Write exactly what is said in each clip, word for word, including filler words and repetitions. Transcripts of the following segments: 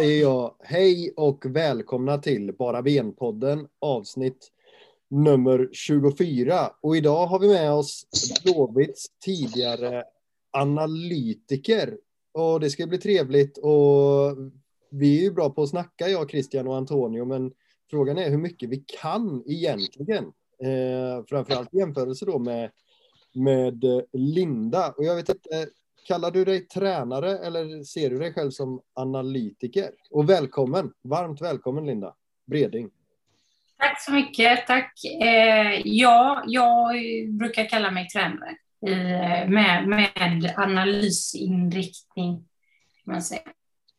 säger jag hej och välkomna till Bara Ben-podden, avsnitt nummer tjugofyra. Och idag har vi med oss Blåvitts tidigare analytiker. Och det ska bli trevligt, och vi är ju bra på att snacka, jag, Christian och Antonio, men frågan är hur mycket vi kan egentligen. Eh, framförallt i jämförelse då med, med Linda. Och jag vet inte, kallar du dig tränare eller ser du dig själv som analytiker? Och välkommen, varmt välkommen Linda Breding. Tack så mycket, tack. Eh, ja, jag brukar kalla mig tränare i, med, med analysinriktning, kan man säga.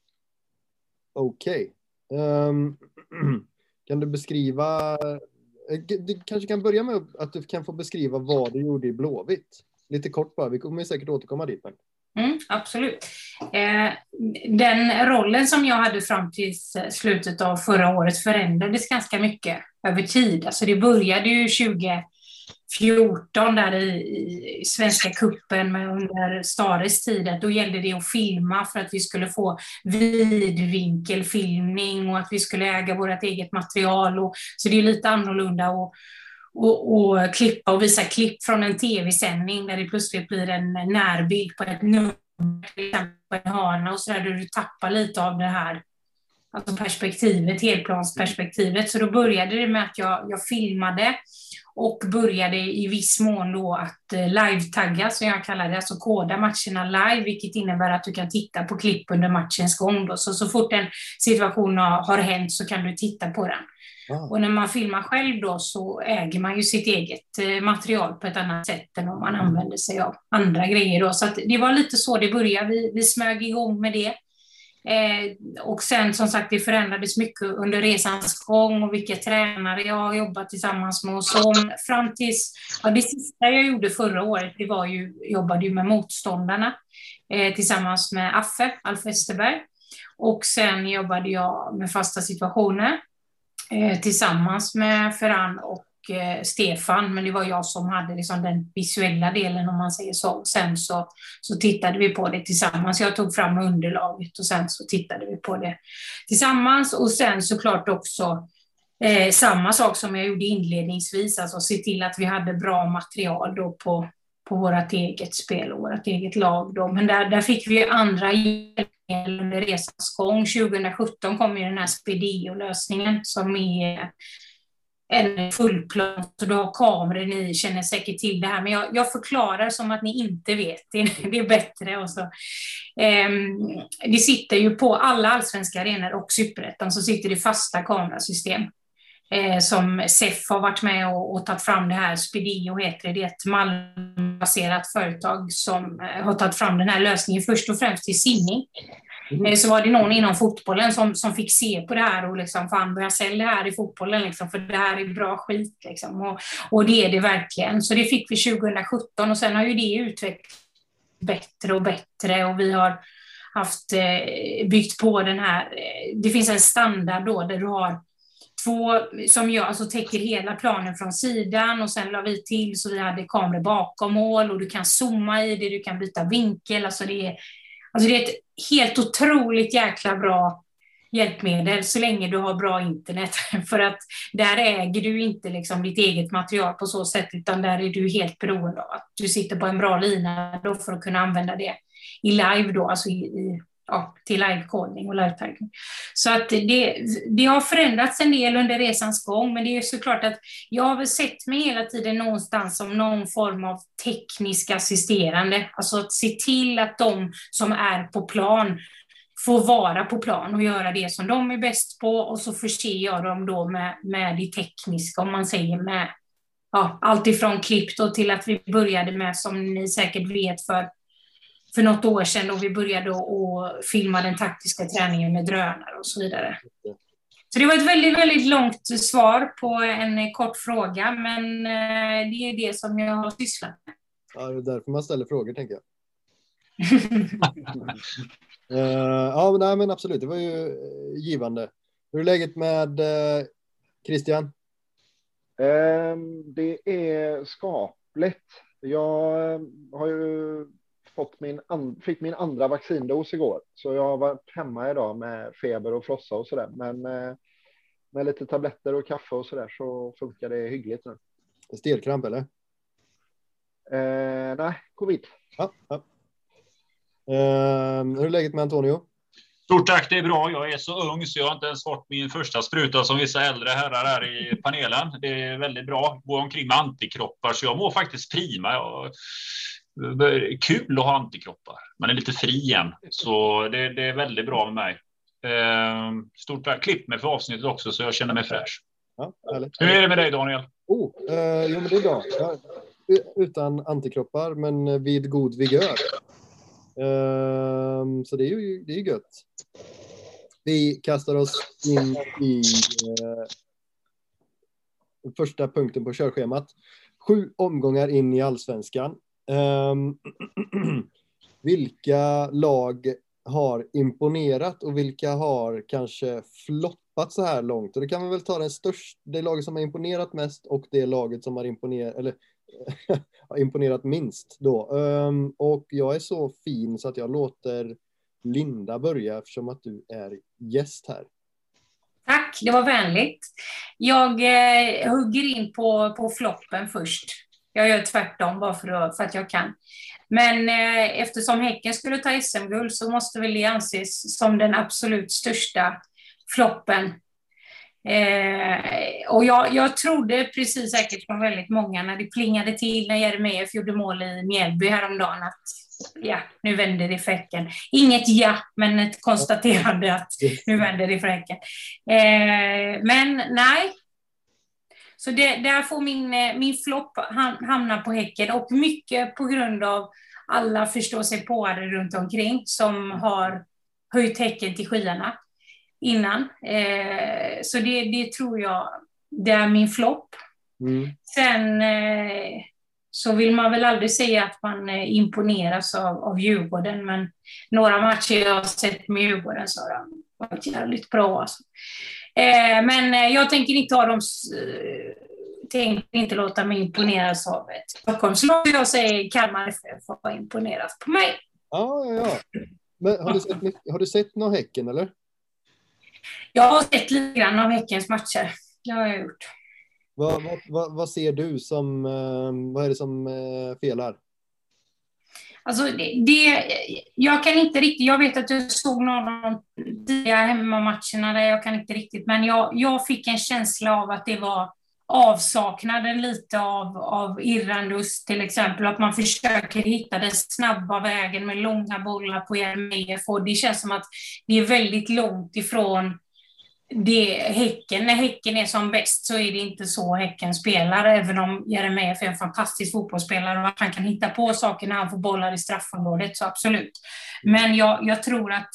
Okej. Okay. Um, kan du beskriva, du kanske kan börja med att du kan få beskriva vad du gjorde i Blåvitt. Lite kort bara, vi kommer säkert återkomma dit. Men... Mm, absolut. Eh, den rollen som jag hade fram till slutet av förra året förändrades ganska mycket över tid. Alltså det började ju tjugo fjorton där i, i Svenska kuppen med under Stares tid. Då gällde det att filma för att vi skulle få vidvinkelfilmning och att vi skulle äga vårt eget material. Och, så det är lite annorlunda att Och, och klippa och visa klipp från en tv-sändning där det plötsligt blir en närbild på ett nummer, till exempel på en hörna och så där, där du tappar lite av det här, alltså perspektivet, helplansperspektivet. Så då började det med att jag, jag filmade och började i viss mån då att live-tagga, som jag kallar det, alltså koda matcherna live, vilket innebär att du kan titta på klipp under matchens gång då. Så, så fort en situation har, har hänt så kan du titta på den. Och när man filmar själv då så äger man ju sitt eget material på ett annat sätt än om man använder sig av andra grejer då. Så att det var lite så det började. Vi, vi smög igång med det. Eh, och sen som sagt det förändrades mycket under resans gång och vilka tränare jag har jobbat tillsammans med och så. Fram tills, ja, det sista jag gjorde förra året, det var ju, jobbade ju med motståndarna eh, tillsammans med Affe, Alf Westerberg. Och sen jobbade jag med fasta situationer tillsammans med Ferran och eh, Stefan, men det var jag som hade liksom den visuella delen, om man säger så. Sen så, så tittade vi på det tillsammans. Jag tog fram underlaget och sen så tittade vi på det tillsammans. Och sen såklart också eh, samma sak som jag gjorde inledningsvis, alltså se till att vi hade bra material då på, på vårt eget spel och vårt eget lag då. Men där, där fick vi andra hjälp under resans gång. tjugo sjutton kom ju den här Spedio-lösningen som är en fullplan, så du har kameror, ni känner säkert till det här, men jag, jag förklarar som att ni inte vet, det, det är bättre. Och så. Um, det sitter ju på alla allsvenska arenor och superettan, så sitter det fasta kamerasystem eh, som S E F har varit med och, och tagit fram det här. Spedio heter det, det är ett Malmöbaserat företag som eh, har tagit fram den här lösningen först och främst till simning. Mm. Så var det någon inom fotbollen som, som fick se på det här och liksom, fan, börja sälja det här i fotbollen liksom, för det här är bra skit liksom. och, och det är det verkligen. Så det fick vi tjugo sjutton och sen har ju det utvecklats bättre och bättre och vi har haft eh, byggt på den här, eh, det finns en standard då där du har två som gör, alltså täcker hela planen från sidan, och sen la vi till så vi hade kameror bakom mål och du kan zooma i det, du kan byta vinkel, alltså det är Alltså det är ett helt otroligt jäkla bra hjälpmedel så länge du har bra internet. För att där äger du inte liksom ditt eget material på så sätt, utan där är du helt beroende av att du sitter på en bra lina då för att kunna använda det i live då, alltså i, i, ja, till live-kodning och live-tagging. Så att det, det har förändrats en del under resans gång, men det är ju såklart att jag har väl sett mig hela tiden någonstans som någon form av teknisk assisterande. Alltså att se till att de som är på plan får vara på plan och göra det som de är bäst på, och så förser jag dem då med, med det tekniska, om man säger med ja, allt ifrån klipp då till att vi började med, som ni säkert vet, för för något år sedan då vi började att filma den taktiska träningen med drönare och så vidare. Så det var ett väldigt, väldigt långt svar på en kort fråga, men det är det som jag har sysslat med. Ja, det är därför man ställer frågor, tänker jag. uh, ja, men, nej, men absolut, det var ju givande. Hur är läget med uh, Christian? Um, det är skapligt. Jag har ju fått min an- fick min andra vaccindos igår. Så jag har varit hemma idag med feber och frossa och sådär. Men eh, med lite tabletter och kaffe och sådär så funkar det hyggligt nu. Stelkramp eller? Eh, nej, covid. Ja, ja. Eh, hur är läget med Antonio? Stort tack, det är bra. Jag är så ung så jag har inte ens fått min första spruta som vissa äldre herrar här i panelen. Det är väldigt bra. Går omkring med antikroppar så jag mår faktiskt prima. Jag... Kul att ha antikroppar. Man är lite fri igen. Så det, det är väldigt bra med mig. Eh, stort tack. Klipp mig för avsnittet också så jag känner mig fräsch. Ja, härligt. Hur är det med dig, Daniel? Oh, eh, jo, men det är bra. Ja, utan antikroppar men vid god vigör. Eh, så det är ju det är gött. Vi kastar oss in i eh, första punkten på körschemat. Sju omgångar in i allsvenskan. Um, vilka lag har imponerat och vilka har kanske floppat så här långt? Och det kan man väl ta den största, det laget som har imponerat mest och det laget som har imponerat eller har imponerat minst då. Um, och jag är så fin så att jag låter Linda börja eftersom att du är gäst här. Tack, det var vänligt. Jag eh, hugger in på, på floppen först. Jag gör tvärtom bara för att, för att jag kan. Men eh, eftersom Häcken skulle ta S M-guld så måste väl det anses som den absolut största floppen. Eh, och jag, jag trodde precis säkert som väldigt många när det plingade till när Jeremejeff gjorde mål i Mjällby häromdagen att ja, nu vänder det för Häcken. Inget ja, men ett konstaterande att nu vänder det för Häcken. Eh, men nej. Så det, där får min, min flopp hamna på Häcken och mycket på grund av alla förstår sig på det runt omkring som har höjt Häcken till skyarna innan. Eh, så det, det tror jag, det är min flopp. Mm. Sen eh, så vill man väl aldrig säga att man eh, imponeras av, av Djurgården, men några matcher jag har sett med Djurgården så har de varit jävligt bra. Alltså. Eh, men eh, jag tänker inte ha dem... Eh, tänker inte låta mig imponeras av ett Stockholmslag. Jag säger Kalmar F F får imponeras på mig. Ja, ja, ja. Men har du sett, har du sett någon Häcken, eller? Jag har sett lite grann av Häckens matcher. Det har jag gjort. Vad, vad, vad, vad ser du som... Vad är det som felar? Alltså, det, det, jag kan inte riktigt... Jag vet att du såg någon av de tidigare hemmamatcherna där jag kan inte riktigt... Men jag, jag fick en känsla av att det var avsaknaden lite av, av Irrandus till exempel, att man försöker hitta den snabba vägen med långa bollar på Jeremejeff, och det känns som att det är väldigt långt ifrån det Häcken. När Häcken är som bäst så är det inte så Häcken spelar, även om Jeremejeff är en fantastisk fotbollsspelare och att han kan hitta på saker när han får bollar i straffområdet, så absolut. Men jag, jag tror att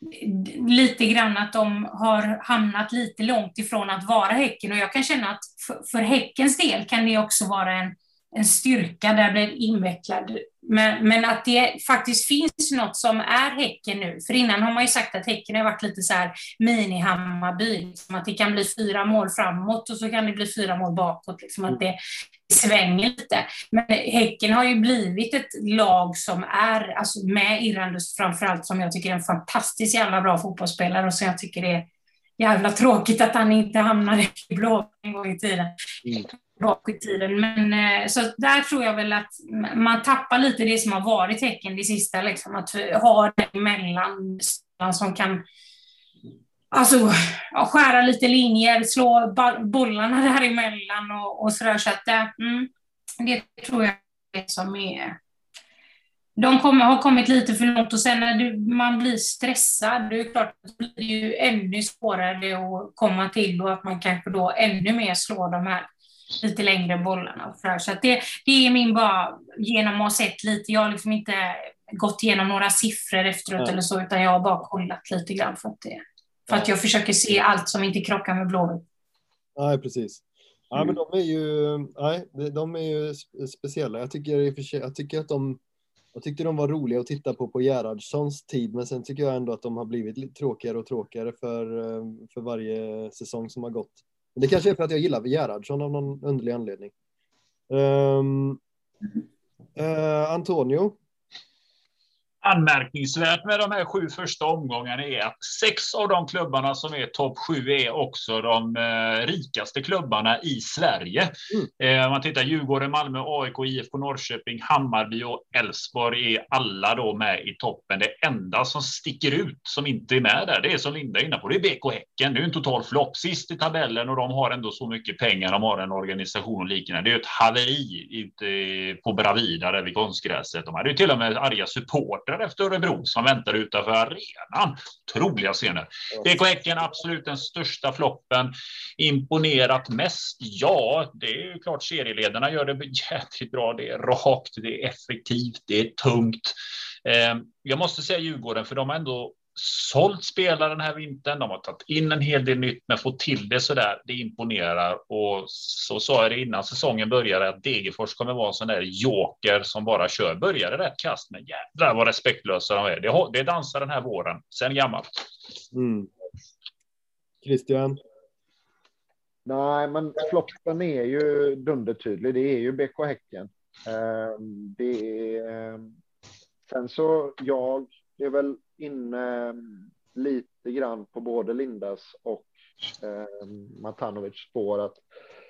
lite grann att de har hamnat lite långt ifrån att vara Häcken, och jag kan känna att för, för Häckens del kan det också vara en, en styrka där det är invecklad, men, men att det faktiskt finns något som är Häcken nu, för innan har man ju sagt att Häcken har varit lite så här mini-Hammarby, som att det kan bli fyra mål framåt och så kan det bli fyra mål bakåt, liksom att det svänger lite. Men Häcken har ju blivit ett lag som är, alltså med Irrandus framförallt, som jag tycker är en fantastiskt jävla bra fotbollsspelare, och så jag tycker det är jävla tråkigt att han inte hamnade i blå en gång i tiden. Mm. bak i tiden. Men så där tror jag väl att man tappar lite det som har varit Häcken det sista, liksom, att ha det emellan som kan alltså ja, skära lite linjer, slå bollarna däremellan och, och sådär, så att det, mm, det tror jag är det som är. De kommer, har kommit lite för långt, och sen när du, man blir stressad, det är klart att det blir ju ännu svårare att komma till, och att man kanske då ännu mer slår de här lite längre bollarna. Så att det, det är min bara, genom att ha sett lite, jag har liksom inte gått igenom några siffror efteråt ja. eller så, utan jag har bara kollat lite grann för att, det, för att jag försöker se allt som inte krockar med Blåvitt. Nej, precis. Ja, men de är ju, nej, de är ju speciella. Jag tycker, jag tycker att de Jag tyckte de var roliga att titta på på Gerhardssons tid, men sen tycker jag ändå att de har blivit lite tråkigare och tråkigare för, för varje säsong som har gått. Men det kanske är för att jag gillar Gerhardsson av någon underlig anledning. Um, uh, Antonio, anmärkningsvärt med de här sju första omgångarna är att sex av de klubbarna som är topp sju är också de eh, rikaste klubbarna i Sverige. Mm. Eh, om man tittar Djurgården, Malmö, A I K, I F K Norrköping, Hammarby och Elfsborg är alla då med i toppen. Det enda som sticker ut som inte är med där, det är som Linda är inne på, det är B K Häcken. Det är en total flopp sist i tabellen och de har ändå så mycket pengar, de har en organisation och liknande. Det är ett haveri ute på Bravida där vid konstgräset. De hade ju till och med arga supportrar efter Örebro som väntar utanför arenan. Troliga scener. B K Häcken absolut den största floppen. Imponerat mest? Ja, det är ju klart serieledarna gör det jävligt bra. Det är rakt, det är effektivt, det är tungt. Eh, jag måste säga Djurgården, för de har ändå sålt spelare den här vintern. De har tagit in en hel del nytt, men fått till det så där, det imponerar. Och så sa jag det innan säsongen började att Degerfors kommer vara en sån där joker som bara kör. Började rätt kast, men jävlar vad respektlösa de är. Det, det dansar den här våren, sen gammalt. Mm. Christian? Nej, men floppen är ju dundertydlig. Det är ju B K Häcken. Det är... Sen så, jag är väl inne lite grann på både Lindas och eh, Matanovic spår att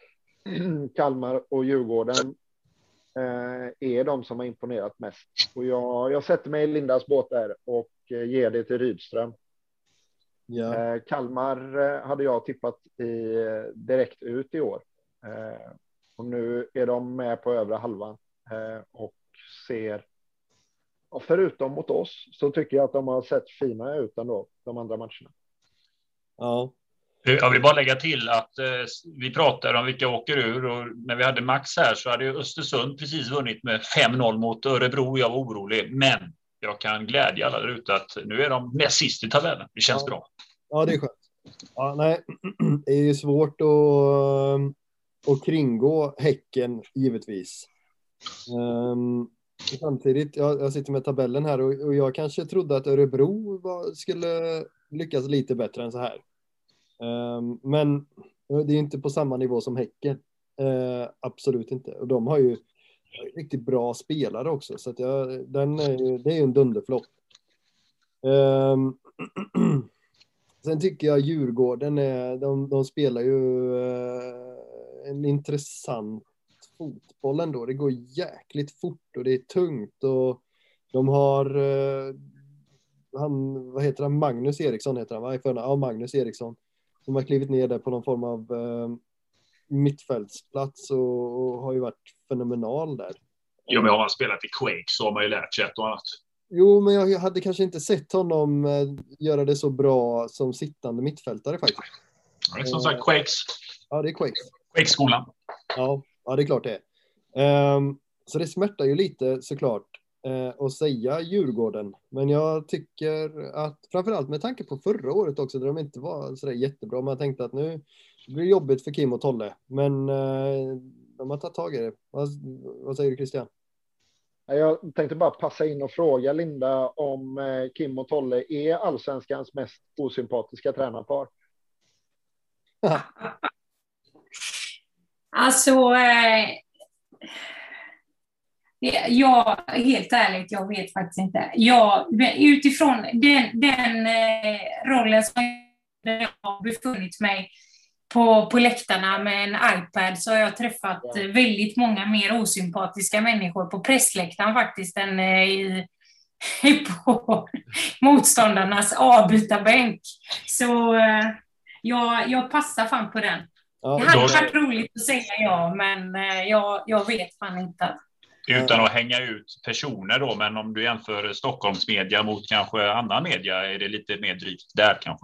Kalmar och Djurgården eh, är de som har imponerat mest. Och jag, jag sätter mig i Lindas båt där och eh, ger det till Rydström. Ja. Eh, Kalmar eh, hade jag tippat i, direkt ut i år. Eh, och nu är de med på övre halvan eh, och ser... Och förutom mot oss så tycker jag att de har sett fina ut ändå, de andra matcherna. Ja. Jag vill bara lägga till att eh, vi pratar om vilka åker ur, och när vi hade Max här så hade ju Östersund precis vunnit med fem noll mot Örebro. Jag var orolig, men jag kan glädja alla där ute att nu är de näst sist i tabellen. Det känns ja. bra. Ja, det är skönt. Ja, nej, det är ju svårt att, att kringgå Häcken, givetvis. Um, Samtidigt, jag, jag sitter med tabellen här och, och jag kanske trodde att Örebro var, skulle lyckas lite bättre än så här. Um, men det är inte på samma nivå som Häcken. Uh, absolut inte. Och de har ju riktigt bra spelare också. Så att jag, den är, det är ju en dunderflopp. Um, sen tycker jag Djurgården är, de, de spelar ju uh, en intressant fotbollen då. Det går jäkligt fort och det är tungt och de har uh, han, vad heter han? Magnus Eriksson heter han, va? Ja, Magnus Eriksson som har klivit ner där på någon form av uh, mittfältsplats och, och har ju varit fenomenal där. Jo, men har man spelat i Quake så har man ju lärt sig ett och annat. Jo, men jag hade kanske inte sett honom uh, göra det så bra som sittande mittfältare faktiskt. Ja, det är som sagt Quakes. Ja, det är Quakes. Quake-skolan. Ja, ja, det är klart det är. Um, så det smärtar ju lite såklart uh, att säga Djurgården. Men jag tycker att framförallt med tanke på förra året också där de inte var så där jättebra. Man tänkte att nu blir det jobbigt för Kim och Tolle. Men uh, de har tagit tag i det. Vad, vad säger du, Christian? Jag tänkte bara passa in och fråga Linda om uh, Kim och Tolle är allsvenskans mest osympatiska tränarpar. Alltså, eh, jag, helt ärligt, jag vet faktiskt inte. Jag, utifrån den, den eh, rollen som jag har befunnit mig på, på läktarna med en iPad så har jag träffat ja. väldigt många mer osympatiska människor på pressläktaren faktiskt än eh, i, på motståndarnas avbytarbänk. Så eh, jag, jag passar fan på den. Ja, det hade varit roligt att säga ja, men jag, jag vet fan inte. Utan att hänga ut personer då, men om du jämför Stockholms media mot kanske annan media är det lite mer drygt där kanske.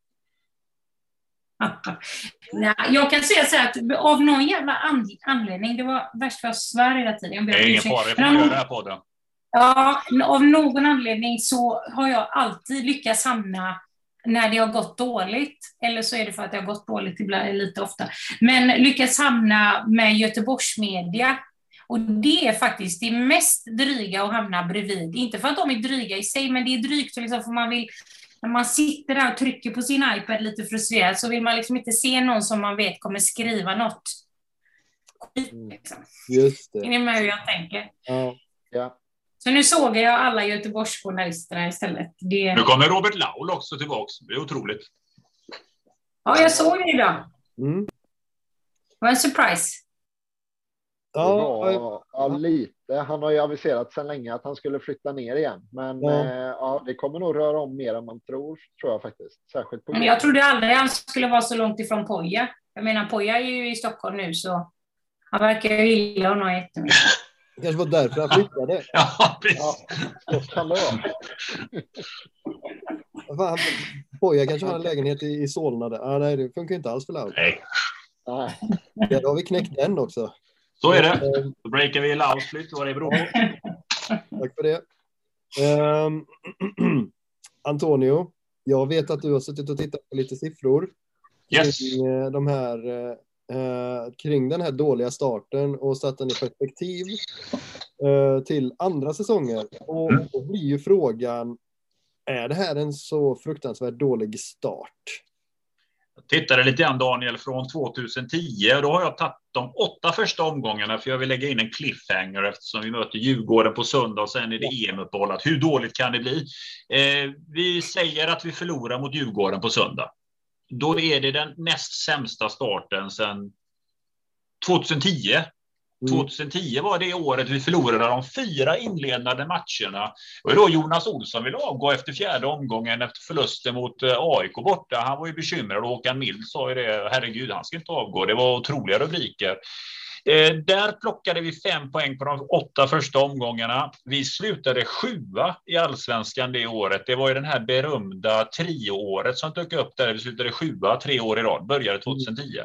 Nej, jag kan säga så här att av någon jävla anledning, det var värst för jag svär hela tiden. Det är ingen fara, jag får göra det här på den. Ja, av någon anledning så har jag alltid lyckats hamna när det har gått dåligt, eller så är det för att det har gått dåligt ibland, lite ofta, men lyckas hamna med Göteborgs media. Och det är faktiskt det mest dryga att hamna bredvid. Inte för att de är dryga i sig, men det är drygt liksom, för man vill, när man sitter där och trycker på sin iPad lite frustrerad så vill man liksom inte se någon som man vet kommer skriva något. Liksom. Just det. Är ni med hur jag tänker? Ja. Ja. Så nu såg jag alla Göteborgsjournalisterna istället. Det... Nu kommer Robert Laul också tillbaks. Det är otroligt. Ja, jag såg det idag. Mm. Det var en surprise. Ja, var, ja, lite. Han har ju aviserat sedan länge att han skulle flytta ner igen. Men ja. Eh, ja, det kommer nog röra om mer än man tror, tror jag faktiskt. Särskilt på Men jag trodde aldrig han skulle vara så långt ifrån Poja. Jag menar, Poja är ju i Stockholm nu, så han verkar ju gilla honom jättemycket. Det kanske var därför han flyttade. Ja, precis. Ja, så kan det vara. Poja kanske har en lägenhet i, i Solna där. Ah, nej, det funkar inte alls för Laul. Nej. Nej. Ja, då har vi knäckt den också. Så är det. Då breakar vi Lauls flytt, vad det beror på. Tack för det. Um, Antonio, jag vet att du har suttit och tittat på lite siffror yes. kring, de här, uh, kring den här dåliga starten och satt den i perspektiv uh, till andra säsonger. Och mm. då blir ju frågan, är det här en så fruktansvärt dålig start? Jag tittade lite grann, Daniel, från tjugohundratio. Då har jag tagit de åtta första omgångarna, för jag vill lägga in en cliffhanger eftersom vi möter Djurgården på söndag och sen är det E M-uppehållet. Hur dåligt kan det bli? Eh, vi säger att vi förlorar mot Djurgården på söndag. Då är det den näst sämsta starten sedan tjugohundratio. Mm. tjugohundratio var det året vi förlorade de fyra inledande matcherna. Och då Jonas Olsson ville avgå efter fjärde omgången efter förlusten mot A I K borta. Han var ju bekymrad och Håkan Mild sa ju det. Herregud, han ska inte avgå. Det var otroliga rubriker. Eh, där plockade vi fem poäng på de åtta första omgångarna. Vi slutade sjua i allsvenskan det året. Det var ju den här berömda trioåret som dök upp där. Vi slutade sjua tre år i rad. Började tjugohundratio.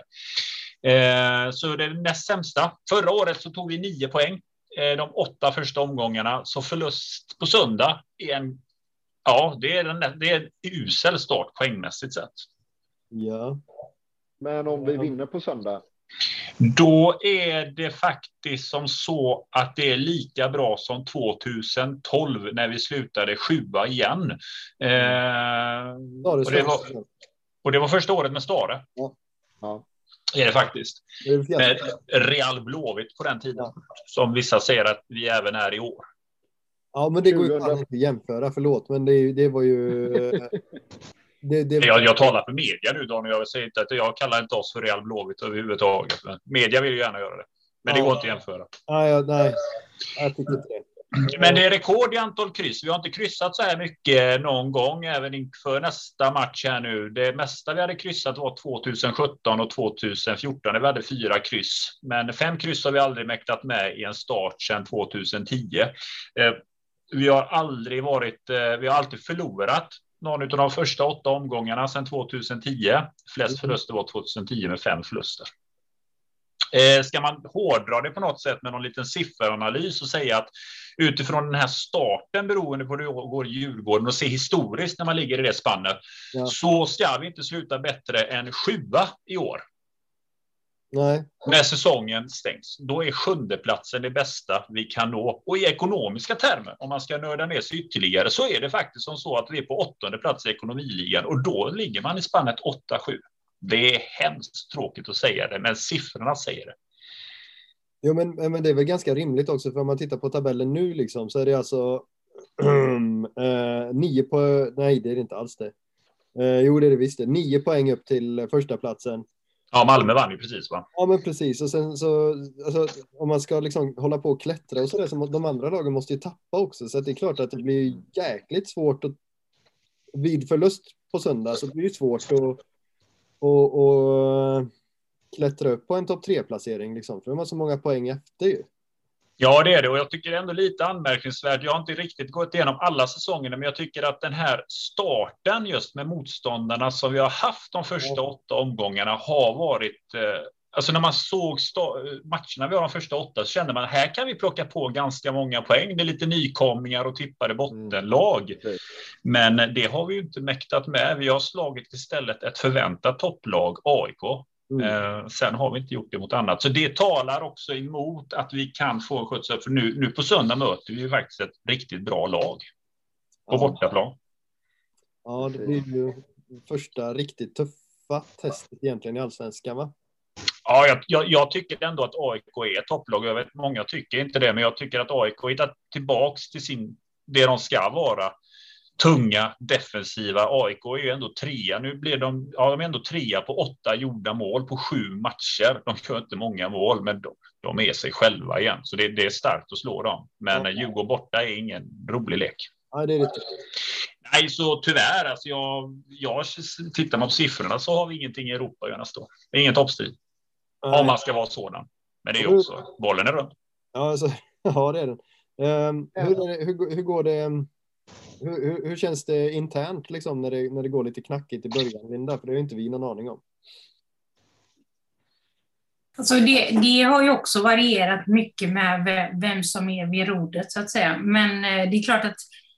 Eh, så det är det näst sämsta. Förra året så tog vi nio poäng eh, de åtta första omgångarna. Så förlust på söndag är en, ja, det är en, det är en usel start poängmässigt sett. Ja. Men om vi vinner på söndag? Då är det faktiskt som så att det är lika bra som tjugotolv när vi slutade sjua igen. Eh, ja, det och, det var, och det var första året med Stare. Ja. Ja. Är det faktiskt. Det är med Real Blåvitt på den tiden. Ja. Som vissa säger att vi även är i år. Ja, men det går ju inte att jämföra, förlåt. Men det, det var ju... det, det... Jag, jag talar för media nu, Daniel. Jag, säger inte att jag kallar inte oss för Real Blåvitt överhuvudtaget. Men media vill ju gärna göra det. Men det ja. går inte att jämföra. Nej, nej. Jag tycker inte det. Men det är rekord i antal kryss. Vi har inte kryssat så här mycket någon gång, även inför nästa match här nu. Det mesta vi hade kryssat var tjugosjutton och tjugofjorton. Vi hade fyra kryss. Men fem kryss har vi aldrig mäktat med i en start sedan tjugotio. Eh, vi har aldrig varit, eh, vi har alltid förlorat någon av de första åtta omgångarna sedan tjugotio. Flest förluster var tjugotio med fem förluster. Eh, ska man hårdra det på något sätt med någon liten sifferanalys och säga att utifrån den här starten, beroende på hur det går i Djurgården, och se historiskt när man ligger i det spannet, ja. så ska vi inte sluta bättre än sjua i år. Nej. När säsongen stängs. Då är sjunde platsen det bästa vi kan nå. Och i ekonomiska termer, om man ska nörda ner sig ytterligare, så är det faktiskt som så att vi är på åttonde plats i ekonomiligan, och då ligger man i spannet åtta sju. Det är hemskt tråkigt att säga det, men siffrorna säger det. Jo, men, men det är väl ganska rimligt också, för om man tittar på tabellen nu liksom, så är det alltså eh, nio på, nej det är det inte alls det. Eh, jo det är det visst det, nio poäng upp till första platsen. Ja, Malmö vann ju precis va? Ja men precis, och sen så alltså, om man ska liksom hålla på och klättra och sådär, så de andra lagen måste ju tappa också, så att det är klart att det blir jäkligt svårt att, vid förlust på söndag så blir det svårt att Och, och klättra upp på en topp tre-placering liksom, för de har så många poäng efter ju. Ja, det är det, och jag tycker det är ändå lite anmärkningsvärt. Jag har inte riktigt gått igenom alla säsongerna, men jag tycker att den här starten just med motståndarna som vi har haft de första ja. åtta omgångarna har varit... Eh, alltså när man såg sta- matcherna vi har de första åtta, så kände man att här kan vi plocka på ganska många poäng. Det är lite nykomlingar och tippade bottenlag. Mm. Men det har vi ju inte mäktat med. Vi har slagit istället ett förväntat topplag, A I K. Mm. Eh, sen har vi inte gjort det mot annat. Så det talar också emot att vi kan få en skjuts upp. För nu, nu på söndag möter vi ju faktiskt ett riktigt bra lag på ja. bortaplan. Ja, det blir ju första riktigt tuffa testet egentligen i allsvenskan, va? Ja, jag, jag, jag tycker ändå att A I K är ett topplag. Jag vet många tycker inte det, men jag tycker att A I K är tillbaks till sin, det de ska vara. Tunga, defensiva. A I K är ju ändå trea. Nu blir de, ja, de är ändå trea på åtta gjorda mål på sju matcher. De gör inte många mål, men de, de är sig själva igen. Så det, det är starkt att slå dem. Men ja. Djurgården borta är ingen rolig lek. Ja, det är det. Nej, så tyvärr. Alltså jag, jag tittar man på siffrorna så har vi ingenting i Europa att göra nästa år. Det är ingen toppstrid. Om man ska vara sådan. Men det är också, bollen är runt. Ja, alltså, ja det är den. Um, hur, är det, hur, hur går det... Hur, hur, hur känns det internt liksom, när, det, när det går lite knackigt i början, Linda? För det har inte vi någon aning om. Alltså det, det har ju också varierat mycket med vem som är vid rodret, så att säga. Men det är klart att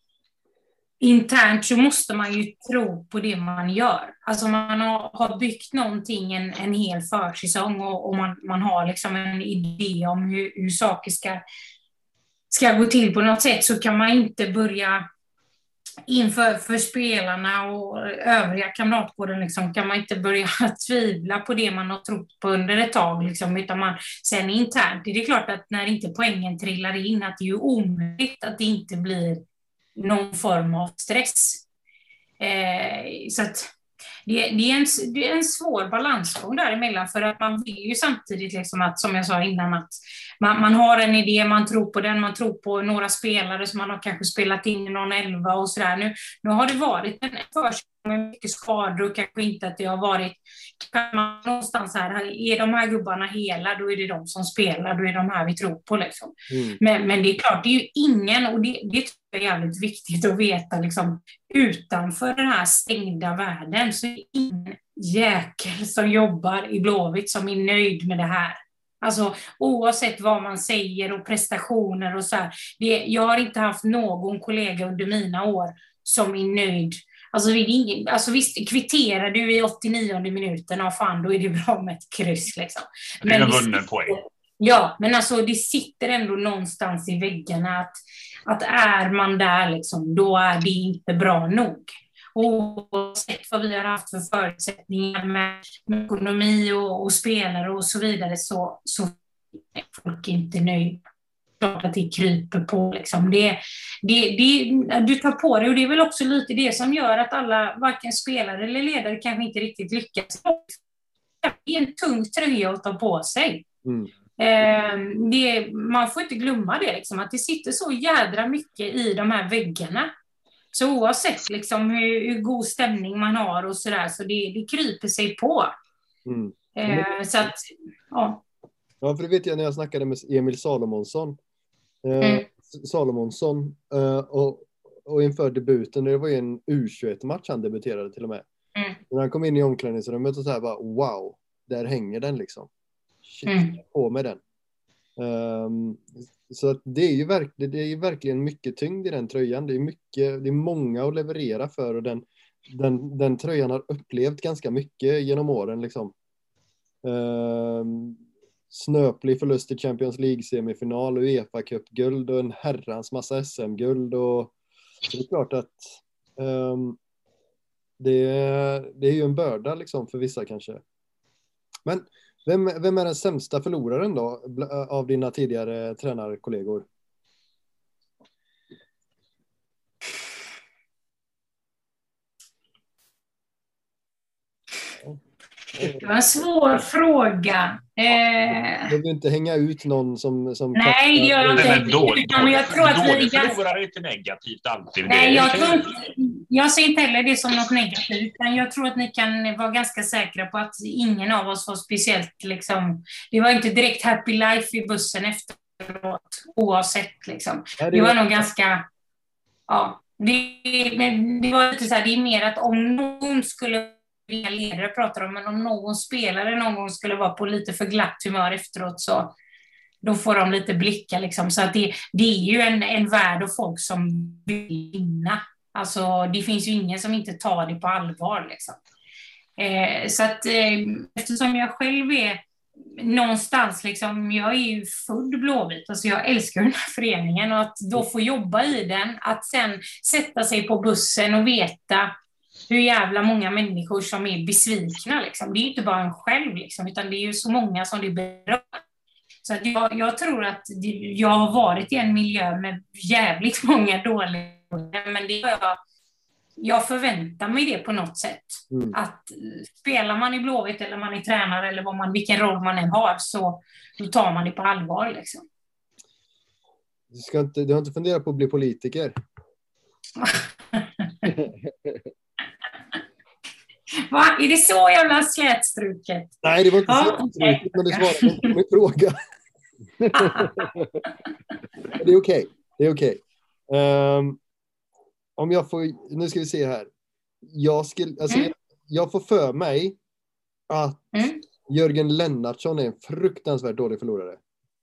internt så måste man ju tro på det man gör. Alltså man har, har byggt någonting en, en hel försäsong och, och man, man har liksom en idé om hur, hur saker ska, ska gå till på något sätt, så kan man inte börja inför för spelarna och övriga kamratkåren liksom, kan man inte börja tvivla på det man har trott på under ett tag liksom, utan man, sen internt är det klart att när inte poängen trillar in att det är ju omöjligt att det inte blir någon form av stress. Eh, så att det, det, är en, det är en svår balansgång däremellan, för att man vill ju samtidigt liksom att, som jag sa innan, att man, man har en idé, man tror på den, man tror på några spelare som man har kanske spelat in i någon elva och sådär. Nu, nu har det varit en försäsong med mycket skador och kanske inte att det har varit, kan man någonstans här, är de här gubbarna hela, då är det de som spelar, då är de här vi tror på liksom. Mm. Men, men det är klart, det är ju ingen, och det, det är jävligt viktigt att veta liksom, utanför den här stängda världen så är det ingen jäkel som jobbar i Blåvitt som är nöjd med det här. Alltså oavsett vad man säger och prestationer och så här. Det, jag har inte haft någon kollega under mina år som är nöjd. Alltså, ingen, alltså visst, kvitterar du i åttionionde minuten, ja fan, då är det bra med ett kryss liksom. Det är en vunnen poäng. Ja, men alltså det sitter ändå någonstans i väggarna att, att är man där liksom, då är det inte bra nog. Oavsett vad vi har haft för förutsättningar med, med ekonomi och, och spelare och så vidare, så, så är folk inte nöjda. Klart att det kryper på liksom. Det, det, det, du tar på det, och det är väl också lite det som gör att alla, varken spelare eller ledare, kanske inte riktigt lyckas. Det är en tung tröja att ta på sig. Mm. Eh, det, man får inte glömma det liksom, att det sitter så jädra mycket i de här väggarna. Så oavsett liksom hur, hur god stämning man har och sådär, så det, det kryper sig på. Mm. Eh, så att, ja. Ja, för det vet jag när jag snackade med Emil Salomonsson. Eh, mm. Salomonsson eh, och, och inför debuten, det var ju en U tjugoett-match han debuterade till och med. Mm. När han kom in i omklädningsrummet och så här bara, wow, där hänger den liksom. Shit, mm. på med den. Um, så att det är ju verkligen, det är ju verkligen mycket tyngd i den tröjan. Det är mycket, det är många att leverera för, och den, den, den tröjan har upplevt ganska mycket genom åren liksom. Um, snöplig förlust i Champions League-semifinal och UEFA-cupguld och en herrans massa S M-guld, och det är klart att um, det, det är ju en börda liksom för vissa kanske. Men vem, vem är den sämsta förloraren då av dina tidigare tränarkollegor? Det var en svår fråga. Eh... Du vill inte hänga ut någon som... som Nej, det gör jag inte. Men dålig, men jag tror att vi... förlorare är inte negativt alltid. Nej, jag, tror inte, jag ser inte heller det som något negativt. Men jag tror att ni kan vara ganska säkra på att ingen av oss var speciellt... Liksom, det var inte direkt happy life i bussen efteråt, oavsett. Liksom. Ja, det, det var nog ganska... Ja, det, men det var lite så här, det är mer att om någon skulle... inga ledare pratar om, men om någon spelare någon gång skulle vara på lite för glatt humör efteråt, så då får de lite blickar liksom. Så att det, det är ju en, en värld och folk som vill vinna. Alltså det finns ju ingen som inte tar det på allvar liksom. Eh, så att eh, eftersom jag själv är någonstans liksom, jag är ju född Blåvitt, alltså jag älskar den här föreningen, och att då få jobba i den, att sen sätta sig på bussen och veta hur jävla många människor som är besvikna. Liksom. Det är ju inte bara en själv, liksom, utan det är ju så många som det berör. Så att jag, jag tror att jag har varit i en miljö med jävligt många dåliga, men det jag, jag förväntar mig det på något sätt. Mm. Att spelar man i Blåvitt eller man är tränare eller vad man, vilken roll man än har, så då tar man det på allvar. Liksom. Du, ska inte, du har inte funderat på att bli politiker? Va? Är det så jävla slätstruket? Nej, det var inte ja, slätstruket, okay. Men du svarade inte på min fråga. Det är okej. Okay. Det är okej. Okay. Um, om jag får... Nu ska vi se här. Jag, skulle, alltså, mm. jag får för mig att mm. Jörgen Lennartsson är en fruktansvärt dålig förlorare.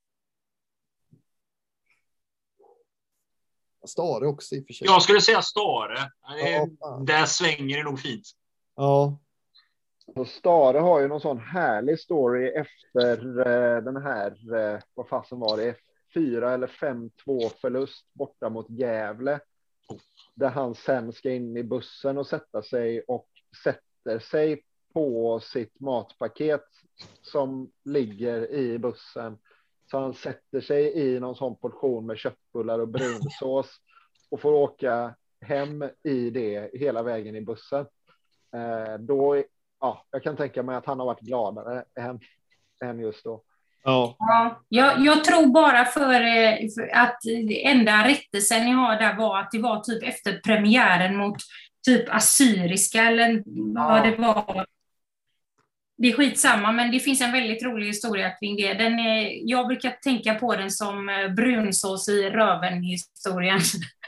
Stare också i och för sig. Jag skulle säga Stare. Det, ja, där svänger det nog fint. Ja. Och Stare har ju någon sån härlig story efter eh, den här, eh, vad fasen var det, fyra eller fem två förlust borta mot Gävle. Där han sen ska in i bussen och sätta sig och sätter sig på sitt matpaket som ligger i bussen. Så han sätter sig i någon sån portion med köttbullar och brunsås och får åka hem i det hela vägen i bussen. Eh, då, ja, jag kan tänka mig att han har varit gladare än, än just då. Ja. Ja, jag, jag tror bara för, för att enda rättelsen ni har där var att det var typ efter premiären mot typ assyriska eller vad ja. det var. Det är skitsamma, men det finns en väldigt rolig historia kring det. Den är, jag brukar tänka på den som brunsås i röven-historien.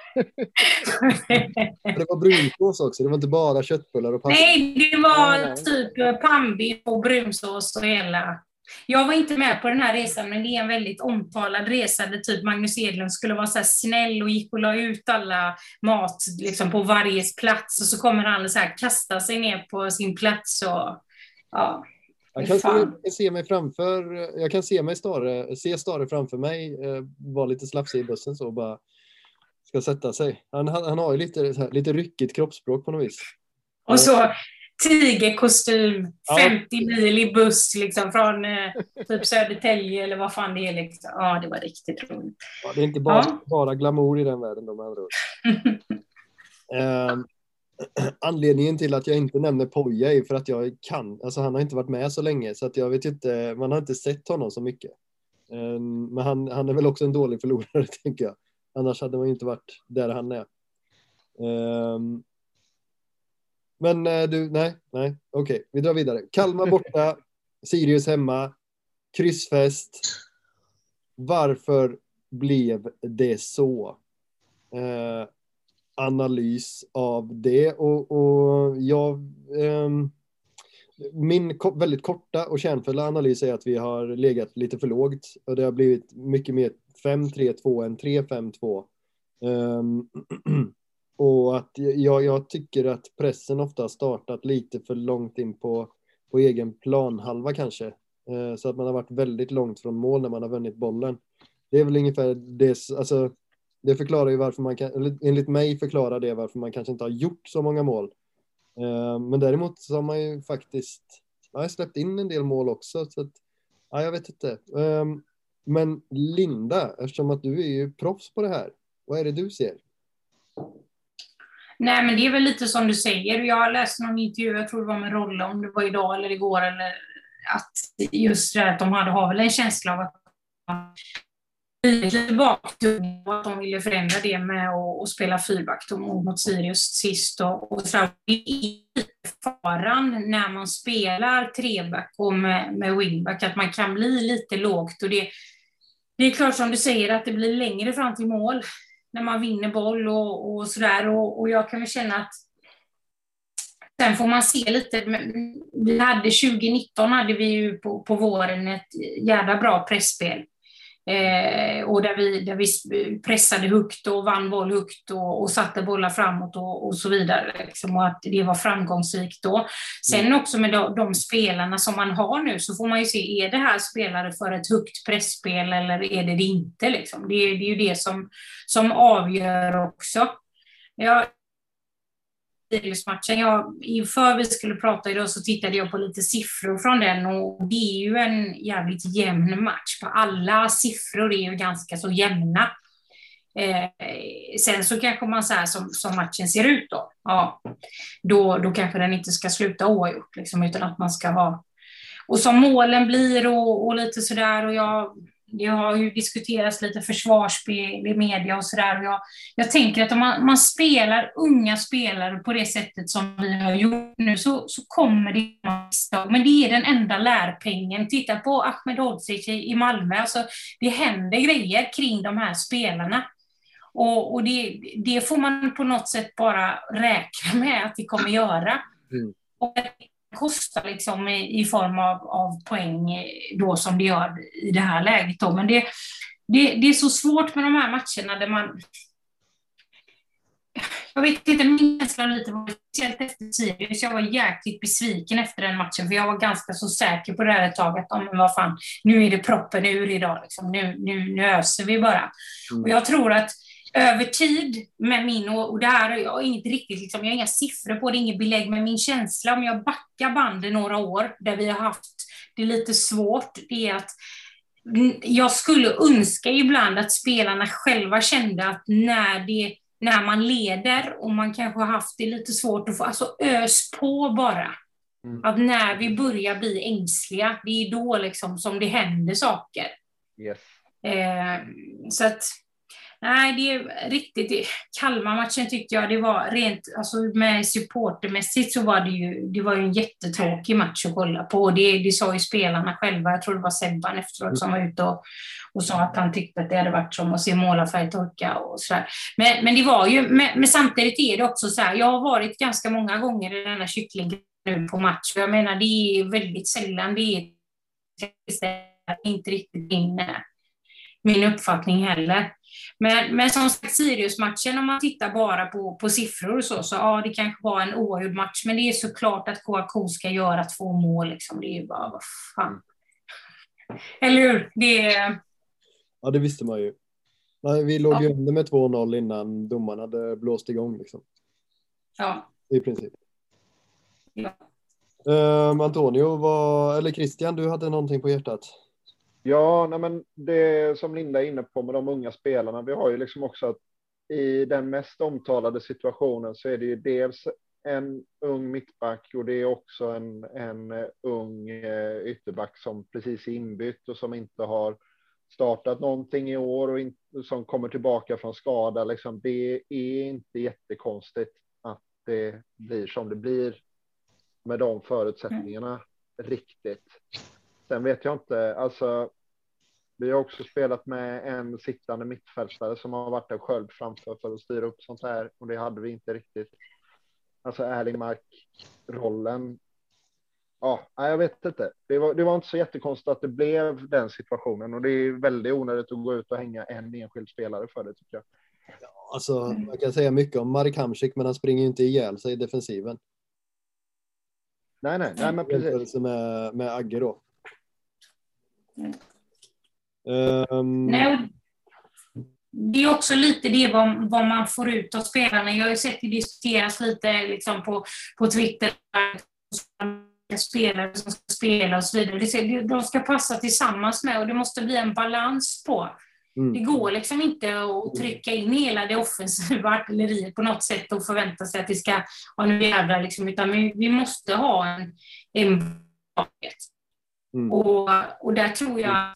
Det var brunsås också, det var inte bara köttbullar och pasta. Nej, det var nej, nej. typ pambi och brunsås och hela. Jag var inte med på den här resan, men det är en väldigt omtalad resa där typ Magnus Edlund skulle vara så här snäll och gick och la ut alla mat liksom, på varje plats. Och så kommer han så här kasta sig ner på sin plats och ja. Jag kan, se, jag kan se mig framför, jag kan se mig Stare, se Stare framför mig, eh, vara lite slafsig i bussen så bara ska sätta sig. Han, han, han har ju lite, så här, lite ryckigt kroppsspråk på något vis. Och så tigerkostym, femtio ja. mil i buss liksom från eh, typ Södertälje eller vad fan det är liksom. Ja, det var riktigt roligt. Ja, det är inte bara, ja. bara glamour i den världen de andra ord. eh, Anledningen till att jag inte nämner Poja är för att jag kan, alltså han har inte varit med så länge så att jag vet inte, man har inte sett honom så mycket. Eh, men han, han är väl också en dålig förlorare tänker jag. Annars hade man inte varit där han är. Eh, Men du, nej, nej, okej, okay, vi drar vidare. Kalmar borta, Sirius hemma, kryssfest. Varför blev det så? Eh, analys av det och, och jag, eh, min ko- väldigt korta och kärnfulla analys är att vi har legat lite för lågt och det har blivit mycket mer fem tre två än tre fem två. Eh, Och att jag, jag tycker att pressen ofta har startat lite för långt in på, på egen planhalva kanske. Eh, så att man har varit väldigt långt från mål när man har vunnit bollen. Det är väl ungefär det, alltså, det förklarar ju varför man kan, eller enligt mig förklarar det varför man kanske inte har gjort så många mål. Eh, men däremot så har man ju faktiskt ja, släppt in en del mål också. Så att, ja, jag vet inte. Eh, men Linda, eftersom att du är ju proffs på det här, vad är det du ser? Nej, men det är väl lite som du säger. Jag läste någon intervju, jag tror det var med Rolle, om det var idag eller igår, eller att just det att de hade har väl en känsla av att lite baktum och att de ville förändra det med att, att spela fyrback mot Sirius sist. Och, och så här, det är faran när man spelar treback och med, med wingback att man kan bli lite lågt. Och det, det är klart som du säger att det blir längre fram till mål när man vinner boll och, och sådär. Och, och jag kan väl känna att sen får man se lite. Vi hade tjugonitton hade vi ju på, på våren ett jävla bra pressspel. Eh, och där vi, där vi pressade högt och vann boll högt och, och satte bollar framåt och, och så vidare. Liksom, och att det var framgångsrikt då. Sen mm. också med de, de spelarna som man har nu så får man ju se, är det här spelare för ett högt pressspel eller är det det inte? Liksom? Det, det är ju det som, som avgör också. Jag, Sirius-matchen. Jag, inför vi skulle prata idag så tittade jag på lite siffror från den, och det är ju en jävligt jämn match. På alla siffror är ju ganska så jämna. Eh, sen så kanske man säger som, som matchen ser ut då, ja, då, då kanske den inte ska sluta oavgjort liksom, utan att man ska ha, och som målen blir och, och lite sådär, och jag det har ju diskuterats lite försvarsspel i media och sådär, och jag, jag tänker att om man, man spelar unga spelare på det sättet som vi har gjort nu, så, så kommer det misstag, men det är den enda lärpengen. Titta på Ahmed Hodzic i, i Malmö, alltså det händer grejer kring de här spelarna. Och, och det, det får man på något sätt bara räkna med att det kommer göra. Mm. Och det kostar liksom i, i form av, av poäng då, som det gör i det här läget då. Men det, det, det är så svårt med de här matcherna där man... Jag vet inte, min känsla lite var speciellt efter Sirius. Jag var jäkligt besviken efter den matchen, för jag var ganska så säker på det här ett tag att oh, men vad fan, nu är det proppen ur idag. Liksom. Nu, nu, nu öser vi bara. Mm. Och jag tror att över tid med min, och det här jag har inget riktigt, liksom, jag har inga siffror på det, inget belägg, med min känsla om jag backar bandet några år där vi har haft det lite svårt, det är att jag skulle önska ibland att spelarna själva kände att när, det, när man leder och man kanske har haft det lite svårt att få, alltså ös på bara. Mm. Att när vi börjar bli ängsliga, det är då liksom som det händer saker. Yes. Eh, så att nej, det är riktigt. Kalmar-matchen tyckte jag, det var rent, alltså med supportermässigt så var det ju, det var ju en jättetråkig match att kolla på. Det, det sa ju spelarna själva, jag tror det var Sebban efteråt som var ute och, och sa att han tyckte att det hade varit som att se målarfärg torka och sådär. Men, men det var ju, men, men samtidigt är det också så här, jag har varit ganska många gånger i denna kyckling nu på match. Jag menar, det är väldigt sällan, det är inte riktigt min, min uppfattning heller. Men, men som sagt, Sirius-matchen, om man tittar bara på, på siffror och så, så ja, det kanske var en oavgjord match, men det är såklart att K A K ska göra två mål, liksom. Det är ju bara, vad fan. Eller hur? Det är... Ja, det visste man ju. Nej, vi låg ja. ju under med två noll innan domaren hade blåst igång, liksom. Ja. I princip. Ja. Um, Antonio, var, eller Christian, du hade någonting på hjärtat? Ja, nej men det som Linda är inne på med de unga spelarna, vi har ju liksom också att i den mest omtalade situationen så är det ju dels en ung mittback och det är också en, en ung ytterback som precis är inbytt och som inte har startat någonting i år och in, som kommer tillbaka från skada. Liksom, det är inte jättekonstigt att det blir som det blir med de förutsättningarna mm. riktigt. Sen vet jag inte, alltså vi har också spelat med en sittande mittfältare som har varit en sköld framför för att styra upp sånt här, och det hade vi inte riktigt. Alltså Erlingmark-rollen, ja, jag vet inte. Det var, det var inte så jättekonstigt att det blev den situationen, och det är väldigt onödigt att gå ut och hänga en enskild spelare för det, tycker jag. Ja, alltså, man kan säga mycket om Marek Hamsik, men han springer ju inte ihjäl sig i defensiven. Nej, nej, nej, men precis. Med, med Agge då. Mm. Um... Nej, det är också lite det vad, vad man får ut av spelarna. Jag har ju sett det diskuteras lite liksom på, på Twitter, spelare som ska spela och så vidare. De ska passa tillsammans med, och det måste bli en balans på. Mm. Det går liksom inte att trycka in hela det offensiva artilleriet på något sätt och förvänta sig att det ska ha en jävla liksom, utan vi, vi måste ha en, en mm. och, och där tror jag,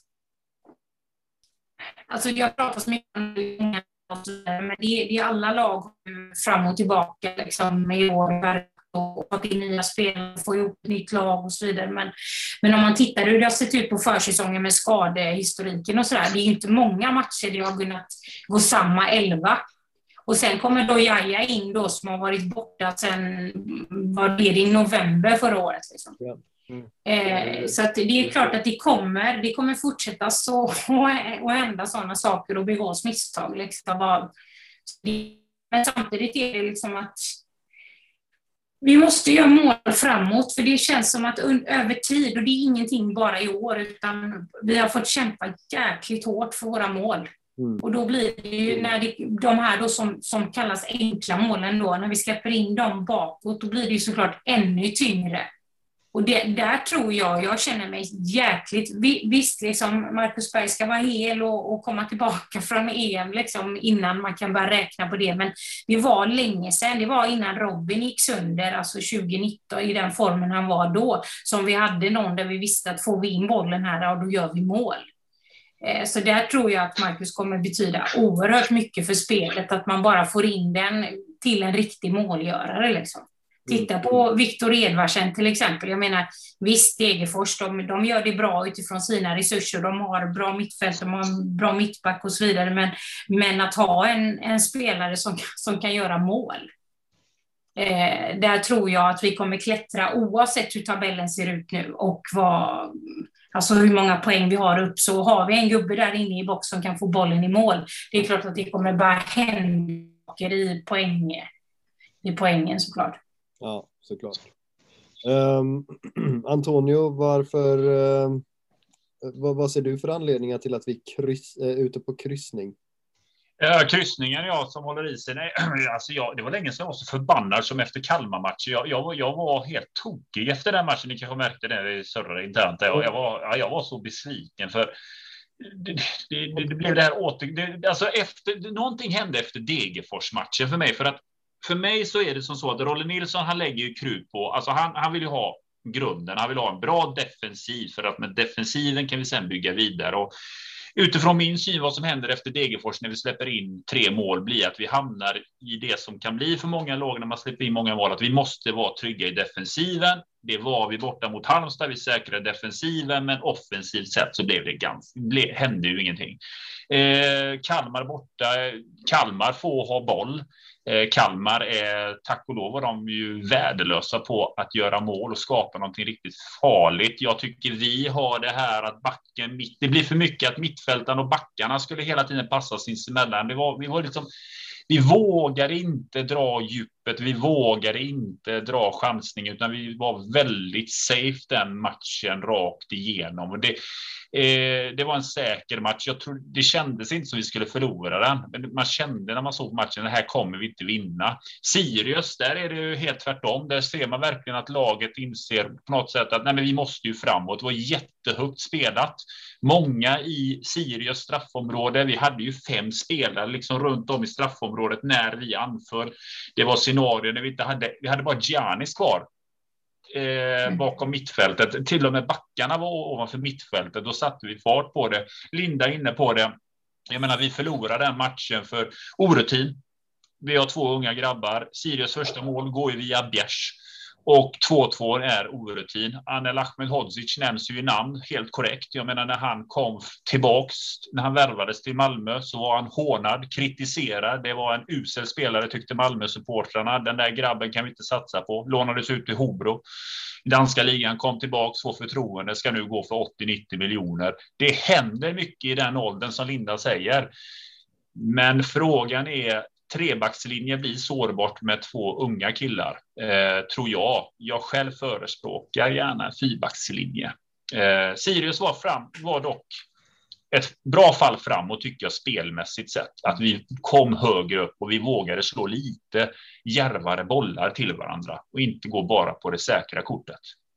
alltså jag pratar så mycket om det, men det är, det är alla lag fram och tillbaka liksom, i år och fått in nya spelare, få ihop ett nytt lag och så vidare. Men, men om man tittar hur det har sett ut på försäsongen med skadehistoriken och sådär, det är ju inte många matcher där jag har kunnat gå samma elva. Och sen kommer då Jaja in då som har varit borta sen, var det i november förra året liksom. Ja. Mm. Eh, så att det är klart att det kommer det kommer fortsätta så och, och hända sådana saker och begås misstag liksom. Men samtidigt är det liksom att vi måste göra mål framåt, för det känns som att un- över tid, och det är ingenting bara i år, utan vi har fått kämpa jäkligt hårt för våra mål. Mm. Och då blir det ju, när det, de här då som, som kallas enkla målen då, när vi släpper in dem bakåt, då blir det ju såklart ännu tyngre. Och det, där tror jag, jag känner mig jäkligt, visst liksom Marcus Berg ska vara hel och, och komma tillbaka från E M liksom innan man kan börja räkna på det, men det var länge sedan, det var innan Robin gick sönder, alltså tjugonitton i den formen han var då, som vi hade någon där vi visste att får vi in bollen här, då gör vi mål. Så där tror jag att Marcus kommer betyda oerhört mycket för spelet, att man bara får in den till en riktig målgörare liksom. Titta på Viktor Edvardsen till exempel. Jag menar, visst Degerfors, de, de gör det bra utifrån sina resurser. De har bra mittfält, de har en bra mittback och så vidare. Men, men att ha en, en spelare som, som kan göra mål. Eh, där tror jag att vi kommer klättra oavsett hur tabellen ser ut nu. Och vad, alltså hur många poäng vi har upp. Så har vi en gubbe där inne i box som kan få bollen i mål. Det är klart att det kommer bara hända i, poäng, i poängen såklart. Ja, såklart. Um, Antonio, varför, uh, vad, vad ser du för anledningar till att vi kryss, är ute på kryssning? Ja, kryssningen, ja, som håller i sig. Nej, alltså jag, det var länge sedan jag var så förbannad som efter Kalmar-matchen. Jag, jag, jag var helt tokig efter den matchen. Ni kanske märkte det i surrade internt. Jag, jag, var, ja, jag var så besviken för det, det, det, det blev det här åter... Det, alltså efter, någonting hände efter Degerfors-matchen för mig. För att För mig så är det som så att Rolle Nilsson, han lägger ju krut på, alltså han, han vill ju ha grunden, han vill ha en bra defensiv, för att med defensiven kan vi sen bygga vidare. Och utifrån min syn vad som händer efter Degerfors när vi släpper in tre mål blir att vi hamnar i det som kan bli för många lag när man släpper in många mål, att vi måste vara trygga i defensiven. Det var vi borta mot Halmstad, vi säkrade defensiven, men offensivt sett så blev det ganska, blev, hände ju ingenting. Eh, Kalmar borta, Kalmar får ha boll. Kalmar är, tack och lov var de ju värdelösa på att göra mål och skapa någonting riktigt farligt. Jag tycker vi har det här att backen mitt, det blir för mycket att mittfältarna och backarna skulle hela tiden passa sinsemellan. Det var, vi var liksom, vi vågar inte dra djupet, vi vågar inte dra chansning, utan vi var väldigt safe den matchen rakt igenom. Och det, eh, det var en säker match. Jag tror, det kändes inte som vi skulle förlora den, men man kände när man såg matchen, det här kommer vi inte vinna. Sirius, där är det ju helt tvärtom. Där ser man verkligen att laget inser på något sätt att nej, men vi måste ju framåt. Det var jättehögt spelat. Många i Sirius straffområde. Vi hade ju fem spelare liksom runt om i straffområdet när vi anför. Det var scenarier när vi inte hade, vi hade bara Giannis kvar eh, bakom mittfältet. Till och med backarna var ovanför mittfältet. Då satte vi fart på det. Linda inne på det. Jag menar, vi förlorade den matchen för orutin. Vi har två unga grabbar. Sirius första mål går ju via Bjärs. Och två två är orutin. Anel Ahmedhodzic nämns ju i namn helt korrekt. Jag menar, när han kom tillbaks, när han värvades till Malmö, så var han hånad, kritiserad. Det var en usel spelare, tyckte Malmö-supportrarna. Den där grabben kan vi inte satsa på. Lånades ut till Hobro. Danska ligan, kom tillbaks, få förtroende, ska nu gå för åttio nittio miljoner. Det händer mycket i den åldern som Linda säger. Men frågan är, trebackslinje blir sårbart med två unga killar, eh, tror jag. Jag själv förespråkar gärna en fyrbackslinje. Eh, Sirius var, fram, var dock ett bra fall framåt tycker jag spelmässigt sett. Att vi kom högre upp och vi vågade slå lite djärvare bollar till varandra och inte gå bara på det säkra kortet.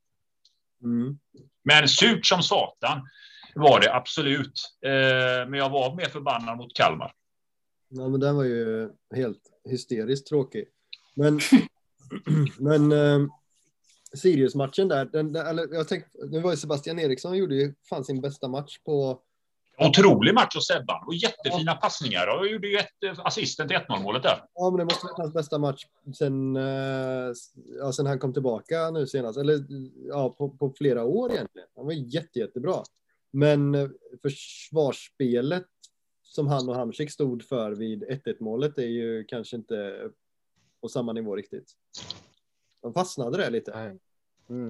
Mm. Men surt som satan var det absolut. Eh, men jag var mer förbannad mot Kalmar. Ja, men den var ju helt hysteriskt tråkig. Men, men eh, Sirius-matchen där, den, den, eller, jag tänkte, nu var ju Sebastian Eriksson gjorde ju fan sin bästa match på... Otrolig match av Sebban och jättefina ja. passningar och gjorde ju ett assisten till ett noll-målet där. Ja, men det måste vara hans bästa match sen, eh, ja, sen han kom tillbaka nu senast, eller ja, på, på flera år egentligen. Han var jätte, jättebra. Men eh, försvarsspelet som han och Hamsik stod för vid ett ett-målet är ju kanske inte på samma nivå riktigt. De fastnade där lite. Mm.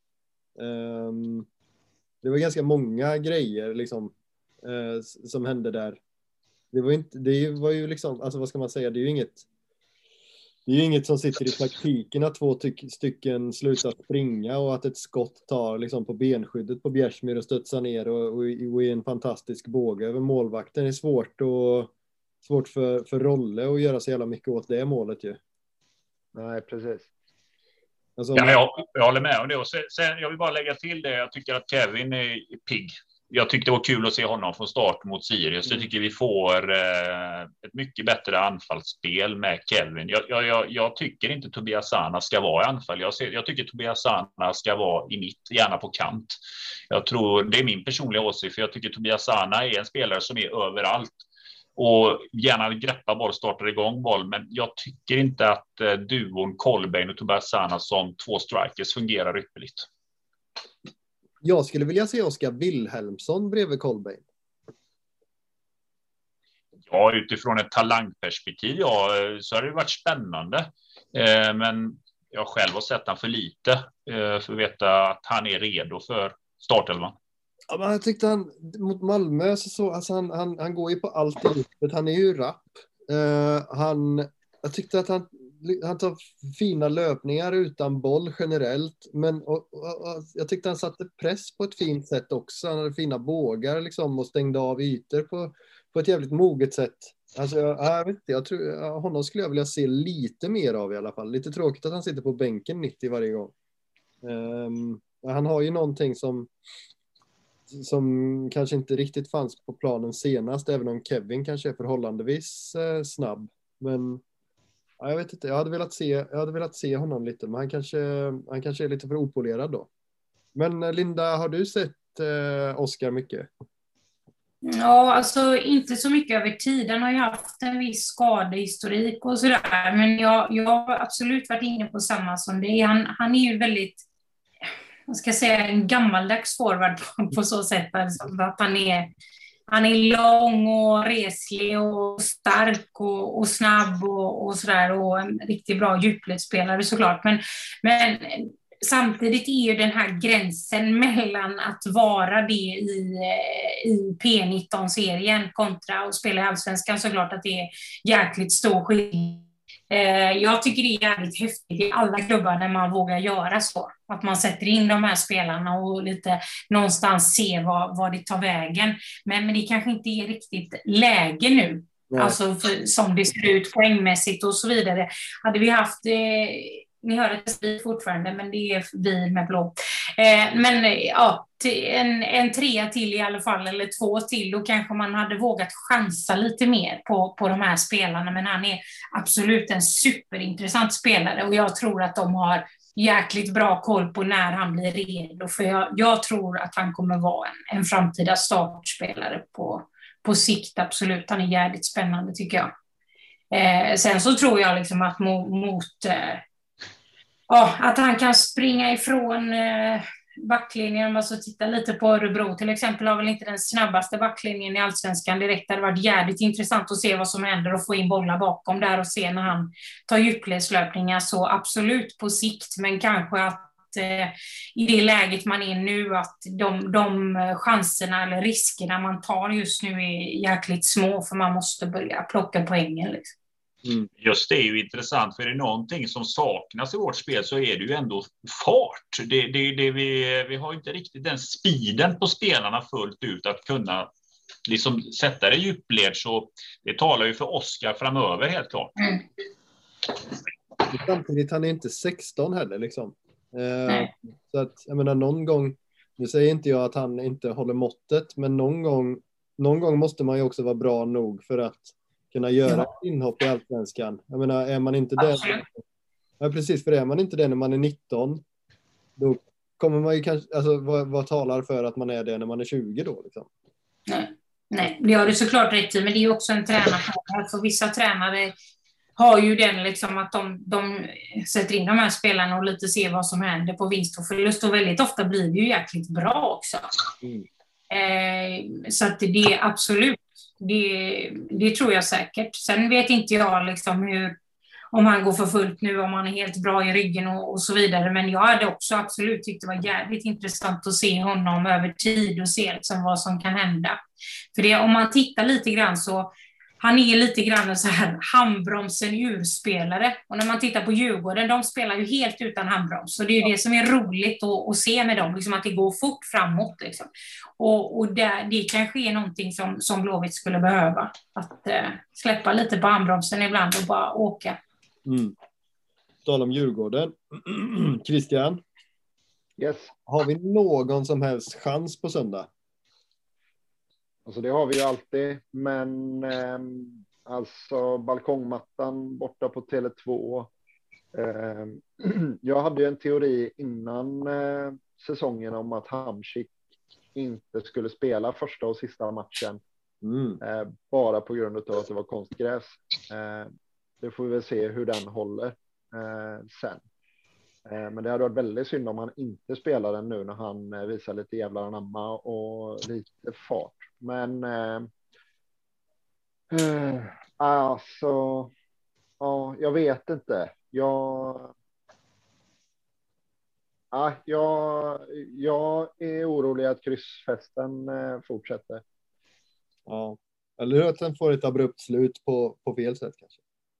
Um, det var ganska många grejer liksom, uh, som hände där. Det var, inte, det var ju liksom, alltså vad ska man säga, det är ju inget det är ju inget som sitter i praktiken att två ty- stycken slutar springa och att ett skott tar liksom på benskyddet på Bjärsmyr och studsar ner och, och, och är en fantastisk båge över målvakten. Det är svårt, och, svårt för, för Rolle att göra så jävla mycket åt det målet ju. Nej, precis. Alltså, Ja, jag, jag håller med om det. Och sen, sen, jag vill bara lägga till det. Jag tycker att Kevin är pigg. Jag tyckte det var kul att se honom från start mot Sirius. Jag tycker vi får eh, ett mycket bättre anfallsspel med Kevin. Jag, jag, jag, jag tycker inte Tobias Sana ska vara i anfall. Jag, ser, jag tycker Tobias Sana ska vara i mitt, gärna på kant. Jag tror, det är min personliga åsikt, för jag tycker Tobias Sana är en spelare som är överallt. Och gärna greppa boll, startar igång boll. Men jag tycker inte att eh, duon Kolbeinn och Tobias Sana som två strikers fungerar ypperligt. Jag skulle vilja se Oskar Wilhelmsson bredvid Kolbeinn. Ja, utifrån ett talangperspektiv, ja, så har det varit spännande. Eh, men jag själv har sett han för lite eh, för att veta att han är redo för startelvan. Ja, men jag tyckte han mot Malmö så, så alltså han, han, han går ju på allt i djupet. Han är ju rapp. Uh, han, jag tyckte att han, han tar fina löpningar utan boll generellt. Men och, och, och, jag tyckte han satte press på ett fint sätt också. Han hade fina bågar liksom och stängde av ytor på, på ett jävligt moget sätt. Alltså jag, jag vet inte, jag tror, honom skulle jag vilja se lite mer av i alla fall. Lite tråkigt att han sitter på bänken nittio varje gång. Um, han har ju någonting som som kanske inte riktigt fanns på planen senast, även om Kevin kanske är förhållandevis eh, snabb. Men ja, jag vet inte, jag hade velat se, jag hade velat se honom lite, men han kanske, han kanske är lite för opolerad då. Men eh, Linda, har du sett eh, Oskar mycket? Ja, alltså inte så mycket över tiden. Han har ju haft en viss skadehistorik och sådär, men jag, jag har absolut varit inne på samma som det. Han, han är ju väldigt, jag ska säga, en gammaldags forward på, på så sätt att han är, han är lång och reslig och stark och, och snabb och, och sådär, och en riktigt bra djupledsspelare såklart. Men, men samtidigt är ju den här gränsen mellan att vara det i, i P nitton-serien kontra att spela i Allsvenskan, såklart att det är jäkligt stor skillnad. Jag tycker det är jävligt häftigt i alla klubbar när man vågar göra så. Att man sätter in de här spelarna och lite någonstans ser vad, vad det tar vägen. Men, men det kanske inte är riktigt läge nu. Nej. Alltså för, som det ser ut poängmässigt och så vidare. Hade vi haft... Eh, ni hör att det är fortfarande, men det är vi med blå. Eh, men ja, en, en trea till i alla fall, eller två till, då kanske man hade vågat chansa lite mer på, på de här spelarna. Men han är absolut en superintressant spelare, och jag tror att de har jäkligt bra koll på när han blir redo. För jag, jag tror att han kommer vara en, en framtida startspelare på, på sikt, absolut. Han är jävligt spännande tycker jag. Eh, sen så tror jag liksom att mot... mot eh, Ja, att han kan springa ifrån eh, backlinjen. Om man så tittar lite på Örebro till exempel, har väl inte den snabbaste backlinjen i Allsvenskan direkt. Det hade varit jävligt intressant att se vad som händer och få in bollar bakom där och se när han tar djupledslöpningar. Så absolut på sikt, men kanske att eh, i det läget man är nu, att de, de chanserna eller riskerna man tar just nu är jäkligt små, för man måste börja plocka poängen liksom. Mm. Just det är ju intressant, för är det någonting som saknas i vårt spel så är det ju ändå fart. Det, det, det vi, vi har inte riktigt den speeden på spelarna fullt ut att kunna liksom sätta det i djupled, så det talar ju för Oskar framöver helt klart. Mm. Samtidigt, han är inte sexton heller liksom. Eh, så att, jag menar, någon gång, nu säger inte jag att han inte håller måttet, men någon gång, någon gång måste man ju också vara bra nog för att kunna göra ja. inhopp i Allsvenskan. Jag menar, är man inte det... Ja, precis, för är man inte det när man är nitton, då kommer man ju kanske... Alltså, vad, vad talar för att man är det när man är tjugo då? Liksom? Nej. Nej, det har du såklart rätt i, men det är ju också en tränare. För vissa tränare har ju den liksom att de, de sätter in de här spelarna och lite ser vad som händer på vinst och förlust, och väldigt ofta blir det ju jäkligt bra också. Mm. Eh, så att det är absolut, det, det tror jag säkert. Sen vet inte jag liksom hur, om han går för fullt nu, om han är helt bra i ryggen och, och så vidare. Men jag hade också absolut tyckt det var jävligt intressant att se honom över tid och se liksom vad som kan hända. För det, om man tittar lite grann så han är lite grann så här handbromsen urspelare. Och när man tittar på Djurgården, de spelar ju helt utan handbroms. Så det är ju det som är roligt att, att se med dem, liksom att det går fort framåt. Liksom. Och, och det, det kanske är någonting som, som Blåvitt skulle behöva. Att eh, släppa lite på handbromsen ibland och bara åka. Mm. Tala om Djurgården. Christian? Yes. Har vi någon som helst chans på söndag? Alltså det har vi ju alltid, men eh, alltså balkongmattan borta på Tele två. Eh, jag hade ju en teori innan eh, säsongen om att Hamsik inte skulle spela första och sista matchen. Mm. Eh, bara på grund av att det var konstgräs. Eh, det får vi väl se hur den håller eh, sen. Eh, men det hade varit väldigt synd om han inte spelar den nu när han eh, visar lite jävlar anamma och lite fart. Men eh, eh, alltså, ja, jag vet inte. Jag, ja, jag, jag är orolig att kryssfesten eh, fortsätter. Ja, eller att den får ett abrupt slut på, på fel sätt kanske.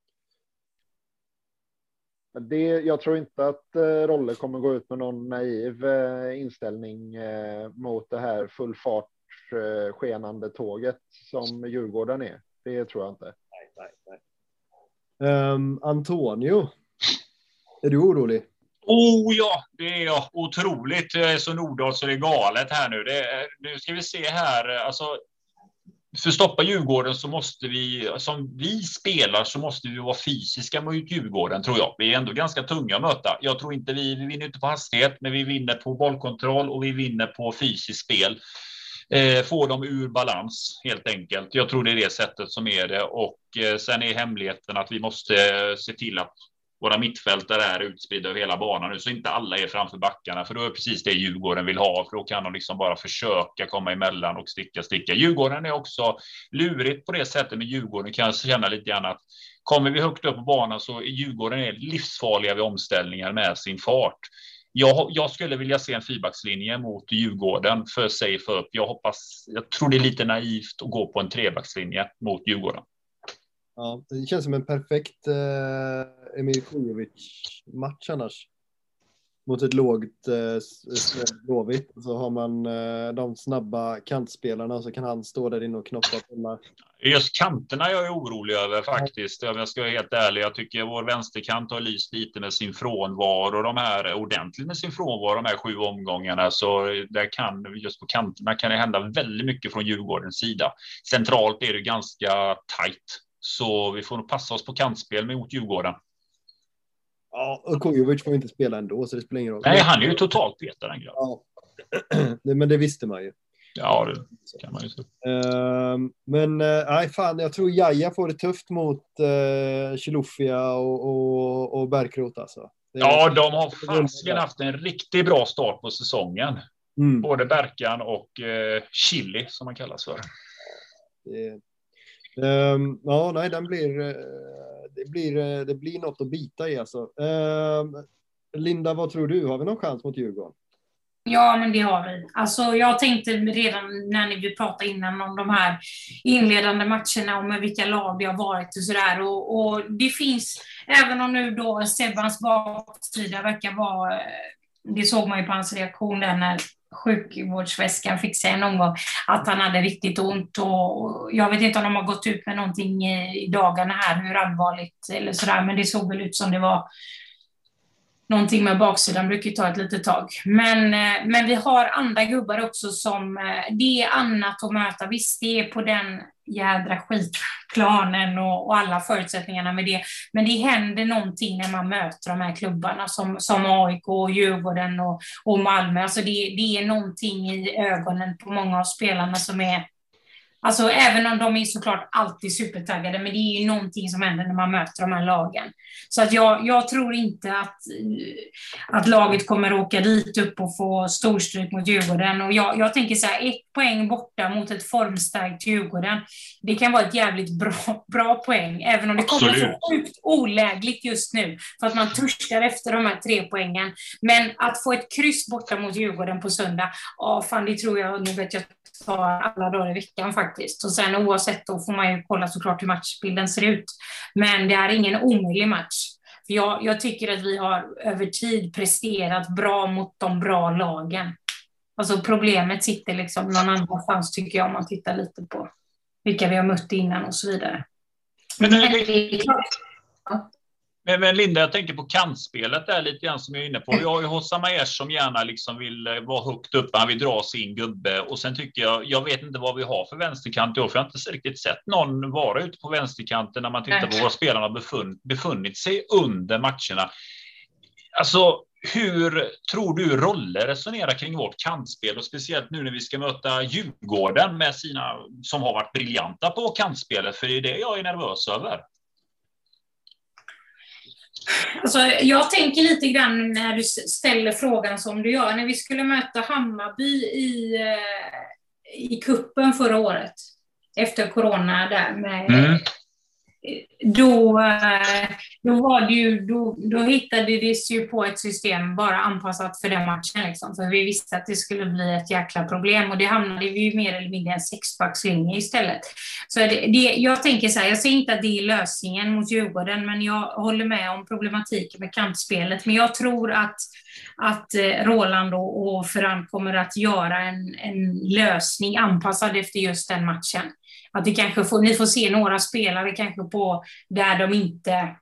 Det, jag tror inte att eh, Rolle kommer gå ut med någon naiv eh, inställning eh, mot det här full fart eh, skenande tåget som Djurgården är. Det tror jag inte. Nej, nej, nej. Um, Antonio, är du orolig? Oh ja, det är jag. Otroligt. Jag är så Nordahl så det är galet här nu. Det är, nu ska vi se här. Alltså, för att stoppa Djurgården så måste vi, som vi spelar så måste vi vara fysiska mot Djurgården, tror jag. Vi är ändå ganska tunga att möta. Jag tror inte vi, vi vinner inte på hastighet, men vi vinner på bollkontroll och vi vinner på fysiskt spel. Eh, få dem ur balans helt enkelt. Jag tror det är det sättet som är det. Och eh, sen är hemligheten att vi måste eh, se till att våra mittfältare är utspridda över hela banan nu, så inte alla är framför backarna, för då är det precis det Djurgården vill ha, för då kan de liksom bara försöka komma emellan och sticka, sticka. Djurgården är också lurigt på det sättet, med Djurgården kan jag känna lite grann att kommer vi högt upp på banan så är Djurgården är livsfarliga vid omställningar med sin fart. Jag, jag skulle vilja se en fyrbackslinje mot Djurgården för sig för upp. Jag hoppas, jag tror det är lite naivt att gå på en trebackslinje mot Djurgården. Ja, det känns som en perfekt eh, Emil Kujovic-match annars. Mot ett lågt eh, Blåvitt. Så har man eh, de snabba kantspelarna, så kan han stå där inne och knoppa på. Just kanterna jag är orolig över faktiskt. Om jag ska vara helt ärlig, jag tycker vår vänsterkant har lyst lite med sin frånvaro. De här ordentligt med sin frånvaro, de här sju omgångarna. Så där kan, just på kanterna kan det hända väldigt mycket från Djurgårdens sida. Centralt är det ganska tajt. Så vi får nog passa oss på kantspel mot Djurgården. Ja, och Kujovic får inte spela ändå, så det spelar ingen roll. Nej, han är ju totalt petad, den grabben. Ja. Men det visste man ju. Ja, det kan man ju säga. Uh, men uh, nej, fan, jag tror Jaja får det tufft mot uh, Chilufya och, och, och Bärkroth alltså. Det ja, de har fasiken haft en riktigt bra start på säsongen. Mm. Både Berkan och uh, Chili, som man kallas för. Det, um, ja, nej, den blir, uh, det blir uh, det blir något att bita i alltså. Uh, Linda, vad tror du? Har vi någon chans mot Djurgården? Ja, men det har vi. Alltså, jag tänkte redan när ni vi pratade innan om de här inledande matcherna och med vilka lag det har varit och sådär. Och, och det finns, även om nu då Sebbans baksida verkar vara, det såg man ju på hans reaktion där när sjukvårdsväskan fick sig någon gång, att han hade riktigt ont. Och jag vet inte om de har gått ut med någonting i dagarna här, hur allvarligt eller sådär, men det såg väl ut som det var någonting med baksidan, brukar ju ta ett litet tag. Men, men vi har andra gubbar också som, det är annat att möta. Visst, det är på den jädra skitplanen och, och alla förutsättningarna med det. Men det händer någonting när man möter de här klubbarna som, som A I K, Djurgården och, och Malmö. Alltså det, det är någonting i ögonen på många av spelarna som är, alltså även om de är såklart alltid supertaggade, men det är ju någonting som händer när man möter de här lagen. Så att jag, jag tror inte att, att laget kommer åka dit upp och få storstryk mot Djurgården. Och jag, jag tänker så här, ett poäng borta mot ett formstarkt Djurgården, det kan vara ett jävligt bra, bra poäng, även om det kommer Absolut. så sjukt olägligt just nu, för att man törskar efter de här tre poängen. Men att få ett kryss borta mot Djurgården på söndag, ja fan, det tror jag nog att jag tar alla dagar i veckan faktiskt. faktiskt. Och sen oavsett då får man ju kolla såklart hur matchbilden ser ut. Men det är ingen omöjlig match. För jag, jag tycker att vi har över tid presterat bra mot de bra lagen. Alltså problemet sitter liksom någon annanstans tycker jag om man tittar lite på vilka vi har mött innan och så vidare. Men, men, ja. men, men Linda, jag tänker på kantspelet där lite grann som jag är inne på. Vi har ju Hossam Aiesh som gärna liksom vill vara högt upp, han vill dra sin gubbe. Och sen tycker jag, jag vet inte vad vi har för vänsterkant i år, för jag har inte riktigt sett någon vara ute på vänsterkanten när man tittar på vad spelarna har befun, befunnit sig under matcherna. Alltså, hur tror du roller resonerar kring vårt kantspel och speciellt nu när vi ska möta Djurgården med sina som har varit briljanta på kantspelet, för det är det jag är nervös över. Alltså, jag tänker lite grann när du ställer frågan som du gör. När vi skulle möta Hammarby i, i kuppen förra året efter corona där med... Mm. Då, då, var det ju, då, då hittade det ju på ett system bara anpassat för den matchen. Liksom. För vi visste att det skulle bli ett jäkla problem. Och det hamnade vi ju mer eller mindre en sexbackslinje istället. Så det, det, jag tänker så här, jag säger inte att det är lösningen mot Djurgården. Men jag håller med om problematiken med kantspelet. Men jag tror att, att Roland och, och Ferran kommer att göra en, en lösning anpassad efter just den matchen. Att det kanske får, ni får se några spelare kanske på där de inte,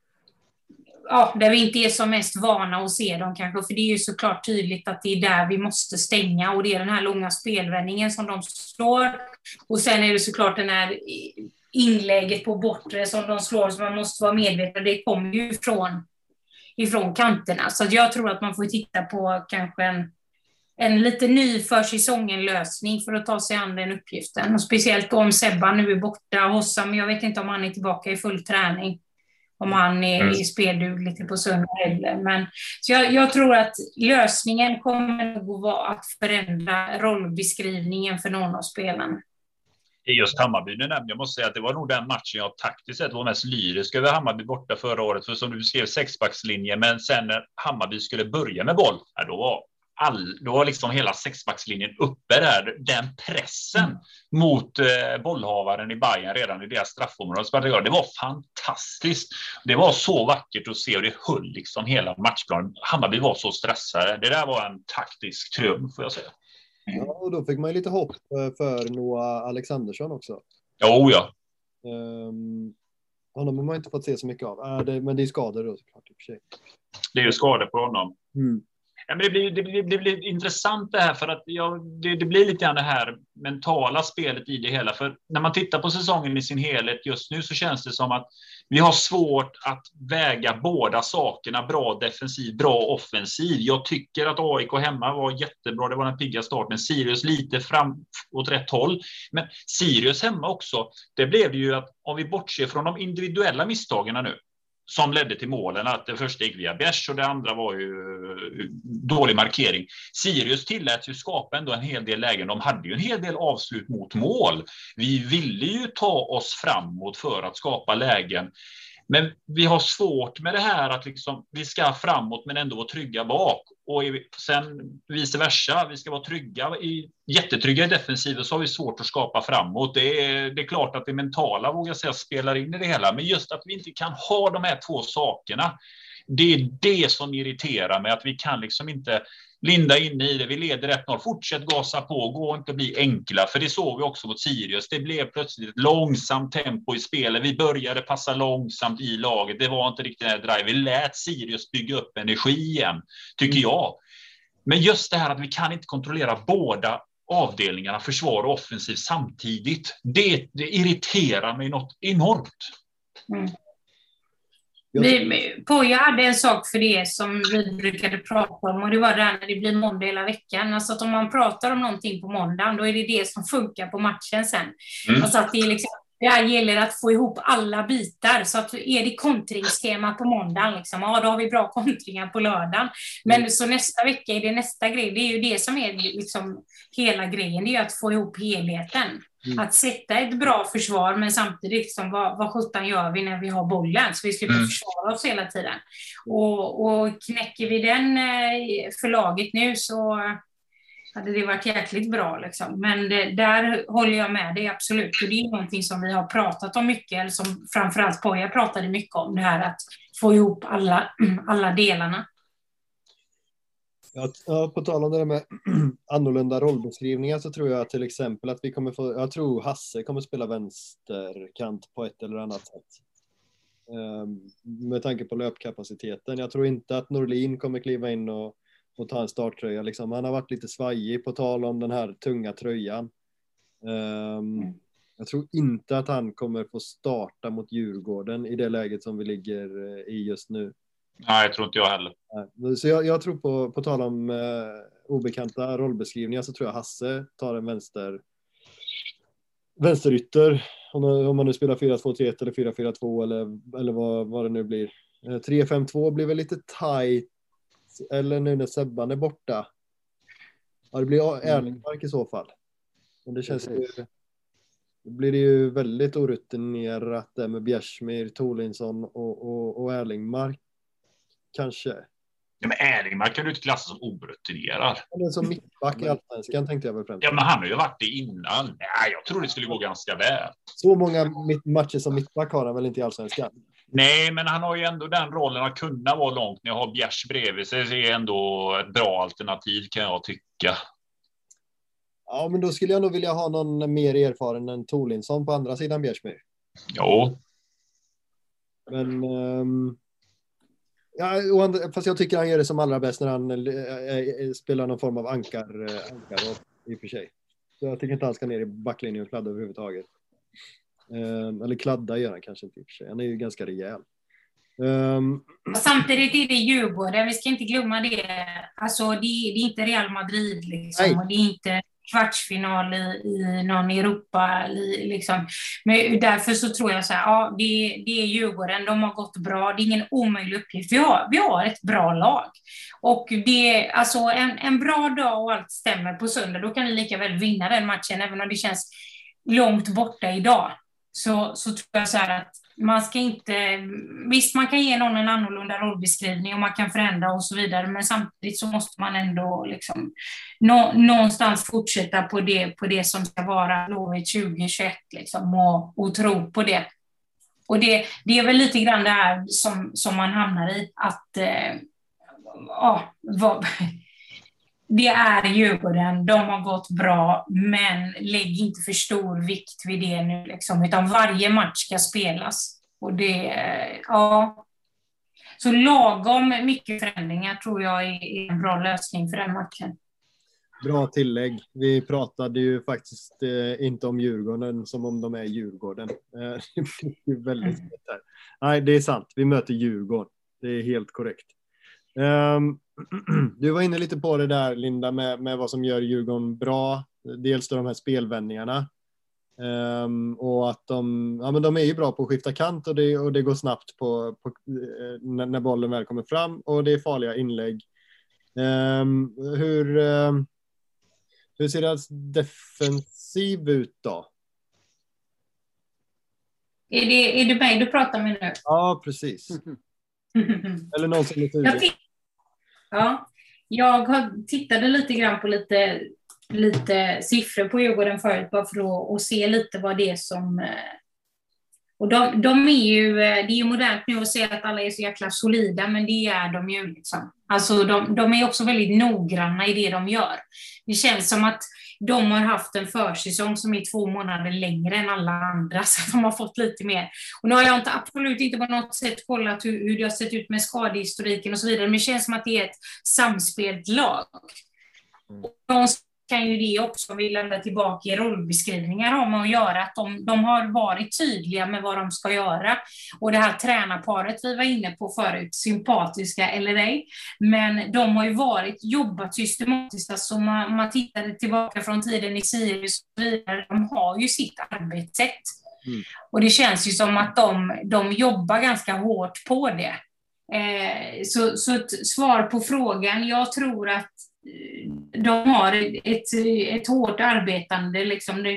ja, där vi inte är som mest vana att se dem kanske. För det är ju såklart tydligt att det är där vi måste stänga. Och det är den här långa spelvändningen som de slår. Och sen är det såklart den här inlägget på bortre som de slår som man måste vara medveten. Det kommer ju ifrån, ifrån kanterna. Så jag tror att man får titta på kanske en en lite ny för säsongen lösning för att ta sig an den uppgiften. Och speciellt då om Sebba nu är borta. Hossam, jag vet inte om han är tillbaka i full träning. Om han är mm. i spelduglig till på söndag heller. Men så jag, jag tror att lösningen kommer nog att vara att förändra rollbeskrivningen för någon av spelarna. I just Hammarby nu nämnde jag måste säga att det var nog den matchen jag taktiskt sett var mest lyrisk över Hammarby borta förra året. För som du beskrev sexbackslinje, men sen när Hammarby skulle börja med boll, ja, då var All, då var liksom hela sexbackslinjen uppe där. Den pressen mm. mot eh, bollhavaren i Bayern redan i deras straffområde. Det var fantastiskt. Det var så vackert att se och det höll liksom hela matchplanen. Hammarby var så stressade. Det där var en taktisk triumf får jag säga. Ja, och då fick man ju lite hopp för Noah Alexandersson också. Jo, ja. Um, honom har man inte fått se så mycket av. Äh, det, men det är skador då såklart i och för sig. Det är ju skador på honom. Mm. Ja, men det, blir, det, blir, det blir intressant det här för att ja, det, det blir lite grann det här mentala spelet i det hela. För när man tittar på säsongen i sin helhet just nu så känns det som att vi har svårt att väga båda sakerna. Bra defensiv, bra offensiv. Jag tycker att A I K hemma var jättebra. Det var den pigga starten. Sirius lite fram åt rätt håll. Men Sirius hemma också. Det blev ju att om vi bortser från de individuella misstagen nu. Som ledde till målen, att det första gick via Bärs och det andra var ju dålig markering. Sirius tillät ju skapa ändå en hel del lägen. De hade ju en hel del avslut mot mål. Vi ville ju ta oss framåt för att skapa lägen. Men vi har svårt med det här att liksom, vi ska framåt men ändå vara trygga bak. Och sen vice versa, vi ska vara trygga i, jättetrygga i defensiven så har vi svårt att skapa framåt. Det är, det är klart att det mentala vågar säga spelar in i det hela. Men just att vi inte kan ha de här två sakerna. Det är det som irriterar mig, att vi kan liksom inte linda in i det. Vi leder ett noll. Fortsätt gasa på. Gå och inte bli enkla. För det såg vi också mot Sirius. Det blev plötsligt ett långsamt tempo i spelet. Vi började passa långsamt i laget. Det var inte riktigt en drive. Vi lät Sirius bygga upp energi igen, tycker mm. jag. Men just det här att vi kan inte kontrollera båda avdelningarna, försvar och offensiv samtidigt. Det, det irriterar mig något enormt. Mm. Vi, Poja hade en sak för det som vi brukade prata om och det var där när det blir måndag hela veckan. Alltså att om man pratar om någonting på måndagen då är det det som funkar på matchen sen. Mm. Alltså att det är liksom, det här gäller att få ihop alla bitar så att är det kontringstema på måndagen liksom, ja då har vi bra kontringar på lördagen. Men mm. så nästa vecka är det nästa grej. Det är ju det som är liksom hela grejen, det är ju att få ihop helheten. Mm. Att sätta ett bra försvar men samtidigt liksom, vad, vad sjutton gör vi när vi har bollen så vi slipper mm. försvara oss hela tiden. Och, och knäcker vi den för laget nu så hade det varit jäkligt bra. Liksom. Men det, där håller jag med dig absolut. Och det är någonting som vi har pratat om mycket, eller som framförallt Poja pratade mycket om, det här att få ihop alla, alla delarna. Ja, på tal om det där med annorlunda rollbeskrivningar, så tror jag till exempel att vi kommer få, jag tror Hasse kommer spela vänsterkant på ett eller annat sätt. Um, med tanke på löpkapaciteten. Jag tror inte att Norlin kommer kliva in och, och ta en starttröja. Liksom. Han har varit lite svajig på tal om den här tunga tröjan. Um, mm. Jag tror inte att han kommer få starta mot Djurgården i det läget som vi ligger i just nu. Nej, jag tror inte jag heller. Så jag, jag tror på, på tal om eh, obekanta rollbeskrivningar, så tror jag Hasse tar en vänster vänsterytter. Om, om man nu spelar fyra två tre ett eller fyra fyra två eller, eller vad, vad det nu blir. Eh, tre fem två blir väl lite tight. Eller nu när Sebban är borta. Ja, det blir Erlingmark i så fall. Men det känns ju... Då blir det ju väldigt orutinerat där med Bjärsmyr, Tolinsson och, och, och Erlingmark. Kanske. Ja, men Erlingmark kan du inte klassa som orutinerad. Han är som mittback i Allsvenskan, tänkte jag väl främst. Ja, men han har ju varit det innan. Nej, jag tror det skulle gå ganska väl. Så många matcher som mittback har han väl inte i Allsvenskan? Nej, men han har ju ändå den rollen att kunna vara långt när jag har Bjärs bredvid sig. Det är ändå ett bra alternativ, kan jag tycka. Ja, men då skulle jag nog vilja ha någon mer erfaren än Tolinsson på andra sidan Bjärsmyr. Jo. Men... Um... Ja, fast jag tycker han gör det som allra bäst när han äh, spelar någon form av ankar, äh, ankar i och för sig. Så jag tycker inte han ska ner i backlinjen och kladda överhuvudtaget. Uh, eller kladda gör han kanske inte i och för sig. Han är ju ganska rejäl. Um... Samtidigt är det Djurgården, vi ska inte glömma det. Alltså det, det är inte Real Madrid liksom, och det är inte kvartsfinal i, i någon Europa liksom. Men därför så tror jag så här, ja, det, det är Djurgården, de har gått bra, det är ingen omöjlig uppgift. Vi har, vi har ett bra lag. Och det, alltså en, en bra dag och allt stämmer på söndag, då kan vi lika väl vinna den matchen, även om det känns långt borta idag. Så, så tror jag så här att man ska inte, visst man kan ge någon en annorlunda rollbeskrivning och man kan förändra och så vidare, men samtidigt så måste man ändå liksom nå, någonstans fortsätta på det, på det som ska vara Blåvitt tjugo tjugoett liksom, och, och tro på det. Och det, det är väl lite grann det här som, som man hamnar i, att eh, ja, vad, det är Djurgården, de har gått bra, men lägg inte för stor vikt vid det nu liksom, utan varje match ska spelas. Och det, ja. Så lagom mycket förändringar tror jag är en bra lösning för den matchen. Bra tillägg. Vi pratade ju faktiskt eh, inte om Djurgården som om de är Djurgården. Eh, det är väldigt mm. här. Nej, det är sant. Vi möter Djurgården. Det är helt korrekt. Um, du var inne lite på det där, Linda, med, med vad som gör Djurgården bra. Dels då de här spelvändningarna. Um, och att de, ja, men de är ju bra på att skifta kant och det, och det går snabbt på, på, när, när bollen väl kommer fram, och det är farliga inlägg. Um, hur, um, hur ser deras defensiv ut då? Är det, är det mig du pratar med nu? Ja, precis. Eller någon som är tydlig. Ja, jag tittade lite grann på lite, lite siffror på Djurgården förut, bara för att och se lite vad det är som... Och de, de är ju, det är ju modernt nu att säga att alla är så jäkla solida, men det är de ju liksom. Alltså de, de är också väldigt noggranna i det de gör. Det känns som att de har haft en försäsong som är två månader längre än alla andra, så de har fått lite mer. Och nu har jag inte, absolut inte på något sätt kollat hur, hur det har sett ut med skadehistoriken och så vidare, men det känns som att det är ett samspelt lag. Mm. Och de kan ju det också, om vi lämnar tillbaka i rollbeskrivningar om att göra, att de, de har varit tydliga med vad de ska göra. Och det här tränarparet vi var inne på förut, sympatiska eller ej, men de har ju varit, jobbat systematiskt, alltså man, man tittade tillbaka från tiden i Sirius och så vidare, de har ju sitt arbetssätt. Mm. Och det känns ju som att de, de jobbar ganska hårt på det. Eh, så, så ett svar på frågan, jag tror att de har ett, ett hårt arbetande liksom,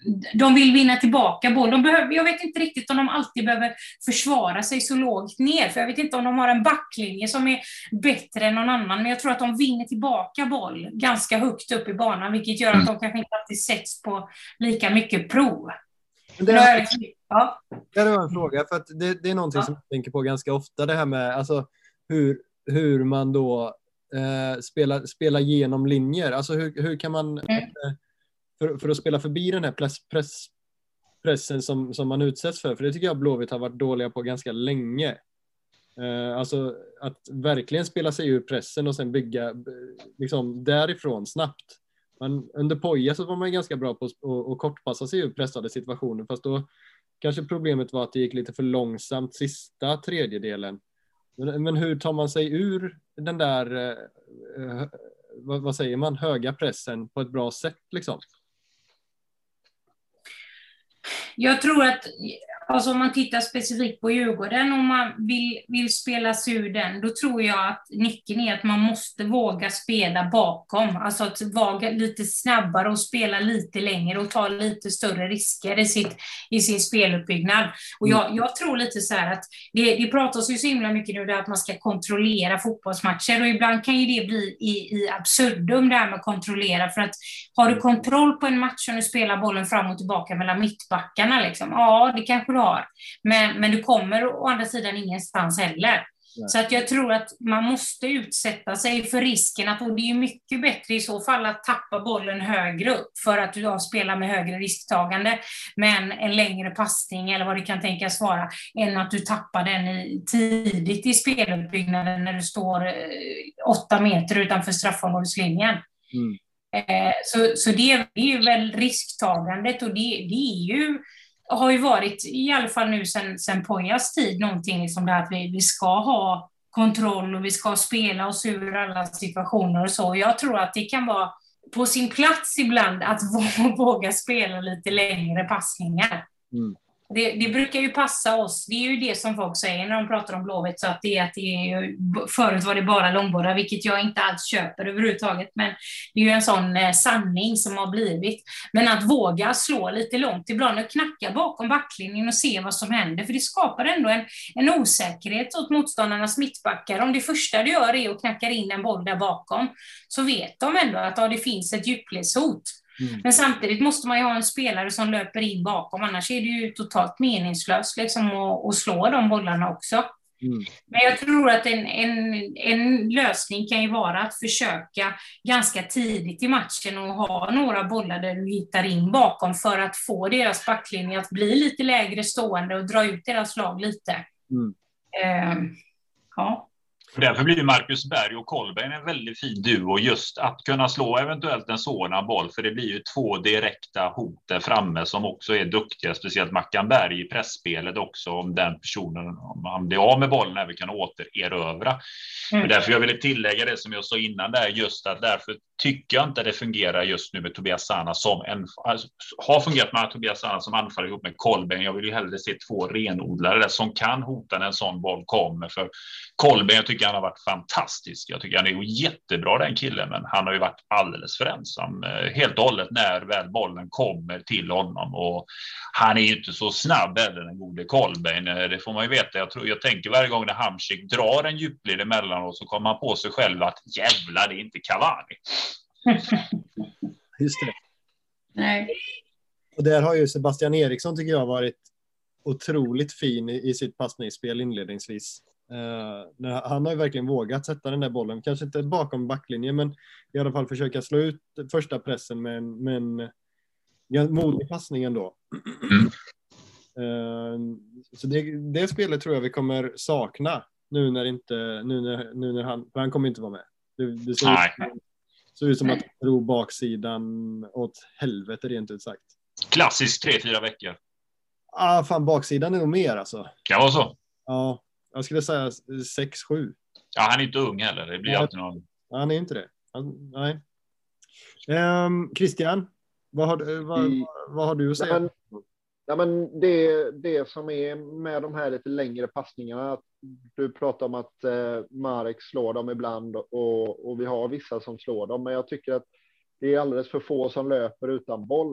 de vill vinna tillbaka boll. De behöver, jag vet inte riktigt om de alltid behöver försvara sig så lågt ner, för jag vet inte om de har en backlinje som är bättre än någon annan, men jag tror att de vinner tillbaka boll ganska högt upp i banan, vilket gör att de kanske inte alltid sätts på lika mycket prov. Men det, är, ja. det är en fråga, för att det, det är någonting ja. som jag tänker på ganska ofta, det här med alltså, hur, hur man då eh, spelar, spelar genom linjer. Alltså hur, hur kan man, mm. eh, för, för att spela förbi den här press, press, pressen som, som man utsätts för, för det tycker jag Blåvitt har varit dåliga på ganska länge. Eh, alltså att verkligen spela sig ur pressen och sen bygga liksom, därifrån snabbt. Men under Poja så var man ganska bra på att och, och kortpassa sig ur pressade situationer, fast då kanske problemet var att det gick lite för långsamt sista tredjedelen. Men, men hur tar man sig ur den där eh, vad, vad säger man, höga pressen på ett bra sätt liksom? Jag tror att alltså om man tittar specifikt på Djurgården, om man vill, vill spela sig ur den, då tror jag att nyckeln är att man måste våga spela bakom. Alltså att vara lite snabbare och spela lite längre och ta lite större risker i, sitt, i sin speluppbyggnad. Och jag, jag tror lite så här att det, det pratas ju så himla mycket nu där att man ska kontrollera fotbollsmatcher, och ibland kan ju det bli i, i absurdum det här med att kontrollera, för att har du kontroll på en match och du spelar bollen fram och tillbaka mellan mittbackarna liksom, ja det kanske du har, men, men du kommer å andra sidan ingenstans heller. Nej. Så att jag tror att man måste utsätta sig för risken att, och det är mycket bättre i så fall att tappa bollen högre upp för att du då spelar med högre risktagande, men en längre passning eller vad det kan tänkas vara, än att du tappar den i, tidigt i speluppbyggnaden när du står eh, åtta meter utanför straffområdeslinjen. Mm. Eh, så, så det är ju väl risktagandet, och det, det är ju har ju varit, i alla fall nu sen, sen Pojas tid, någonting liksom där att vi, vi ska ha kontroll och vi ska spela oss ur alla situationer och så. Jag tror att det kan vara på sin plats ibland att våga spela lite längre passningar. Mm. Det, det brukar ju passa oss. Det är ju det som folk säger när de pratar om Blåvitt, så att det är att det är ju, förut var det bara långbollar, vilket jag inte alls köper överhuvudtaget, men det är ju en sån eh, sanning som har blivit. Men att våga slå lite långt ibland och knacka bakom backlinjen och se vad som händer, för det skapar ändå en, en osäkerhet åt motståndarnas mittbackar. Om det första du gör är att knacka in en boll där bakom, så vet de ändå att ja, det finns ett djupledshot. Mm. Men samtidigt måste man ju ha en spelare som löper in bakom, annars är det ju totalt meningslöst liksom, att, att slå de bollarna också. Mm. Men jag tror att en, en, en lösning kan ju vara att försöka ganska tidigt i matchen och ha några bollar där du hittar in bakom för att få deras backlinje att bli lite lägre stående och dra ut deras lag lite. Mm. Uh, ja. Därför blir Marcus Berg och Kolbeinn en väldigt fin duo, just att kunna slå eventuellt en sådan boll, för det blir ju två direkta hot där framme som också är duktiga, speciellt Mackan Berg i pressspelet också, om den personen, om han blir av med bollen, även kan återerövra. Mm. Därför jag ville tillägga det som jag sa innan där, just att därför tycker jag inte det fungerar just nu med Tobias Sana som en, alltså, har fungerat med Tobias Sana som anfaller ihop med Kolbeinn. Jag vill ju hellre se två renodlare där som kan hota när en sån boll kommer, för Kolbeinn, jag tycker han har varit fantastisk. Jag tycker han är ju jättebra den killen, men han har ju varit alldeles för ensam helt och hållet när väl bollen kommer till honom, och han är ju inte så snabb eller den gode Kolbeinn, det får man ju veta. Jag tror, jag tänker varje gång när Hamsik drar en djupled emellan och så kommer han på sig själv att jävlar, det är inte Cavani. Just det. Nej. Och där har ju Sebastian Eriksson, tycker jag, varit otroligt fin i, i sitt passningsspel inledningsvis. Uh, han har ju verkligen vågat sätta den där bollen, kanske inte bakom backlinjen, men i alla fall försöka slå ut första pressen med en, med en ja, modig passning ändå. Mm. Uh, så det, det spelet tror jag vi kommer sakna nu när inte nu när, nu när han, för han kommer inte vara med. Det, det ser, ut, ser ut som att ro baksidan åt helvete, rent ut sagt. Klassiskt tre fyra veckor. Ah, fan, baksidan är nog mer alltså. Kan vara så. Ja, jag skulle säga sex sju. Ja, han är inte ung heller. Det blir ja, alltid någon... Han är inte det. Han, nej. Um, Christian, vad har, vad, I, vad har du att säga? Ja, men, ja, men det, det som är med de här lite längre passningarna, att du pratar om att eh, Marek slår dem ibland och, och vi har vissa som slår dem, men jag tycker att det är alldeles för få som löper utan boll.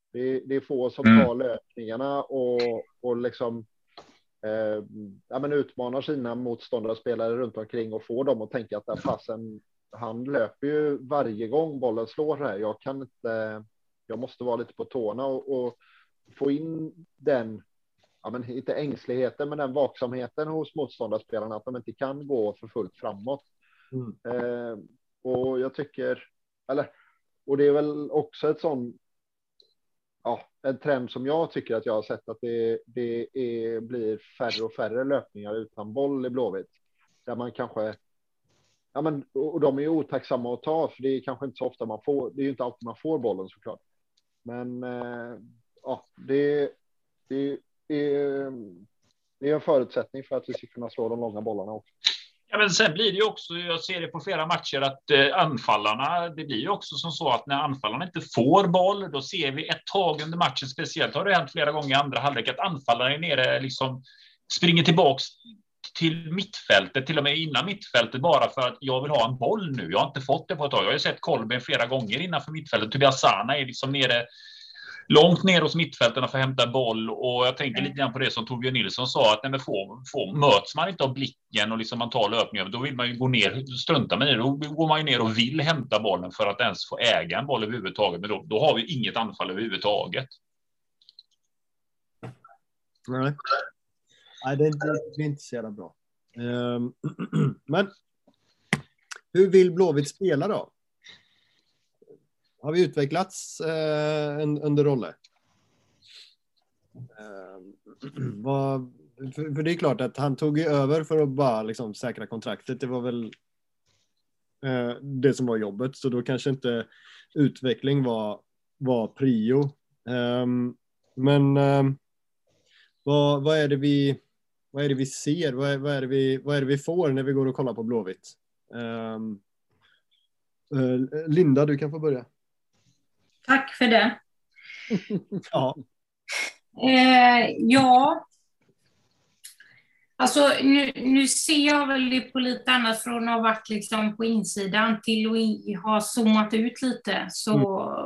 Det, det är få som Mm. tar löpningarna och, och liksom eh, ja, men utmanar sina motståndarspelare runt omkring och får dem att tänka att där fasen, han löper ju varje gång bollen slår här. Jag kan inte, jag måste vara lite på tårna och, och få in den, ja, men inte ängsligheten, men den vaksamheten hos motståndarspelarna att de inte kan gå för fullt framåt. Mm. Eh, och jag tycker, eller, och det är väl också ett sån, ja, en trend som jag tycker att jag har sett, att det, det är, blir färre och färre löpningar utan boll i Blåvitt. Där man kanske, ja men, och de är ju otacksamma att ta, för det är kanske inte så ofta man får, det är ju inte alltid man får bollen såklart. Men eh, ja, det, det, är, det är en förutsättning för att vi ska kunna slå de långa bollarna också. Ja, men sen blir det ju också, jag ser det på flera matcher, att eh, anfallarna, det blir ju också som så att när anfallarna inte får boll, då ser vi ett tag under matchen, speciellt har det hänt flera gånger i andra halvlek, att anfallarna är nere, liksom springer tillbaks till mittfältet, till och med innan mittfältet, bara för att jag vill ha en boll nu. Jag har inte fått det på ett tag. Jag har ju sett Kolben flera gånger innanför mittfältet. Tobias Sana är liksom nere, långt ner hos mittfälterna för att hämta boll, och jag tänker lite grann på det som Torbjörn Nilsson sa, att när man får, får, möts man inte av blicken och liksom man tar löpningen, då vill man ju gå ner, strunta med det, då går man ju ner och vill hämta bollen för att ens få äga en boll överhuvudtaget, men då, då har vi inget anfall överhuvudtaget. Nej, Nej det, är inte, det är inte så jävla bra. Um, men hur vill Blåvitt spela då? Har vi utvecklats eh, under Rolle? Eh, vad, för, för det är klart att han tog ju över för att bara liksom säkra kontraktet. Det var väl eh, det som var jobbet. Så då kanske inte utveckling var, var prio. Eh, men eh, vad, vad, är det vi, vad är det vi ser? Vad är, vad, är det vi, vad är det vi får när vi går och kollar på Blåvitt? Eh, eh, Linda, du kan få börja. Tack för det. Ja. Eh, ja. Alltså nu, nu ser jag väl det på lite annat, från att ha varit liksom på insidan till att in, ha zoomat ut lite. Så mm.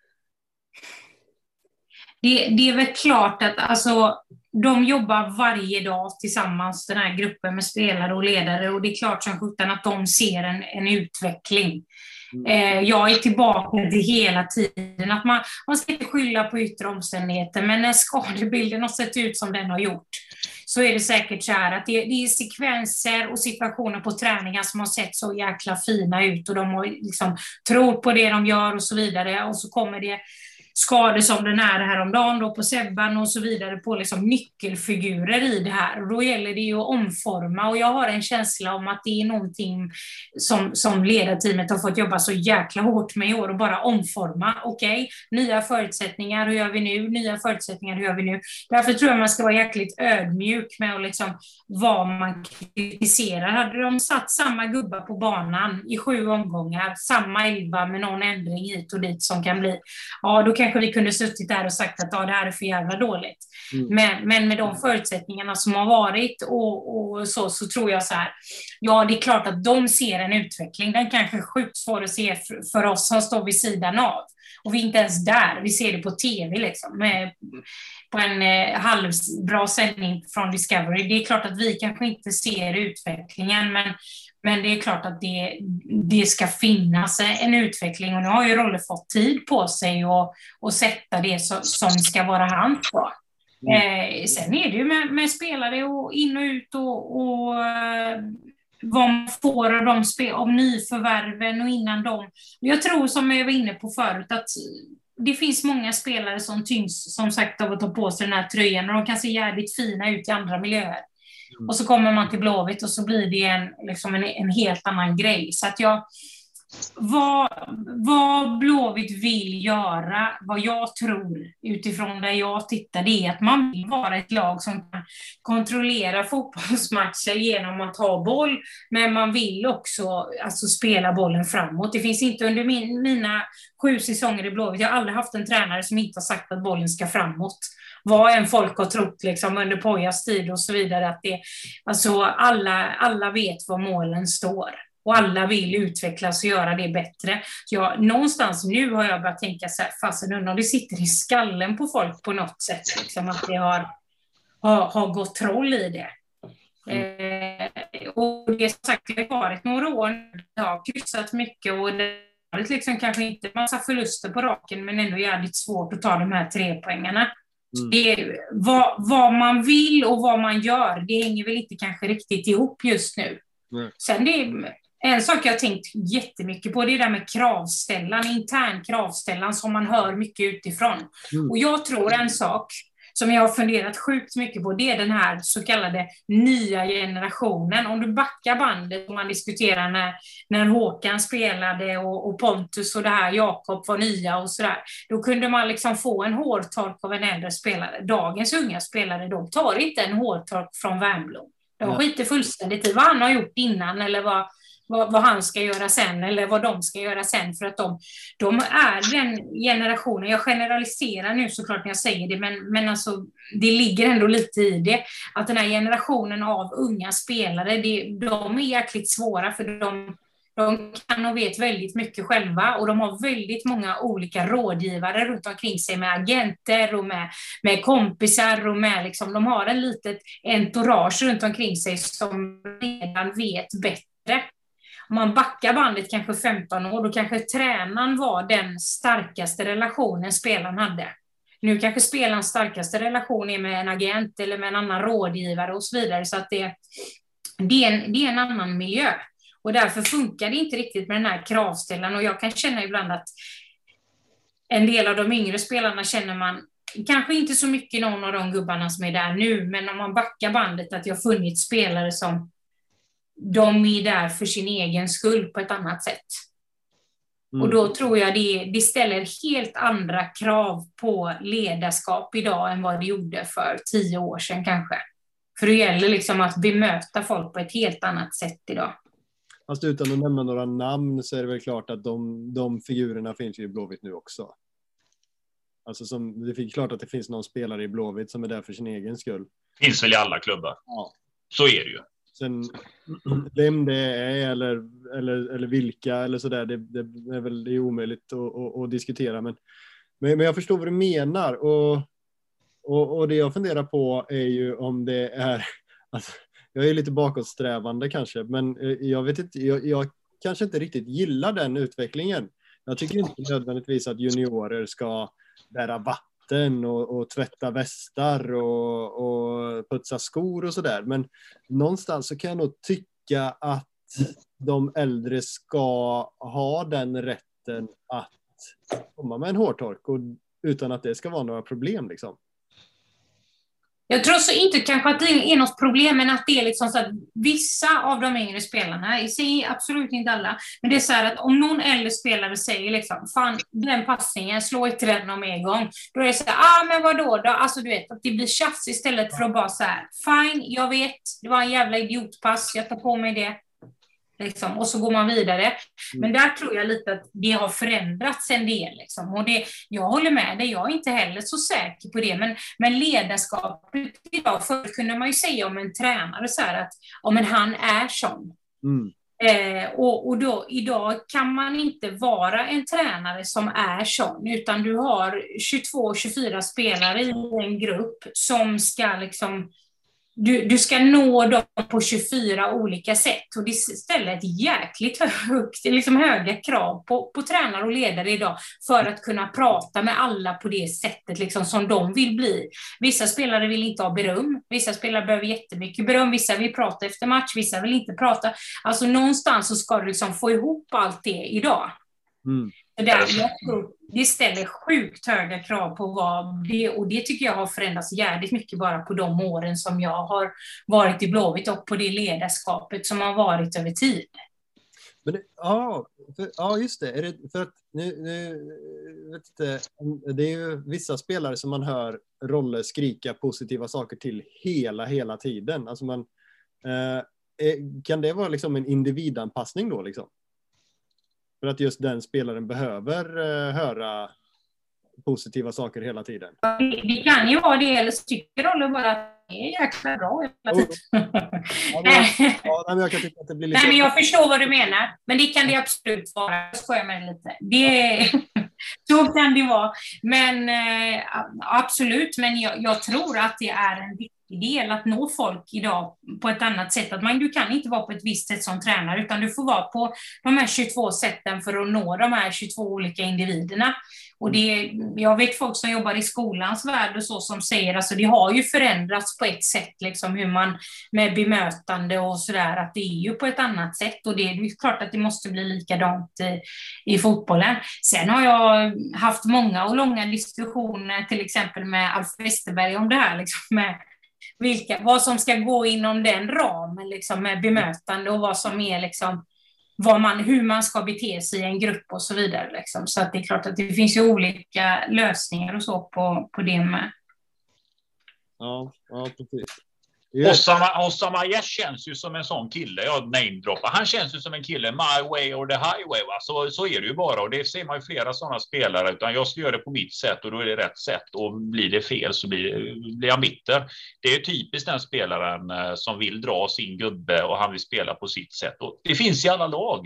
det, det är väl klart att alltså, de jobbar varje dag tillsammans, den här gruppen med spelare och ledare, och det är klart som sjutton att de ser en, en utveckling. Eh, jag är tillbaka till hela tiden att man, man ska inte skylla på yttre omständigheter, men när skadebilden har sett ut som den har gjort, så är det säkert så här att det, det är sekvenser och situationer på träningar som har sett så jäkla fina ut, och de har liksom tror på det de gör och så vidare, och så kommer det skador som den är häromdagen då på Sebban och så vidare, på liksom nyckelfigurer i det här. Och då gäller det ju att omforma, och jag har en känsla om att det är någonting som, som ledarteamet har fått jobba så jäkla hårt med i år, och bara omforma. Okej, okay, nya förutsättningar, hur gör vi nu? Nya förutsättningar, hur gör vi nu? Därför tror jag man ska vara jäkligt ödmjuk med att liksom vad man kritiserar. Hade de satt samma gubbar på banan i sju omgångar, samma elva med någon ändring hit och dit som kan bli, ja då kanske vi kunde suttit där och sagt att ja, det här är för jävla dåligt. Mm. Men, men med de förutsättningarna som har varit och, och så, så tror jag så här, ja det är klart att de ser en utveckling. Den kanske är sjukt svår att se för, för oss som står vid sidan av. Och vi är inte ens där, vi ser det på tv liksom, med, på en eh, halvbra sändning från Discovery. Det är klart att vi kanske inte ser utvecklingen, men Men det är klart att det, det ska finnas en utveckling, och nu har ju Rolle fått tid på sig att, att sätta det som, som ska vara hans på. Mm. Eh, sen är det ju med, med spelare och in och ut och, och vad man får av de spel, av nyförvärven och innan dem. Jag tror, som jag var inne på förut, att det finns många spelare som tyngs som sagt av att ta på sig den här tröjan, och de kan se jävligt fina ut i andra miljöer. Mm. Och så kommer man till Blåvitt och så blir det en, liksom en, en helt annan grej. Så att jag, vad, vad Blåvitt vill göra, vad jag tror utifrån där jag tittar, det är att man vill vara ett lag som kan kontrollera fotbollsmatcher genom att ha boll, men man vill också alltså, spela bollen framåt. Det finns inte under min, mina sju säsonger i Blåvitt, jag har aldrig haft en tränare som inte har sagt att bollen ska framåt. Vad än folk har trott liksom, under Pojas tid och så vidare, att det, alltså, alla, alla vet var målen står. och alla vill utvecklas och göra det bättre. Så jag, någonstans nu har jag börjat tänka så här, fasen undrar om det sitter i skallen på folk på något sätt, liksom att det har, har, har gått troll i det. Mm. Eh, och det har sagt, det har varit några år, det har kryssat mycket och det har varit liksom kanske inte massa förluster på raken, men ändå jävligt svårt att ta de här tre poängarna. Mm. Det är, vad, vad man vill och vad man gör, det hänger väl inte kanske riktigt ihop just nu. Mm. Sen det är en sak jag har tänkt jättemycket på, det är det där med kravställan, intern kravställan som man hör mycket utifrån. Mm. Och jag tror en sak som jag har funderat sjukt mycket på, det är den här så kallade nya generationen. Om du backar bandet och man diskuterar när, när Håkan spelade och, och Pontus och det här Jakob var nya och sådär, då kunde man liksom få en hårtork av en äldre spelare. Dagens unga spelare, de tar inte en hårtork från Wernbloom. De skiter fullständigt i vad han har gjort innan eller vad, vad, vad han ska göra sen eller vad de ska göra sen, för att de, de är den generationen. Jag generaliserar nu såklart när jag säger det, men, men alltså, det ligger ändå lite i det, att den här generationen av unga spelare, det, de är jäkligt svåra, för de, de kan och vet väldigt mycket själva och de har väldigt många olika rådgivare runt omkring sig med agenter och med, med kompisar och med liksom, de har en litet entourage runt omkring sig som redan vet bättre. Om man backar bandet kanske femton år, då kanske tränaren var den starkaste relationen spelaren hade. Nu kanske spelarens starkaste relation är med en agent eller med en annan rådgivare och så vidare, så att det, det, är, en, det är en annan miljö. Och därför funkar det inte riktigt med den här kravställan. Och jag kan känna ibland att en del av de yngre spelarna känner man, kanske inte så mycket någon av de gubbarna som är där nu, men om man backar bandet, att jag har funnits spelare som de är där för sin egen skull på ett annat sätt. Mm. Och då tror jag det, det ställer helt andra krav på ledarskap idag än vad det gjorde för tio år sedan kanske. För det gäller liksom att bemöta folk på ett helt annat sätt idag. Fast utan att nämna några namn så är det väl klart att de, de figurerna finns ju i Blåvitt nu också. Alltså som, det är klart att det finns någon spelare i Blåvitt som är där för sin egen skull. Finns väl i alla klubbar. Ja. Så är det ju. Sen vem det är eller, eller, eller vilka eller sådär, det, det är väl det är omöjligt att, att, att diskutera. Men, men, men jag förstår vad du menar. Och, och, och det jag funderar på är ju om det är... Alltså, jag är lite bakåtsträvande kanske, men jag vet inte, jag, jag kanske inte riktigt gillar den utvecklingen. Jag tycker inte nödvändigtvis att juniorer ska bära vatten och, och tvätta västar och, och putsa skor och sådär. Men någonstans så kan jag nog tycka att de äldre ska ha den rätten att komma med en hårtork och, utan att det ska vara några problem liksom. Jag tror så inte kanske att det är något problem, men att det är liksom så att vissa av de yngre spelarna, jag säger absolut inte alla, men det är så här att om någon äldre spelare säger liksom, fan den passningen, slå inte den om en gång, då är det så här, ah men vadå då, alltså du vet, att det blir tjafs istället för att bara så här, fine, jag vet, det var en jävla idiotpass, jag tar på mig det. Liksom, och så går man vidare. Mm. Men där tror jag lite att det har förändrats en del. Liksom. Och det, jag håller med dig, jag är inte heller så säker på det. Men, men ledarskapet idag, förr kunde man ju säga om en tränare så här att ja, men han är sån. Mm. Eh, och och då, idag kan man inte vara en tränare som är sån, utan du har tjugotvå tjugofyra spelare i en grupp som ska liksom... Du, du ska nå dem på tjugofyra olika sätt, och det ställer ett jäkligt högt, liksom höga krav på, på tränare och ledare idag för att kunna prata med alla på det sättet liksom, som de vill bli. Vissa spelare vill inte ha beröm, vissa spelare behöver jättemycket beröm, vissa vill prata efter match, vissa vill inte prata. Alltså någonstans så ska du liksom få ihop allt det idag. Mm. Det, där, jag tror, det ställer sjukt höga krav på vad det, och det tycker jag har förändrats jävligt mycket bara på de åren som jag har varit i Blåvitt och på det ledarskapet som har varit över tid. Men det, ja, för, ja, just det. Är det för att nu, nu vet inte, det är ju vissa spelare som man hör Rolle skrika positiva saker till hela, hela tiden. Alltså man, eh, kan det vara liksom en individanpassning då liksom? För att just den spelaren behöver uh, höra positiva saker hela tiden. Det, det kan ju vara det, eller så tycker Rolle bara att är jäkla bra. Oh. Ja, men, ja, men jag kan tycka att det blir lite... Nej, men jag förstår vad du menar. Men det kan det absolut vara. Jag skojar med det lite. Det, så kan det vara. Men eh, absolut, men jag, jag tror att det är en viktig del att nå folk idag på ett annat sätt. Att man, du kan inte vara på ett visst sätt som tränare, utan du får vara på de här tjugotvå sätten för att nå de här tjugotvå olika individerna. Och det, jag vet folk som jobbar i skolans värld och så som säger, alltså det har ju förändrats på ett sätt, liksom hur man med bemötande och sådär, att det är ju på ett annat sätt, och det är klart att det måste bli likadant i, i fotbollen. Sen har jag haft många och långa diskussioner till exempel med Alf Westerberg om det här, liksom med vilka, vad som ska gå inom den ramen liksom, med bemötande och vad som är liksom, vad man, hur man ska bete sig i en grupp och så vidare. Liksom. Så att det är klart att det finns ju olika lösningar och så på, på det med. Ja, ja precis. Hossam Aiesh känns ju som en sån kille, jag namedroppar. Han känns ju som en kille, my way or the highway. Va? Så, så är det ju bara, och det ser man ju flera sådana spelare. Utan jag ska göra det på mitt sätt och då är det rätt sätt. Och blir det fel så blir, blir jag bitter. Det är typiskt den spelaren eh, som vill dra sin gubbe och han vill spela på sitt sätt. Och det finns i alla lag.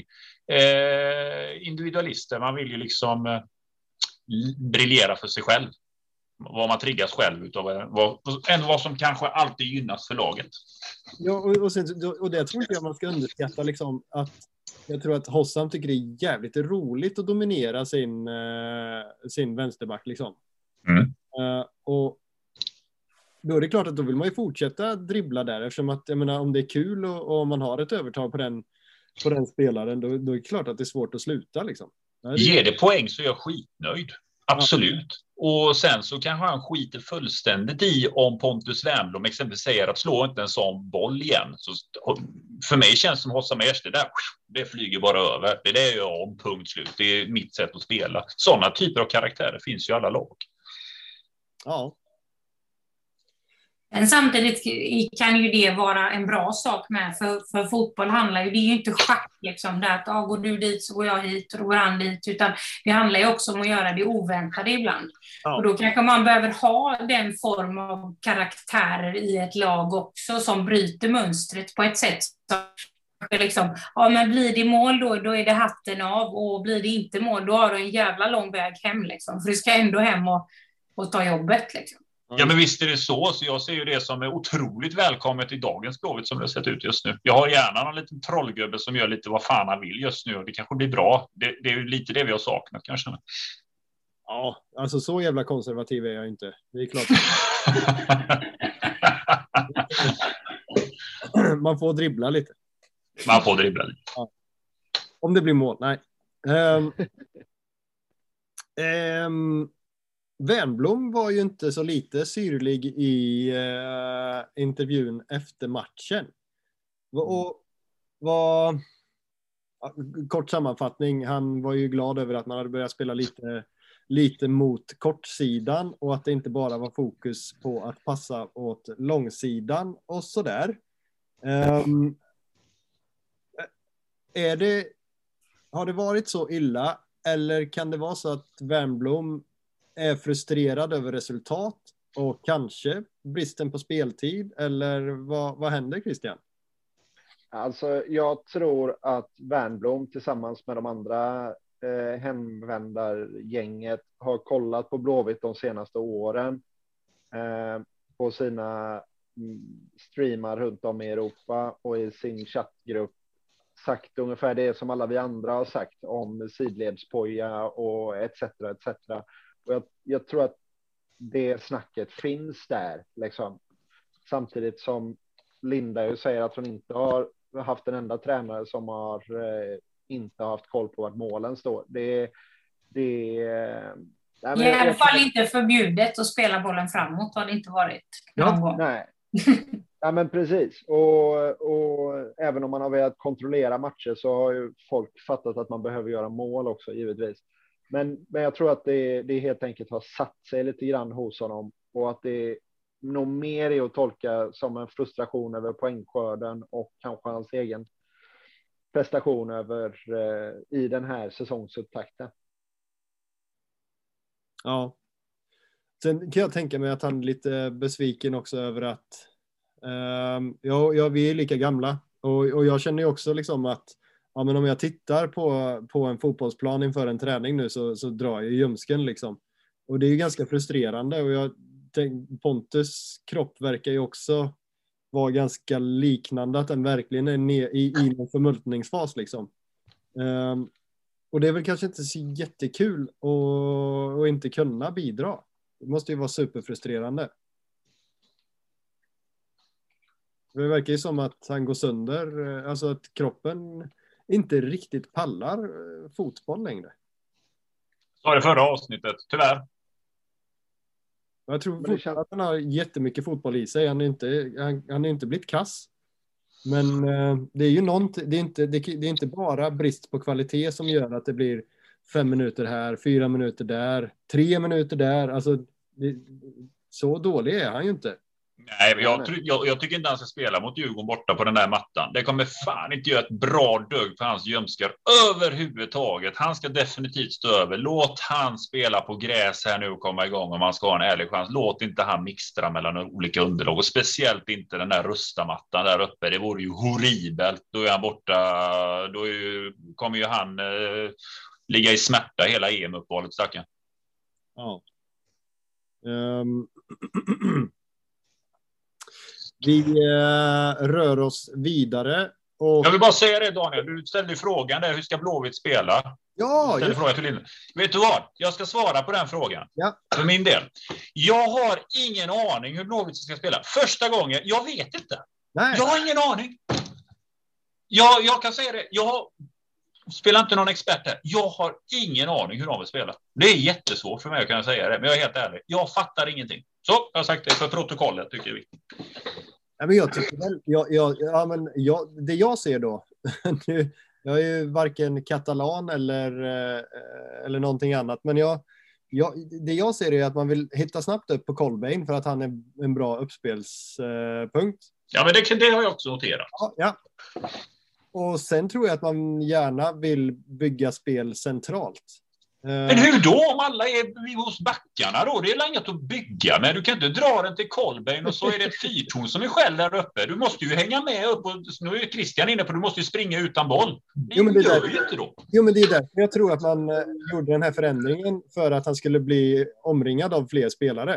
Eh, individualister, man vill ju liksom eh, briljera för sig själv. Vad man triggas själv utav, vad, än vad som kanske alltid gynnas för laget. Ja, och, och, sen, och det tror inte jag man ska underskatta liksom, att jag tror att Hossam tycker det är jävligt roligt att dominera sin, uh, sin vänsterback liksom. Mm. Uh, och då är det klart att då vill man ju fortsätta dribbla där, eftersom att jag menar, om det är kul och, och om man har ett övertag på den, på den spelaren, då, då är det klart att det är svårt att sluta liksom. Det... Ger det poäng så är jag skitnöjd. Absolut. Och sen så kanske han skiter fullständigt i om Pontus Wernbloom exempelvis säger att slå inte en sån boll igen. Så för mig känns det som Hossam Aiesh, det där, det flyger bara över. Det där är jag om, punkt slut. Det är mitt sätt att spela. Sådana typer av karaktärer finns ju i alla lag. Ja. Men samtidigt kan ju det vara en bra sak med, för, för fotboll handlar ju, det är ju inte schack liksom, där att ah, går du dit så går jag hit och då går han dit, utan det handlar ju också om att göra det oväntade ibland. Ja. Och då kanske man behöver ha den form av karaktärer i ett lag också som bryter mönstret på ett sätt som liksom, ja men blir det mål då, då är det hatten av, och blir det inte mål då har du en jävla lång väg hem liksom, för du ska ändå hem och, och ta jobbet liksom. Ja, men visst är det så. Så jag ser ju det som är otroligt välkommet i dagens Blåvitt som det har sett ut just nu. Jag har gärna en liten trollgubbe som gör lite vad fan han vill just nu. Och det kanske blir bra. Det, det är ju lite det vi har saknat kanske. Ja, alltså så jävla konservativ är jag inte. Det är klart. Man får dribbla lite. Man får dribbla lite. Ja. Om det blir mål, nej. Um, um, Wernbloom var ju inte så lite syrlig i uh, intervjun efter matchen. Och vad, kort sammanfattning, han var ju glad över att man hade börjat spela lite, lite mot kortsidan och att det inte bara var fokus på att passa åt långsidan och sådär. Um, är det, har det varit så illa, eller kan det vara så att Wernbloom är frustrerad över resultat och kanske bristen på speltid, eller vad, vad händer, Christian? Alltså, jag tror att Wernbloom tillsammans med de andra eh, hemvändargänget har kollat på Blåvitt de senaste åren eh, på sina streamar runt om i Europa och i sin chattgrupp sagt ungefär det som alla vi andra har sagt om sidledspoja och et cetera et cetera. Och jag, jag tror att det snacket finns där liksom. Samtidigt som Linda ju säger att hon inte har haft en enda tränare som har eh, inte haft koll på vart målen står. Det, det eh, nej, men i alla jag, fall inte förbjudet att spela bollen framåt, har det inte varit någon gång. Nej. Ja, men precis. Och, och även om man har velat kontrollera matcher så har ju folk fattat att man behöver göra mål också, givetvis. Men, men jag tror att det, det helt enkelt har satt sig lite grann hos honom, och att det nog mer är att tolka som en frustration över poängskörden och kanske hans egen prestation över eh, i den här säsongsupptakten. Ja. Sen kan jag tänka mig att han är lite besviken också över att Um, ja, ja, vi är lika gamla. Och, och jag känner ju också liksom att ja, men om jag tittar på, på en fotbollsplan inför en träning nu så, så drar jag ljumsken liksom. Och det är ju ganska frustrerande. Och jag tänk, Pontus kropp verkar ju också vara ganska liknande. Att den verkligen är ner, i, i en förmultningsfas liksom. Um, och det är väl kanske inte så jättekul att, att inte kunna bidra. Det måste ju vara superfrustrerande. Det verkar ju som att han går sönder, alltså att kroppen inte riktigt pallar fotboll längre. Så var det förra avsnittet, tyvärr. Jag tror känns... att han har jättemycket fotboll i sig. Han är inte, han, han är inte blivit kass. Men eh, det är ju någonting, det är, inte, det, det är inte bara brist på kvalitet som gör att det blir fem minuter här, fyra minuter där, tre minuter där. Alltså, det, så dålig är han ju inte. Nej, jag, jag, jag tycker inte han ska spela mot Djurgården borta på den där mattan. Det kommer fan inte göra ett bra dugg för hans gömskar överhuvudtaget. Han ska definitivt stå över. Låt han spela på gräs här nu och komma igång om han ska ha en ärlig chans. Låt inte han mixtra mellan olika underlag och speciellt inte den där rustamattan där uppe. Det vore ju horribelt. Då är han borta. Då är ju, kommer ju han eh, ligga i smärta hela E M-uppehållet, stacken. Ja. Um... Vi eh, rör oss vidare. Och... Jag vill bara säga det, Daniel. Du ställde frågan där, hur ska Blåvitt spela? Ja, jag... fråga till Vet du vad? Jag ska svara på den frågan. Ja. För min del. Jag har ingen aning hur Blåvitt ska spela. Första gången, jag vet inte. Nej. Jag har ingen aning. Jag, jag kan säga det. Jag har... spelar inte någon expert här. Jag har ingen aning hur de vill spela. Det är jättesvårt för mig att kunna säga det. Men jag är helt ärlig. Jag fattar ingenting. Så, jag har sagt det för protokollet, tycker jag. Ja, men jag tycker väl, jag, jag, ja, men jag, det jag ser då, nu, jag är ju varken katalan eller, eller någonting annat, men jag, jag, det jag ser är att man vill hitta snabbt upp på Colbain för att han är en bra uppspelspunkt. Ja, men det, det har jag också noterat. Ja, ja. Och sen tror jag att man gärna vill bygga spel centralt. Men hur då om alla är hos backarna då? Det är inget att bygga med. Du kan inte dra den till Kolbeinn och så är det ett fyrtorn som är själv där uppe. Du måste ju hänga med upp och nu är Christian inne på du måste ju springa utan boll. Det jo, men det gör där, ju inte då. Jo, men det är därför jag tror att man gjorde den här förändringen för att han skulle bli omringad av fler spelare.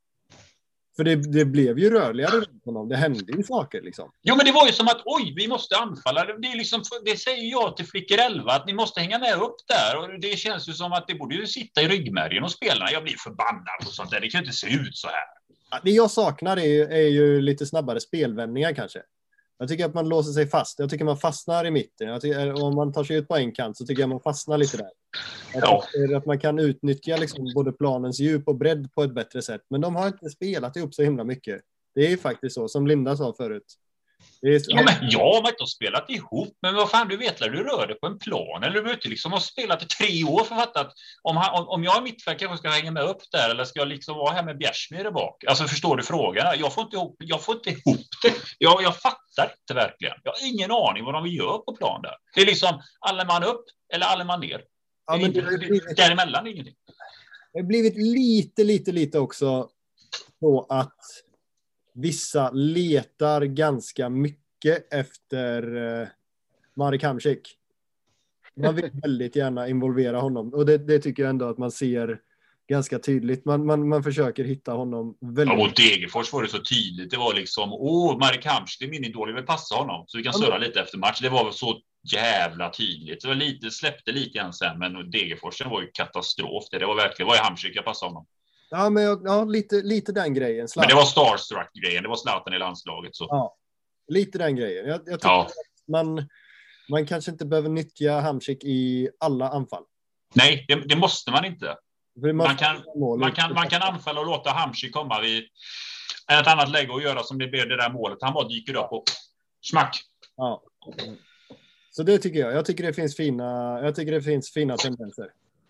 För det, det blev ju rörligare runt honom. Det hände ju saker liksom. Jo, men det var ju som att oj, vi måste anfalla. Det, är liksom, det säger jag till flickor elva att ni måste hänga med upp där. Och det känns ju som att det borde ju sitta i ryggmärgen och spelarna. Jag blir förbannad och sånt där. Det kan ju inte se ut så här. Ja, det jag saknar är ju, är ju lite snabbare spelvändningar kanske. Jag tycker att man låser sig fast. Jag tycker man fastnar i mitten. Jag tycker, om man tar sig ut på en kant så tycker jag man fastnar lite där. Ja. Att man kan utnyttja liksom både planens djup och bredd på ett bättre sätt. Men de har inte spelat ihop så himla mycket. Det är faktiskt så, som Linda sa förut. Det är så... Ja, men jag har inte spelat ihop. Men vad fan, du vet när du rör dig på en plan. Eller du vet liksom har spelat i tre år för att att om, han, om jag är mittfält kanske ska hänga med upp där. Eller ska jag liksom vara här med Bjärsmyr där bak. Alltså förstår du frågan? Jag får inte ihop, jag får inte ihop det. Jag, jag fattar inte verkligen. Jag har ingen aning vad de gör på plan där. Det är liksom alla man upp eller alla man ner. Ja, men det, blivit, däremellan är ingenting. Det har blivit lite, lite, lite också så att vissa letar ganska mycket efter eh, Marek Hamšík. Man vill väldigt gärna involvera honom. Och det, det tycker jag ändå att man ser ganska tydligt. Man, man, man försöker hitta honom väldigt... Ja, mot Degerfors var det så tydligt. Det var liksom, åh, Marek Hamšík, det är min idol, jag vill passa honom. Så vi kan surra lite efter match. Det var så jävla tydligt. Det var lite, släppte lite grann sen, men Degerforsen var ju katastrof. Det, det var verkligen, vad är Hamšík, jag passade honom. Ja, men ja, lite, lite den grejen. Zlatan. Men det var starstruck-grejen, det var Zlatan i landslaget. Så. Ja, lite den grejen. Jag, jag tycker ja. att man, man kanske inte behöver nyttja Hamšík i alla anfall. Nej, det, det måste man inte. Man kan, man, kan, man kan anfalla och låta Hamšík komma vid ett annat läge och göra som det blev det där målet. Han bara dyker upp och smack. Ja. Så det tycker jag. Jag tycker det finns fina, jag tycker det finns fina tendenser.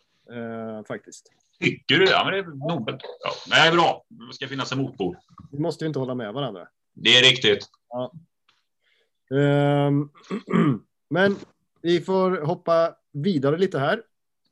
Uh, faktiskt. Tycker du det? Ja, men det är nobelt. Ja, men det är bra. Det ska finnas en motpol. Vi måste ju inte hålla med varandra. Det är riktigt. Ja. Um, men vi får hoppa vidare lite här.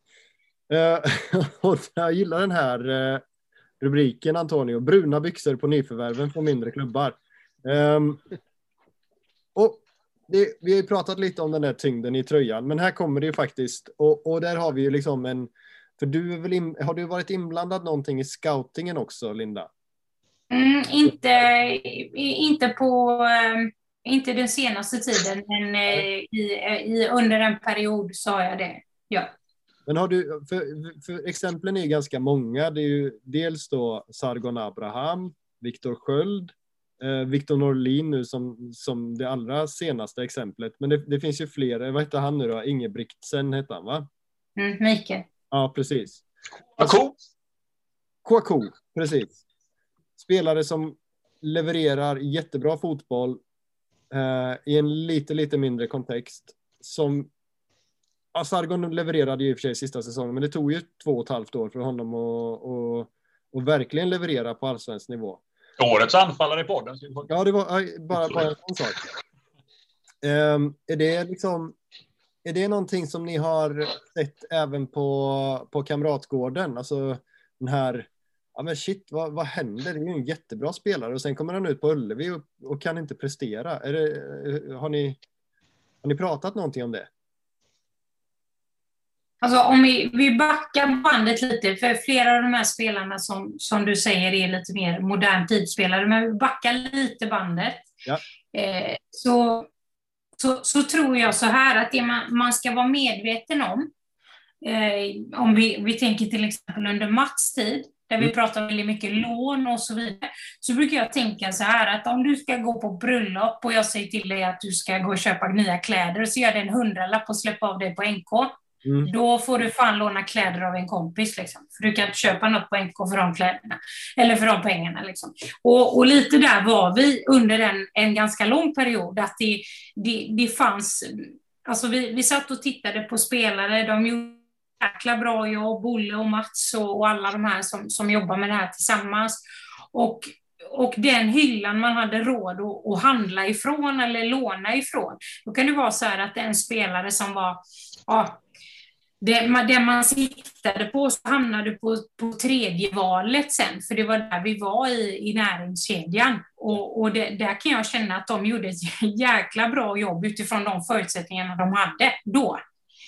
Uh, och jag gillar den här uh, rubriken, Antonio. Bruna byxor på nyförvärven från mindre klubbar. Um, och det, vi har ju pratat lite om den där tyngden i tröjan, men här kommer det ju faktiskt, och, och där har vi ju liksom en, för du är väl in, har du varit inblandad någonting i scoutingen också, Linda? Mm, inte, inte på, inte den senaste tiden, men i, i, under en period sa jag det, ja. Men har du, för, för exemplen är ganska många, det är ju dels då Sargon Abraham, Viktor Sköld, eh, Victor Norlin nu som, som det allra senaste exemplet, men det, det finns ju fler, vad heter han nu då? Ingebrigtsen heter han, va? Mm, Mikael. Ja, precis. Kouakou. Kouakou, precis. Spelare som levererar jättebra fotboll eh, i en lite, lite mindre kontext. Som ja, Sargon levererade ju i och för sig sista säsongen, men det tog ju två och ett halvt år för honom att och, och verkligen leverera på allsvensk nivå. Årets anfallare i podden. Ja, det var bara, bara en sån sak. Um, är det liksom är det någonting som ni har sett även på, på Kamratgården? Alltså den här, ja men shit, vad, vad händer? Det är ju en jättebra spelare och sen kommer han ut på Ullevi och, och kan inte prestera. Är det, har, ni, har ni pratat någonting om det? Alltså om vi, vi backar bandet lite, för flera av de här spelarna som, som du säger är lite mer modern tidsspelare, men vi backar lite bandet. Ja. Eh, så, så, så tror jag så här att det man, man ska vara medveten om, eh, om vi, vi tänker till exempel under Mats tid, där vi Mm. pratar väldigt mycket lån och så vidare, så brukar jag tänka så här att om du ska gå på bröllop och jag säger till dig att du ska gå och köpa nya kläder och så gör det en hundralapp och släppa av dig på N K. Mm. Då får du fan låna kläder av en kompis liksom. För du kan inte köpa något på N K för de kläderna. Eller för de pengarna liksom. Och, och lite där var vi under en, en ganska lång period. Att det, det, det fanns... Alltså vi, vi satt och tittade på spelare. De gjorde jäkla bra jobb. Olle och Mats och, och alla de här som, som jobbar med det här tillsammans. Och... Och den hyllan man hade råd att, att handla ifrån eller låna ifrån. Då kan det vara så här att en spelare som var... Ja, det, det man siktade på så hamnade på, på tredje valet sen. För det var där vi var i, i näringskedjan. Och, och det, där kan jag känna att de gjorde ett jäkla bra jobb utifrån de förutsättningarna de hade då.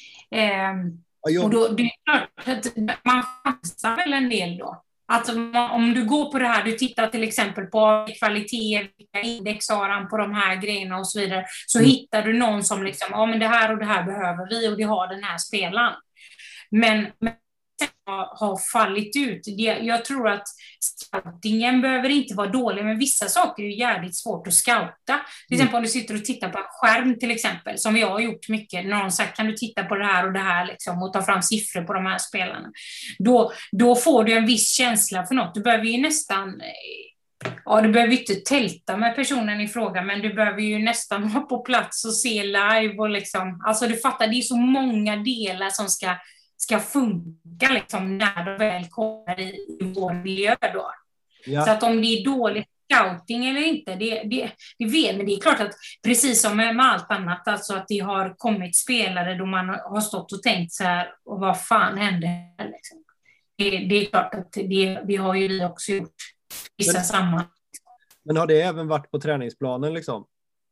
Ehm, och då det är klart att man chansar väl en del då. Att om du går på det här, du tittar till exempel på kvalitet, vilka index har han på de här grejerna och så vidare, så mm. hittar du någon som liksom, ja men det här och det här behöver vi och det har den här spelaren. Men, men har fallit ut. Jag tror att scoutingen behöver inte vara dålig, men vissa saker är ju jävligt svårt att scouta. Till exempel om du sitter och tittar på en skärm till exempel, som jag har gjort mycket. Någon har sagt, kan du titta på det här och det här liksom, och ta fram siffror på de här spelarna. Då, då får du en viss känsla för något. Du behöver ju nästan... Ja, du behöver inte tälta med personen i fråga, men du behöver ju nästan vara på plats och se live och liksom... Alltså du fattar, det är så många delar som ska... ska funka liksom när de väl kommer i, i vår miljö då. Ja. Så att om det är dålig scouting eller inte, det, det, det vet, men det är klart att precis som med, med allt annat, alltså att det har kommit spelare då man har stått och tänkt så här, och vad fan hände här liksom. det, det är klart att det, det har ju vi också gjort vissa men, samman. Men har det även varit på träningsplanen liksom?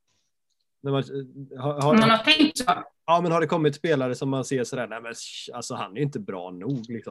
När man, har, har, man har tänkt så. Ja, men har det kommit spelare som man ser sådär, nej men alltså han är inte bra nog liksom?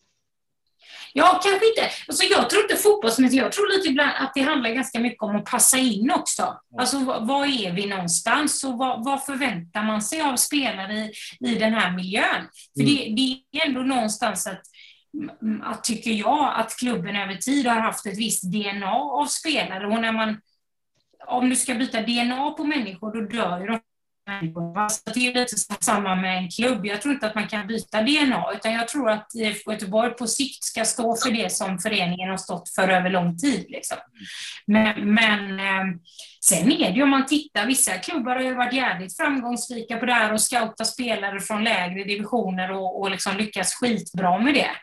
Ja, kanske inte. Alltså jag tror inte fotbollsmässigt, jag tror lite ibland att det handlar ganska mycket om att passa in också. Ja. Alltså var är vi någonstans och vad, vad förväntar man sig av spelare i, i den här miljön? För mm. det, det är ändå någonstans att, att, tycker jag, att klubben över tid har haft ett visst D N A av spelare, och när man, om du ska byta D N A på människor, då dör ju de. Alltså det är lite samma med en klubb. Jag tror inte att man kan byta D N A, utan jag tror att I F K Göteborg på sikt ska stå för det som föreningen har stått för över lång tid liksom. Men, men sen är det ju, om man tittar, vissa klubbar har ju varit jävligt framgångsrika på det här och scouta spelare från lägre divisioner och, och liksom lyckas skitbra med det.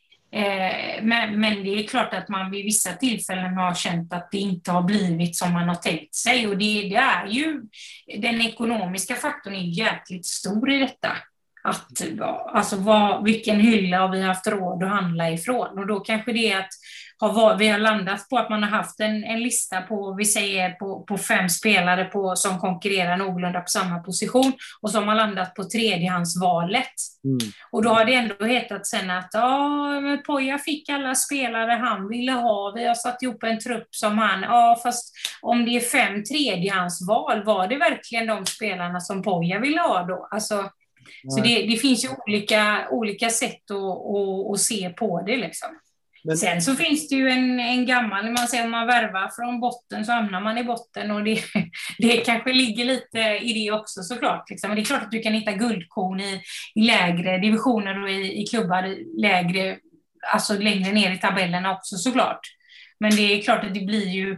Men, men det är klart att man vid vissa tillfällen har känt att det inte har blivit som man har tänkt sig, och det, det är ju, den ekonomiska faktorn är jäkligt stor i detta. Att, alltså vad, vilken hylla har vi haft råd att handla ifrån, och då kanske det är att har var, vi har landat på att man har haft en, en lista på, vi säger på, på fem spelare på, som konkurrerar någorlunda på samma position, och så har man landat på tredjehandsvalet. Mm. Och då har det ändå hetat sen att ja, men Poja fick alla spelare han ville ha, vi har satt ihop en trupp som han, ja fast om det är fem tredjehandsval, var det verkligen de spelarna som Poja ville ha då? Alltså, så det, det finns ju olika, olika sätt att, att, att se på det liksom. Men... Sen så finns det ju en, en gammal, när man säger om man värvar från botten så hamnar man i botten, och det, det kanske ligger lite i det också såklart. Liksom. Men det är klart att du kan hitta guldkorn i, i lägre divisioner och i, i klubbar lägre, alltså längre ner i tabellerna också såklart. Men det är klart att det blir ju,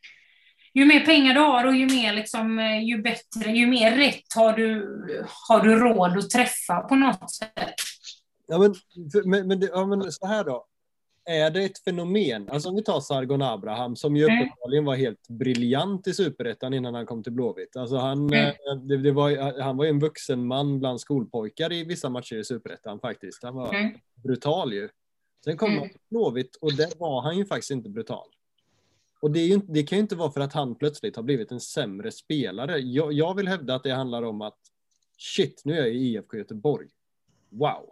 ju mer pengar du har och ju mer liksom, ju bättre, ju mer rätt har du, har du råd att träffa på något sätt. Ja men, men, men, ja, men så här då. Är det ett fenomen? Alltså om vi tar Sargon Abraham som ju mm. uppenbarligen var helt briljant i Superettan innan han kom till Blåvitt. Alltså han, mm. det, det var, han var ju en vuxen man bland skolpojkar i vissa matcher i Superettan faktiskt. Han var mm. brutal ju. Sen kom mm. han till Blåvitt och där var han ju faktiskt inte brutal. Och det, är ju, det kan ju inte vara för att han plötsligt har blivit en sämre spelare. Jag, jag vill hävda att det handlar om att shit, nu är jag i I F K Göteborg. Wow.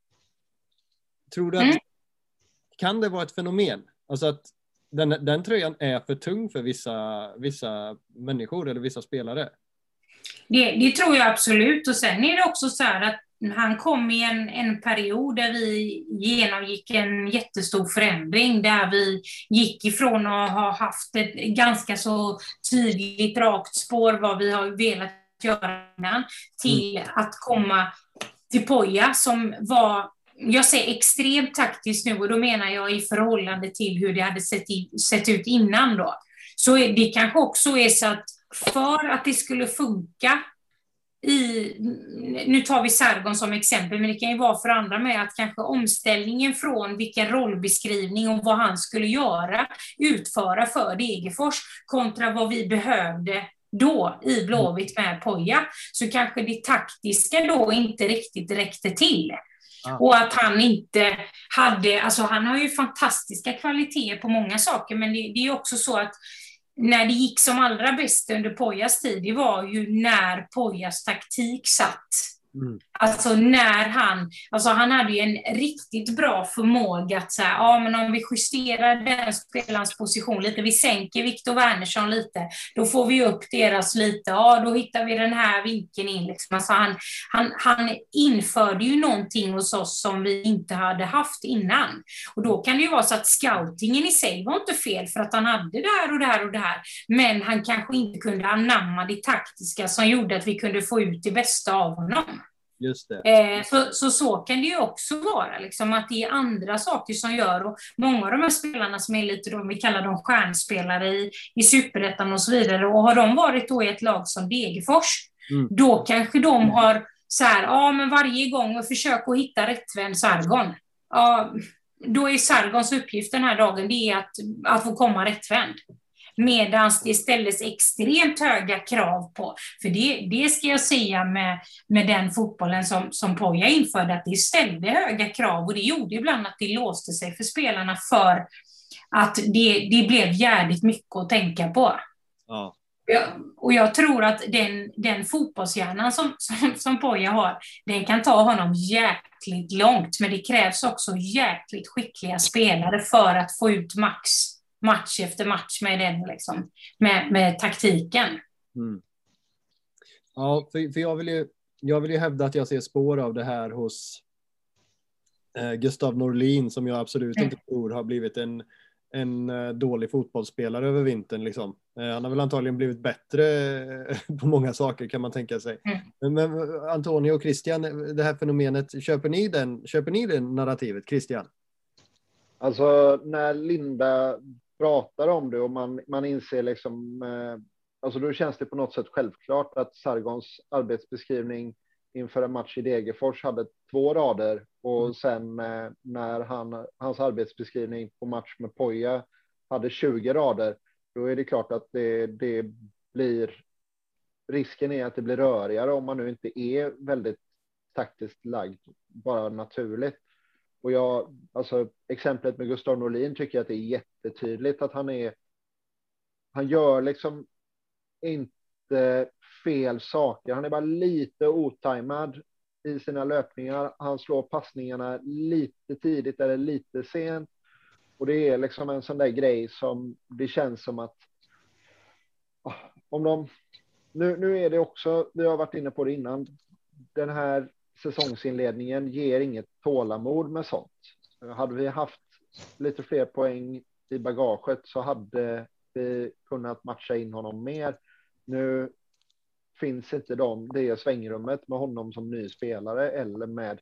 Tror du att mm. kan det vara ett fenomen? Alltså att den, den tröjan är för tung för vissa, vissa människor eller vissa spelare? Det, det tror jag absolut. Och sen är det också så här att han kom i en, en period där vi genomgick en jättestor förändring. Där vi gick ifrån att ha haft ett ganska så tydligt rakt spår vad vi har velat göra innan, till mm. att komma till Poja som var... Jag säger extremt taktiskt nu, och då menar jag i förhållande till hur det hade sett, i, sett ut innan då. Så det kanske också är så att för att det skulle funka i, nu tar vi Sargon som exempel, men det kan ju vara för andra med att kanske omställningen från vilken rollbeskrivning och vad han skulle göra, utföra för Degerfors kontra vad vi behövde då i Blåvitt med Poja, så kanske det taktiska då inte riktigt räckte till. Ah. Och att han inte hade, alltså han har ju fantastiska kvaliteter på många saker, men det, det är också så att när det gick som allra bäst under Pojas tid, det var ju när Pojas taktik satt. Mm. Alltså när han, alltså han hade ju en riktigt bra förmåga att säga, ja men om vi justerar den spelarens position lite, vi sänker Viktor Wernersson lite, då får vi upp deras lite, ja då hittar vi den här vinkeln in liksom. Alltså han, han, han införde ju någonting hos oss som vi inte hade haft innan, och då kan det ju vara så att scoutingen i sig var inte fel för att han hade det här och det här och det här, men han kanske inte kunde anamma det taktiska som gjorde att vi kunde få ut det bästa av honom. Just det. Eh, så, så så kan det ju också vara, liksom, att det är andra saker som gör, och många av de här spelarna som är lite då, vi kallar dem stjärnspelare i, i Superettan och så vidare, och har de varit då i ett lag som Degerfors, mm. då kanske de har så här, ja men varje gång och försöka att hitta rättvänd Sargon. Ja, då är Sargons uppgift den här dagen, det är att, att få komma rättvänd. Medan det ställdes extremt höga krav på. För det, det ska jag säga med, med den fotbollen som, som Poja införde, att det ställde höga krav. Och det gjorde ibland att det låste sig för spelarna, för att det, det blev jävligt mycket att tänka på. Ja. Jag, och jag tror att den, den fotbollshjärnan som, som, som Poja har, den kan ta honom jäkligt långt. Men det krävs också jäkligt skickliga spelare för att få ut max match efter match med den liksom, med, med taktiken. Mm. Ja, för, för jag vill ju jag vill ju hävda att jag ser spår av det här hos eh, Gustav Norlin, som jag absolut mm. inte tror har blivit en, en uh, dålig fotbollsspelare över vintern liksom. Eh, han har väl antagligen blivit bättre på många saker, kan man tänka sig. Mm. Men, men Antonio och Christian, det här fenomenet, köper ni den köper ni det narrativet, Christian? Alltså när Linda pratar om det och man, man inser liksom, eh, alltså då känns det på något sätt självklart att Sargons arbetsbeskrivning inför en match i Degerfors hade två rader, och mm. sen eh, när han, hans arbetsbeskrivning på match med Poja hade tjugo rader, då är det klart att det, det blir, risken är att det blir rörigare om man nu inte är väldigt taktiskt lagd, bara naturligt. Och jag, alltså exemplet med Gustav Norlin tycker jag att det är jättetydligt att han är, han gör liksom inte fel saker. Han är bara lite otajmad i sina löpningar. Han slår passningarna lite tidigt eller lite sent. Och det är liksom en sån där grej som det känns som att om de, nu, nu är det också, vi har varit inne på det innan, den här säsongsinledningen ger inget tålamod med sånt. Hade vi haft lite fler poäng i bagaget så hade vi kunnat matcha in honom mer. Nu finns inte de, det svängrummet med honom som ny spelare eller med,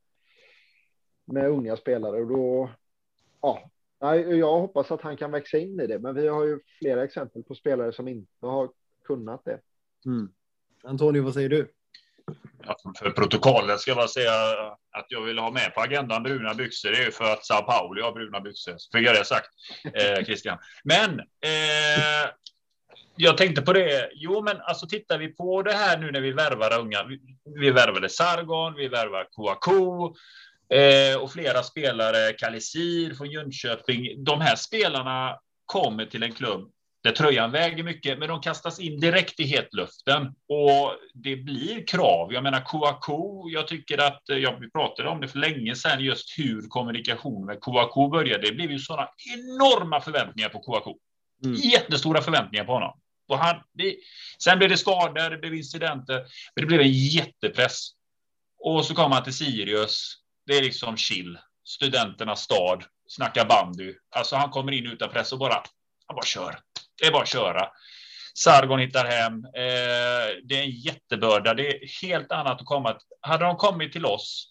med unga spelare. Och då, ja, jag hoppas att han kan växa in i det. Men vi har ju flera exempel på spelare som inte har kunnat det. Mm. Antonio, vad säger du? Ja, för protokollet ska jag bara säga att jag vill ha med på agendan bruna byxor. Det är ju för att Sao Paulo har bruna byxor. Så fick jag det sagt, eh, Christian. Men eh, jag tänkte på det. Jo, men alltså tittar vi på det här nu när vi värvar unga. Vi, vi värvade Sargon, vi värvar Kouakou eh, och flera spelare, Kalisir från Jönköping. De här spelarna kommer till en klubb där tröjan väger mycket, men de kastas in direkt i hetluften och det blir krav. Jag menar Kouakou, jag tycker att, ja, vi pratade om det för länge sedan, just hur kommunikation med Kouakou började. Det blev ju sådana enorma förväntningar på Kouakou. Mm. Jättestora förväntningar på honom. Och han, det, sen blev det skador, det blev incidenter, men det blev en jättepress. Och så kom han till Sirius, det är liksom chill. Studenternas stad, snacka bandy. Alltså han kommer in utan press och bara, han bara kör. Det är bara att köra. Sargon hittar hem. Eh, det är en jättebörda. Det är helt annat att komma. Hade de kommit till oss,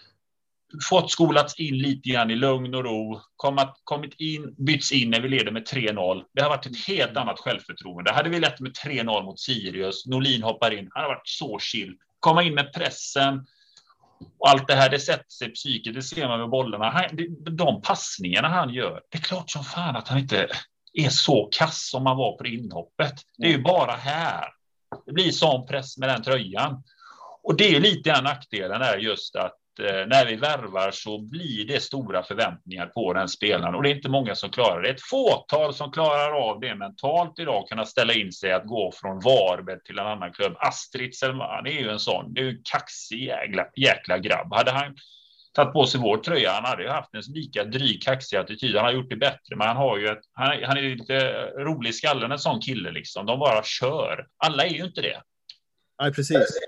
fått skolats in lite grann i lugn och ro, kommit, kommit in, byts in när vi leder med tre noll. Det har varit ett helt annat självförtroende. Hade vi lett med tre noll mot Sirius, Norlin hoppar in, han har varit så chill. Komma in med pressen och allt det här, det sätter sig psyket, det ser man med bollarna. Han, de passningarna han gör, det är klart som fan att han inte är så kass som man var på inhoppet. Det är ju bara här. Det blir sån press med den tröjan. Och det är lite en nackdelen är just att eh, när vi värvar så blir det stora förväntningar på den spelaren. Och det är inte många som klarar det. Ett fåtal som klarar av det mentalt idag, kunna ställa in sig att gå från Varberg till en annan klubb. Astrid Selman är ju en sån. Det är ju en kaxig jäkla, jäkla grabb. Hade han tagit på sig vår tröja, han hade ju haft en lika dryg kaxig attityd. Han har gjort det bättre, men han har ju ett, han, han är ju lite rolig i skallen, en sån kille liksom. De bara kör. Alla är ju inte det. Nej, precis.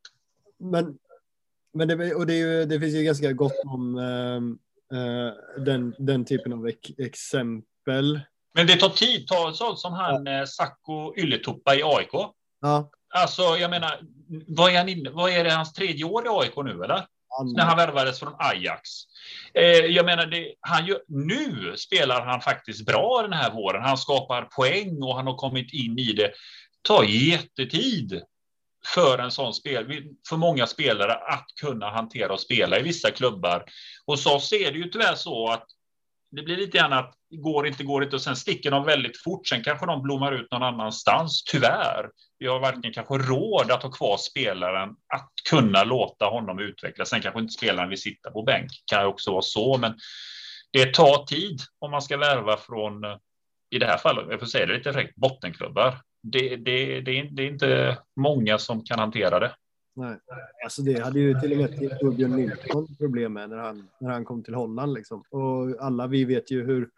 Men, men det, och det, är ju, det finns ju ganska gott om äh, äh, den, den typen av ek, exempel. Men det tar tid, ta sånt som han ja. Sacco Ylletuppa i A I K. Ja. Alltså, jag menar, vad är, han inne, vad är det hans tredje år i A I K nu, eller? När han värvades från Ajax. Eh, jag menar, det, han gör, nu spelar han faktiskt bra den här våren. Han skapar poäng och han har kommit in i det. Tar jättetid för en sån spel, för många spelare att kunna hantera och spela i vissa klubbar. Och så ser det ju tyvärr så att det blir lite grann att går inte, går inte och sen sticker de väldigt fort. Sen kanske de blommar ut någon annanstans, tyvärr. Vi har varken kanske råd att ha kvar spelaren, att kunna låta honom utvecklas. Sen kanske inte spelaren vill sitta på bänk, kan ju också vara så. Men det tar tid om man ska värva från, i det här fallet, jag får säga det lite direkt, bottenklubbar. Det, det, det, är, det är inte många som kan hantera det. Nej, alltså det hade ju till och med Torbjörn Nilsson problem med när han, när han kom till Holland liksom. Och alla vi vet ju hur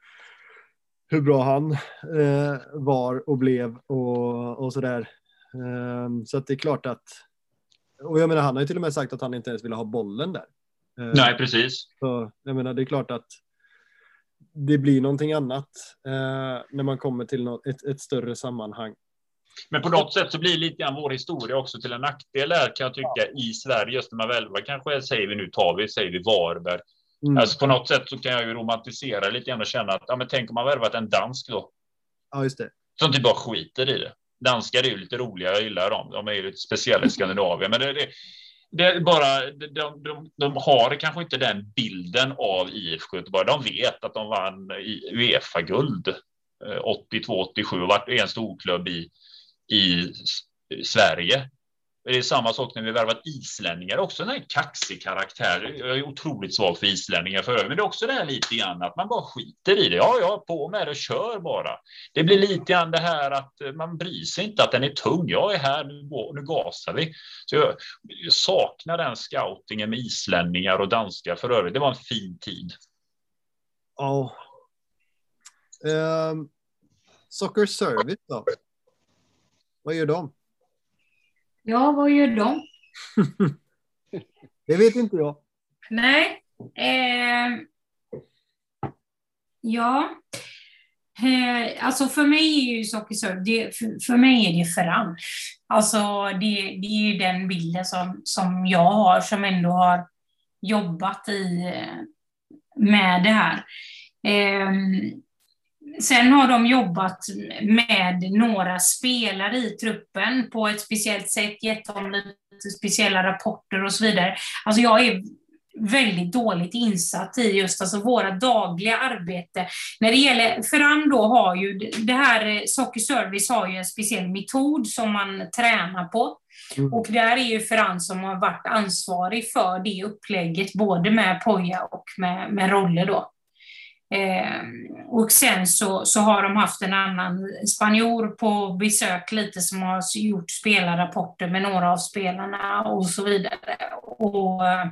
hur bra han eh, var och blev och, och sådär. Um, så att det är klart att, och jag menar, han har ju till och med sagt att han inte ens ville ha bollen där. Uh, Nej, precis. Så jag menar, det är klart att det blir någonting annat uh, när man kommer till något, ett, ett större sammanhang. Men på något sätt så blir lite grann vår historia också till en nackdel här, kan jag tycka, ja. I Sverige, just när man väl, kanske säger vi nu tar vi, säger vi Varberg. Mm. Alltså på något sätt så kan jag ju romantisera lite grann och känna att, ja men tänk om man värvat en dansk då. Ja, just det. Som typ bara skiter i det. Danskar är ju lite roliga, jag gillar dem. De är ju lite speciella i Skandinavien. Men det, det, det är bara, de, de, de har kanske inte den bilden av I F K Göteborg. De vet att de vann UEFA-guld åttiotvå åttiosju och varit en storklubb i, i Sverige. Det är samma sak när vi värvat islänningar, också en kaxig karaktär. Jag är otroligt svag för islänningar för övrigt, men det är också det här lite grann att man bara skiter i det. Ja, ja, på med det, kör bara. Det blir lite grann det här att man bryr sig inte att den är tung. Jag är här, nu, nu gasar vi. Så jag, jag saknar den scoutingen med islänningar och danskar för övrigt. Det var en fin tid. Ja. Um, Soccer Service då? Vad gör de? Ja, vad gör de? Det vet inte jag. Nej. Eh, ja. Eh, alltså för mig är ju Soccer Service, det, för, för mig är det Ferran. Alltså det, det är ju den bilden som, som jag har, som ändå har jobbat i med det här. Eh, Sen har de jobbat med några spelare i truppen på ett speciellt sätt, gett dem lite speciella rapporter och så vidare. Alltså jag är väldigt dåligt insatt i just alltså våra dagliga arbete. När det gäller Ferran då har ju det här, Soccer Service har ju en speciell metod som man tränar på. Mm. Och där är ju Ferran som har varit ansvarig för det upplägget, både med Poja och med, med Rolle då. Eh, och sen så, så har de haft en annan spanjor på besök lite som har gjort spelarrapporter med några av spelarna och så vidare. Och,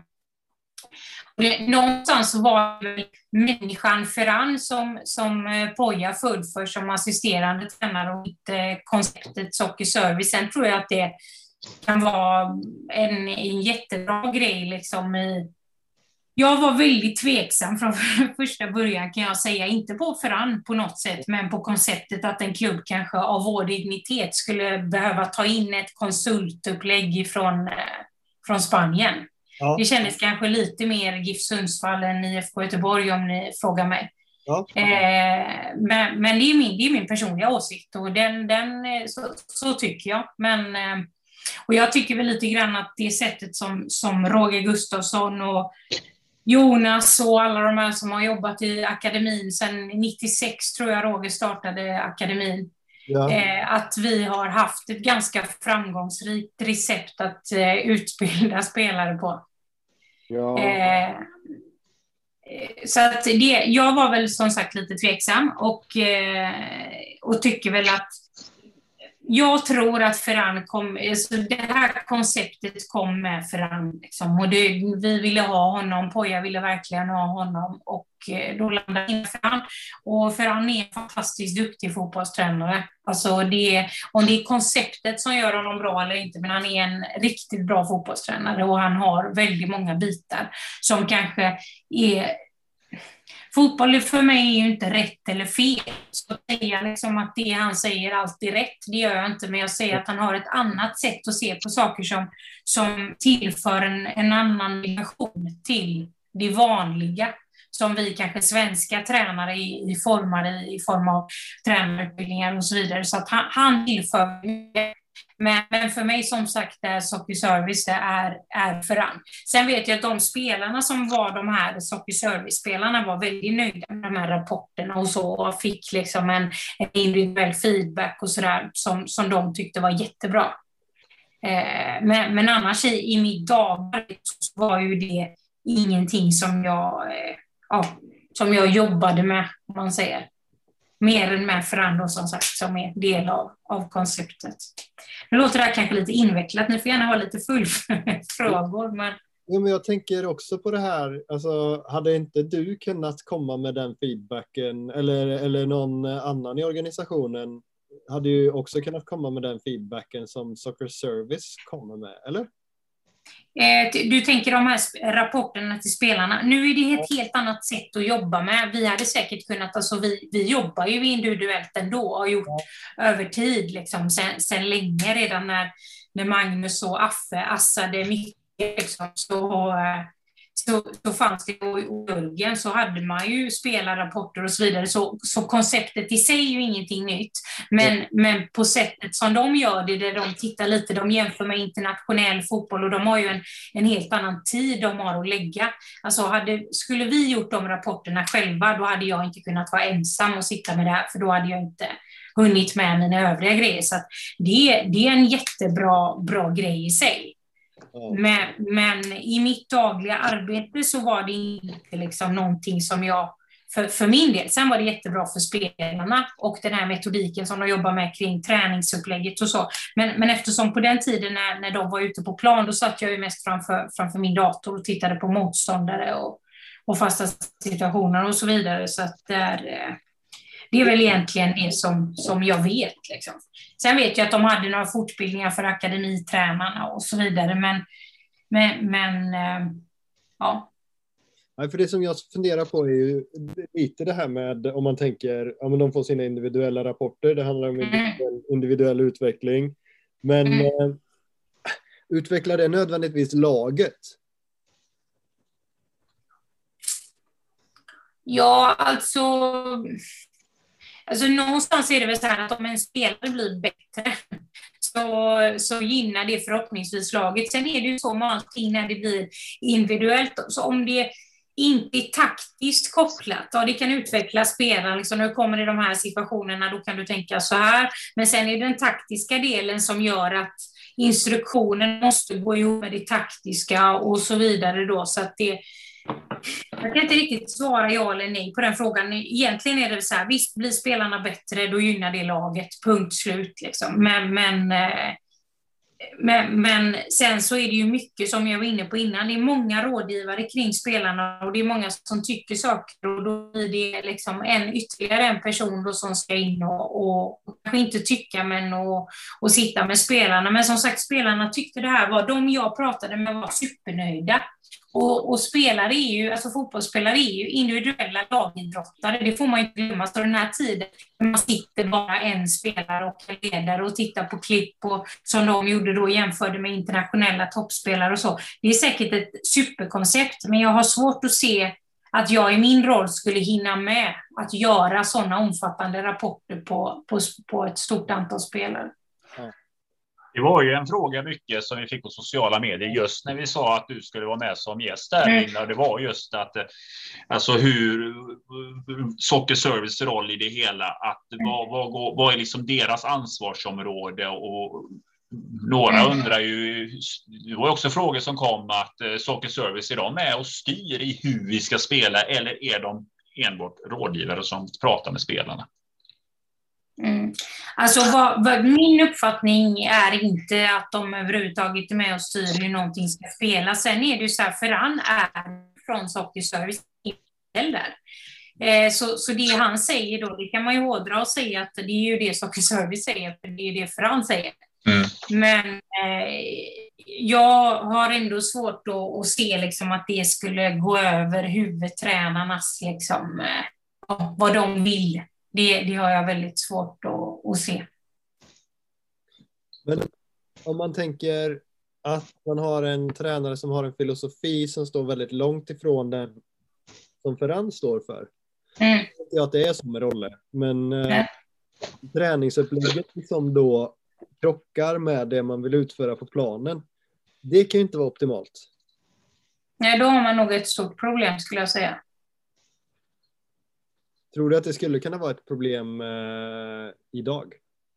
och det, någonstans så var det människan Ferran som, som Poja född för som assisterande tränare och inte konceptet Soccer Service. Sen tror jag att det kan vara en, en jättebra grej liksom i. Jag var väldigt tveksam från första början kan jag säga, inte på Ferran på något sätt, men på konceptet att en klubb kanske av vår dignitet skulle behöva ta in ett konsultupplägg från, från Spanien. Ja. Det kändes kanske lite mer GIF Sundsvall än I F K Göteborg om ni frågar mig. Ja. Eh, men men det, är min, det är min personliga åsikt och den, den, så, så tycker jag. Men, eh, och jag tycker väl lite grann att det sättet som, som Roger Gustafsson och Jonas och alla de här som har jobbat i akademin sedan nittiosex tror jag Roger startade akademin. Ja. Eh, att vi har haft ett ganska framgångsrikt recept att eh, utbilda spelare på. Ja. Eh, så att det, jag var väl som sagt lite tveksam och, eh, och tycker väl att jag tror att Ferran kom, alltså det här konceptet kom med Ferran liksom, och det, vi ville ha honom, Poja ville verkligen ha honom och då landade in Ferran och Ferran är en fantastiskt duktig fotbollstränare. Alltså det, om det är konceptet som gör honom bra eller inte, men han är en riktigt bra fotbollstränare och han har väldigt många bitar som kanske är. Fotboll för mig är ju inte rätt eller fel. Så att säga liksom att det han säger alltid rätt, det gör jag inte. Men jag säger att han har ett annat sätt att se på saker som, som tillför en, en annan dimension till det vanliga. Som vi kanske svenska tränare i, i, formar, i, i form av tränarutbildningar och så vidare. Så att han, han tillför. Men, men för mig som sagt är Soccer Service det är, är Ferran. Sen vet jag att de spelarna som var de här Soccer Service-spelarna var väldigt nöjda med de här rapporterna och så och fick liksom en, en individuell feedback och sådär som, som de tyckte var jättebra. Eh, men, men annars i, i mitt dagar var ju det ingenting som jag, eh, ja, som jag jobbade med, om man säger. Mer än med Ferran som sagt som är del av, av konceptet. Nu låter det här kanske lite invecklat. Ni får gärna ha lite fullfrågor. Men... Ja, men jag tänker också på det här. Alltså, hade inte du kunnat komma med den feedbacken eller, eller någon annan i organisationen hade ju också kunnat komma med den feedbacken som Soccer Service kommer med, eller? Du tänker de här rapporterna till spelarna. Nu är det ett helt annat sätt att jobba med. Vi hade säkert kunnat, alltså vi, vi jobbar ju individuellt ändå och har gjort ja. över tid liksom, sen, sen länge redan när, när Magnus och Affe assade mycket liksom, så, så, så fanns det i Jörgen så hade man ju spelarrapporter och så vidare så, så konceptet i sig är ju ingenting nytt men, ja. men på sättet som de gör det där de tittar lite, de jämför med internationell fotboll och de har ju en, en helt annan tid de har att lägga. Alltså hade, skulle vi gjort de rapporterna själva då hade jag inte kunnat vara ensam och sitta med det här för då hade jag inte hunnit med mina övriga grejer. Så att det, det är en jättebra bra grej i sig. Mm. Men, men i mitt dagliga arbete så var det inte liksom någonting som jag, för, för min del, sen var det jättebra för spelarna och den här metodiken som de jobbar med kring träningsupplägget och så. Men, men eftersom på den tiden när, när de var ute på plan, då satt jag ju mest framför, framför min dator och tittade på motståndare och, och fasta situationer och så vidare. Så att där, det är väl egentligen det som, som jag vet. Liksom. Sen vet jag att de hade några fortbildningar för akademitränarna och så vidare. Men, men, men ja... Nej, för det som jag funderar på är ju lite det här med om man tänker, ja men de får sina individuella rapporter, det handlar om individuell, mm. individuell utveckling. Men mm. eh, utvecklar det nödvändigtvis laget? Ja, alltså, alltså någonstans är det väl så här att om en spelare blir bättre så, så gynnar det förhoppningsvis laget. Sen är det ju så med allting när det blir individuellt. Så om det inte är taktiskt kopplat, ja, det kan utveckla spelaren. Liksom, när du kommer i de här situationerna, då kan du tänka så här. Men sen är det den taktiska delen som gör att instruktionen måste gå ihop med det taktiska och så vidare då. Så att det, jag kan inte riktigt svara ja eller nej på den frågan. Egentligen är det så här, visst blir spelarna bättre, då gynnar det laget, punkt slut liksom. Men, men Men, men sen så är det ju mycket som jag var inne på innan. Det är många rådgivare kring spelarna och det är många som tycker saker och då blir det liksom en ytterligare en person då som ska in och, och kanske inte tycka men och, och sitta med spelarna. Men som sagt, spelarna tyckte det här var, de jag pratade med var supernöjda. Och, och spelare är ju, alltså fotbollsspelare är ju individuella lagidrottare, det får man ju inte glömma. Så den här tiden, man sitter bara en spelare och en ledare och tittar på klipp och, som de gjorde då, jämförde med internationella toppspelare och så. Det är säkert ett superkoncept, men jag har svårt att se att jag i min roll skulle hinna med att göra sådana omfattande rapporter på, på, på ett stort antal spelare. Det var ju en fråga mycket som vi fick på sociala medier just när vi sa att du skulle vara med som gäst där, Linda. Det var just att alltså hur Soccer Service roll i det hela, att vad, vad, vad är liksom deras ansvarsområde, och några undrar ju, det var också frågor som kom att Soccer Service, är de med och styr i hur vi ska spela eller är de enbart rådgivare som pratar med spelarna? Mm. Alltså vad, vad, min uppfattning är inte att de överhuvudtaget är med och styr hur någonting ska spela. Sen är det ju så här, Ferran är från Soccer Service där. Eh, så, så det han säger då, det kan man ju hårdra och säga att det är ju det Soccer Service säger, för det är ju det Ferran säger. Mm. Men eh, jag har ändå svårt att, att se liksom att det skulle gå över huvudtränarnas liksom, eh, vad de vill. Det, det har jag väldigt svårt att, att se. Men om man tänker att man har en tränare som har en filosofi som står väldigt långt ifrån den som Ferran står för. Mm. Jag vet inte att det är så med roller. Men eh, träningsupplägget som då krockar med det man vill utföra på planen, det kan ju inte vara optimalt. Nej, då har man nog ett stort problem skulle jag säga. Tror du att det skulle kunna vara ett problem eh, idag?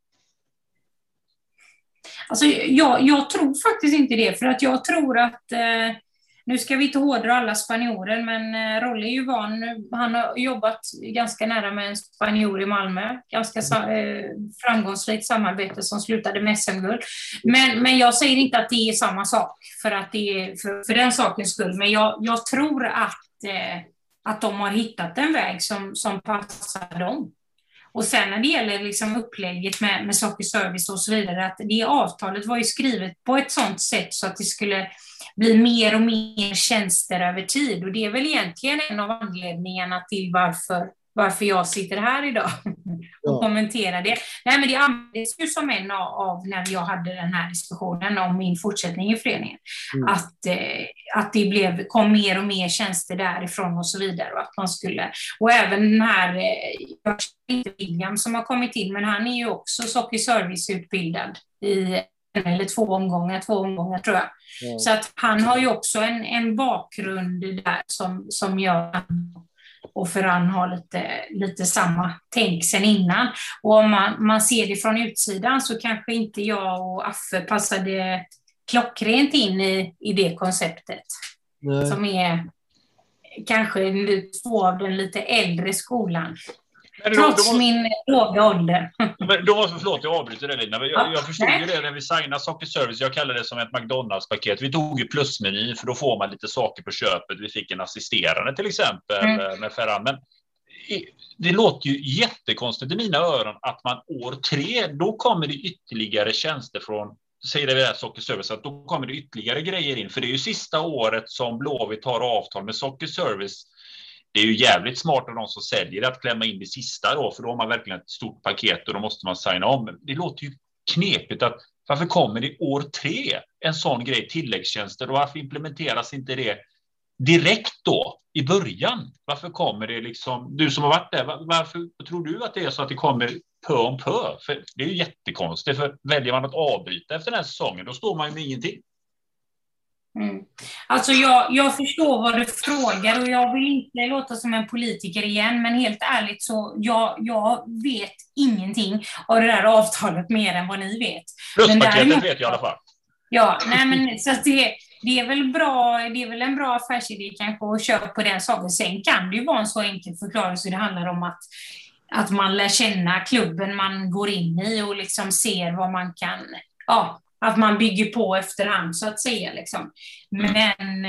Alltså, jag, jag tror faktiskt inte det. För att jag tror att, eh, nu ska vi inte hårdra alla spanjorer, men eh, Rolle är ju van. Han har jobbat ganska nära med en spanjor i Malmö. Ganska eh, framgångsrikt samarbete som slutade med S M-guld. Men, men jag säger inte att det är samma sak för, att det är, för, för den sakens skull. Men jag, jag tror att... Eh, att de har hittat en väg som, som passar dem. Och sen när det gäller liksom upplägget med, med Soccer Service och så vidare, att det avtalet var ju skrivet på ett sånt sätt så att det skulle bli mer och mer tjänster över tid. Och det är väl egentligen en av anledningarna till varför, varför jag sitter här idag och ja. kommenterar det. Nej, men det användes ju som en av, av när jag hade den här diskussionen om min fortsättning i föreningen. Mm. Att, eh, att det blev, kom mer och mer tjänster därifrån och så vidare. Och, att man skulle, och även den här, eh, jag inte William som har kommit in, men han är ju också Soccer Service-utbildad i en eller två omgångar, två omgångar tror jag. Mm. Så att han har ju också en, en bakgrund där som, som gör och Ferran har lite, lite samma tänk sen innan. Och om man, man ser det från utsidan så kanske inte jag och Affe passade klockrent in i, i det konceptet. Nej. Som är kanske två av den lite äldre skolan. Men då, Trots då måste, min låga ålder. Men då måste, förlåt, jag avbryter det lite. Jag, ja, jag förstod ju det när vi signade Soccer Service. Jag kallar det som ett McDonalds-paket. Vi tog ju plusmeny för då får man lite saker på köpet. Vi fick en assisterande till exempel mm. med Ferran. Men det låter ju jättekonstigt i mina öron att man år tre, då kommer det ytterligare tjänster från, säger det där Soccer Service, att då kommer det ytterligare grejer in. För det är ju sista året som Blåvitt har avtal med Soccer Service. Det är ju jävligt smart av de som säljer att klämma in det sista då, för då har man verkligen ett stort paket och då måste man signa om. Det låter ju knepigt att varför kommer det år tre en sån grej, tilläggstjänster, och varför implementeras inte det direkt då i början? Varför kommer det liksom, du som har varit där, varför tror du att det är så att det kommer pö om pö? För det är ju jättekonstigt, för väljer man att avbryta efter den här säsongen, då står man ju med ingenting. Mm. Alltså jag, jag förstår vad du frågar och jag vill inte låta som en politiker igen, men helt ärligt så jag, jag vet ingenting av det där avtalet mer än vad ni vet. Pluspaketet vet jag i alla fall. Ja, nej men så att det, det är väl bra, det är väl en bra affärsidé kanske att köpa på den saken. Sen kan det ju vara en så enkel förklaring så det handlar om att att man lär känna klubben man går in i och liksom ser vad man kan, ja, att man bygger på efterhand så att säga liksom. Men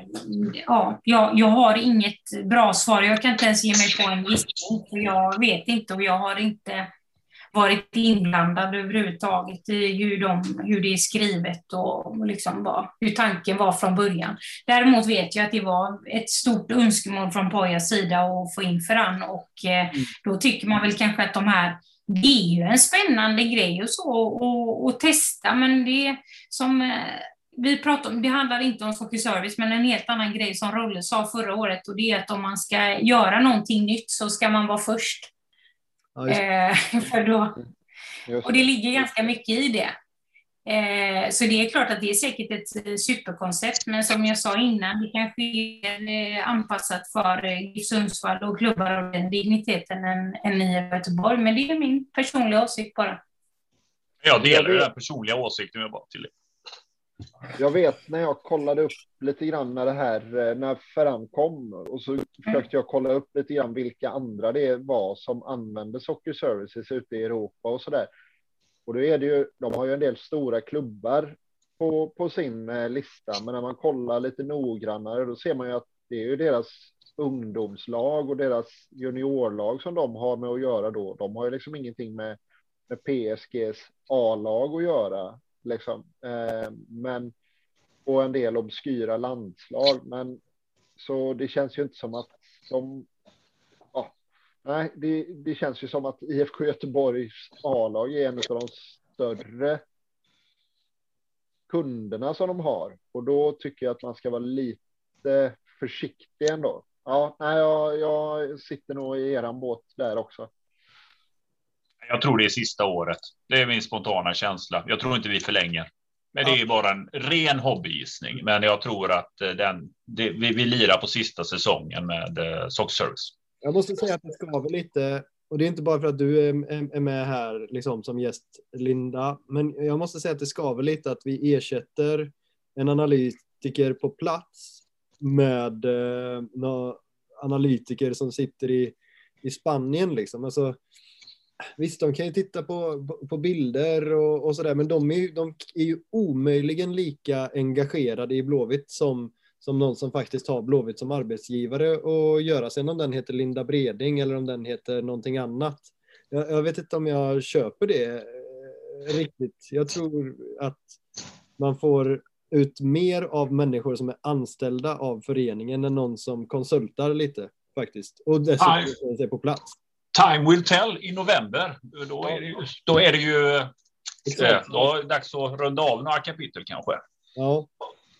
ja, jag, jag har inget bra svar. Jag kan inte ens ge mig på en gissning för jag vet inte och jag har inte varit inblandad överhuvudtaget i hur, de, hur det är skrivet och liksom vad, hur tanken var från början. Däremot vet jag att det var ett stort önskemål från Pojas sida att få in Ferran och mm. då tycker man väl kanske att de här, det är ju en spännande grej och så och, och testa, men det som vi pratar om, det handlar inte om Soccer Service, men en helt annan grej som Rolle sa förra året och det är att om man ska göra någonting nytt så ska man vara först. Ja, eh, för då, och det ligger ganska mycket i det. Eh, så det är klart att det är säkert ett superkoncept, men som jag sa innan, det kanske är eh, anpassat för eh, Sundsvall och klubbar av den digniteten än, än i Göteborg, men det är min personliga åsikt bara. Jag delar den personliga åsikten jag bara till. Jag vet när jag kollade upp lite grann när det här, när Ferran kom och så försökte jag kolla upp lite grann vilka andra det var som använde Soccer Services ute i Europa och sådär. Och då är det ju, de har ju en del stora klubbar på, på sin eh, lista, men när man kollar lite noggrannare då ser man ju att det är ju deras ungdomslag och deras juniorlag som de har med att göra då. De har ju liksom ingenting med, med P S G:s A-lag att göra. Liksom. Eh, men och en del obskyra landslag, men så det känns ju inte som att de ja, nej, det, det känns ju som att I F K Göteborgs A-lag är en av de större kunderna som de har och då tycker jag att man ska vara lite försiktig ändå. Ja, nej, jag, jag sitter nog i eran båt där också. Jag tror det är sista året. Det är min spontana känsla. Jag tror inte vi förlänger. Men det är bara en ren hobbygissning. Men jag tror att den, det, vi, vi lirar på sista säsongen med uh, Soccer Service. Jag måste säga att det skaver lite. Och det är inte bara för att du är, är med här liksom, som gäst, Linda. Men jag måste säga att det skaver lite att vi ersätter en analytiker på plats med uh, några analytiker som sitter i, i Spanien. Liksom. Alltså, visst, de kan ju titta på, på, på bilder och, och sådär, men de är, de är ju omöjligen lika engagerade i Blåvitt som, som någon som faktiskt har Blåvitt som arbetsgivare och göra. Sen om den heter Linda Breding eller om den heter någonting annat. Jag, jag vet inte om jag köper det eh, riktigt. Jag tror att man får ut mer av människor som är anställda av föreningen än någon som konsultar lite faktiskt. Och dessutom är på plats. Time will tell i november. Då är det ju, då är det ju då är det dags att runda av några kapitel kanske. Ja.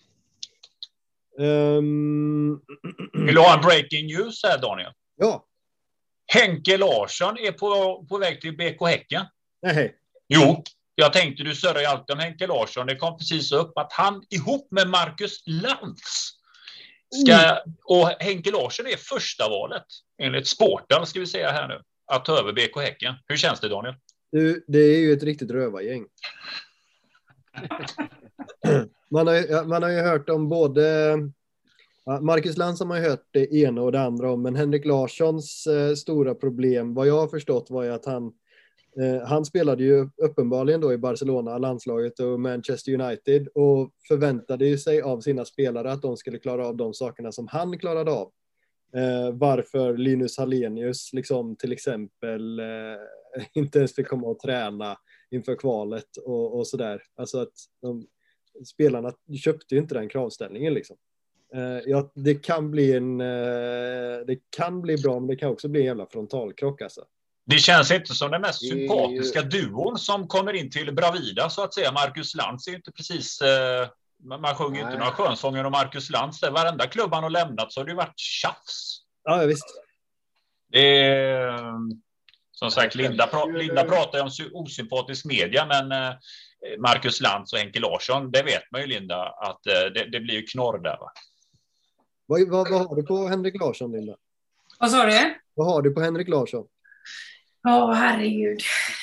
Um... Vill du ha en breaking news här, Daniel? Ja. Henke Larsson är på, på väg till B K Häcken. Nej. Jo, jag tänkte du surrar ju alltid om Henke Larsson. Det kom precis upp att han ihop med Marcus Lantz Ska, och Henke Larsson är första valet enligt Sporten, ska vi säga här nu, att ta över B K Häcken. Hur känns det, Daniel? Du, det är ju ett riktigt rövargäng. Man har, ju, man har ju hört om både... Ja, Marcus Lantz har man ju hört det ena och det andra om, men Henrik Larssons eh, stora problem, vad jag har förstått, var ju att han eh, han spelade ju uppenbarligen då i Barcelona, landslaget och Manchester United, och förväntade ju sig av sina spelare att de skulle klara av de sakerna som han klarade av. Eh, varför Linus Hallenius liksom till exempel eh, inte ens fick komma och träna inför kvalet och, och sådär. Alltså att de, spelarna köpte ju inte den kravställningen liksom. Uh, ja, det kan bli en uh, det kan bli bra, men det kan också bli en jävla frontalkrock alltså. Det känns inte som den mest sympatiska duon som kommer in till Bravida, så att säga. Marcus Lantz är inte precis uh, man sjunger Nej. inte några skönsånger om Marcus Lantz. Det varenda klubb han har lämnat så har det varit tjafs. Ja, visst. Det är som sagt, Linda, pra- Linda pratar ju om osympatisk media, men uh, Marcus Lantz och Henke Larsson, det vet man ju, Linda, att uh, det, det blir ju knorr där, va? Vad, vad, vad har du på Henrik Larsson, Linda? Vad sa du? Vad har du på Henrik Larsson? Ja, oh, herregud.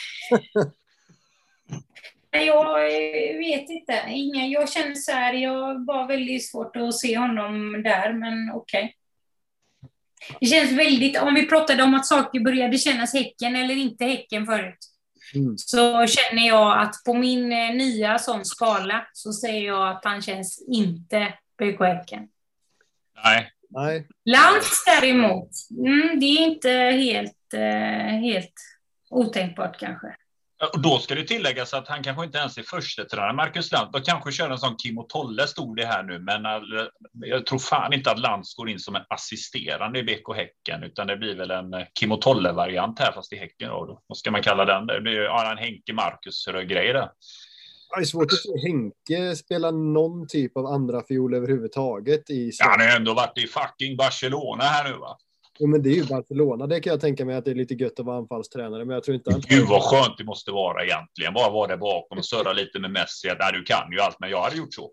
Jag vet inte. Ingen, jag känner så här, jag var väldigt svårt att se honom där, men okej. Okay. Det känns väldigt, om vi pratade om att saker började kännas Häcken eller inte Häcken förut. Mm. Så känner jag att på min nya sån skala så säger jag att han känns inte B K Häcken. Nej. Nej. Lantz däremot, mm, det är inte helt, eh, helt otänkbart kanske. Och då ska det tilläggas att han kanske inte ens är första tränare, Marcus Lantz. Då kanske kör en sån Kim och Tolle stod det här nu, men all, jag tror fan inte att Lantz går in som en assisterande i B K Häcken, utan det blir väl en Kim och Tolle-variant här, fast i Häcken då. Vad ska man kalla den? Det blir ja, en Henke Marcus-grej där. Det är svårt att se Henke spela någon typ av andra fiol överhuvudtaget i ja, han har ändå varit i fucking Barcelona här nu, va? Jo, men det är ju Barcelona. Det kan jag tänka mig att det är lite gött att vara anfallstränare, men jag tror inte han... Gud vad skönt det måste vara egentligen. Bara vara där bakom och surra lite med Messi. Nej, du kan ju allt, men jag hade gjort så.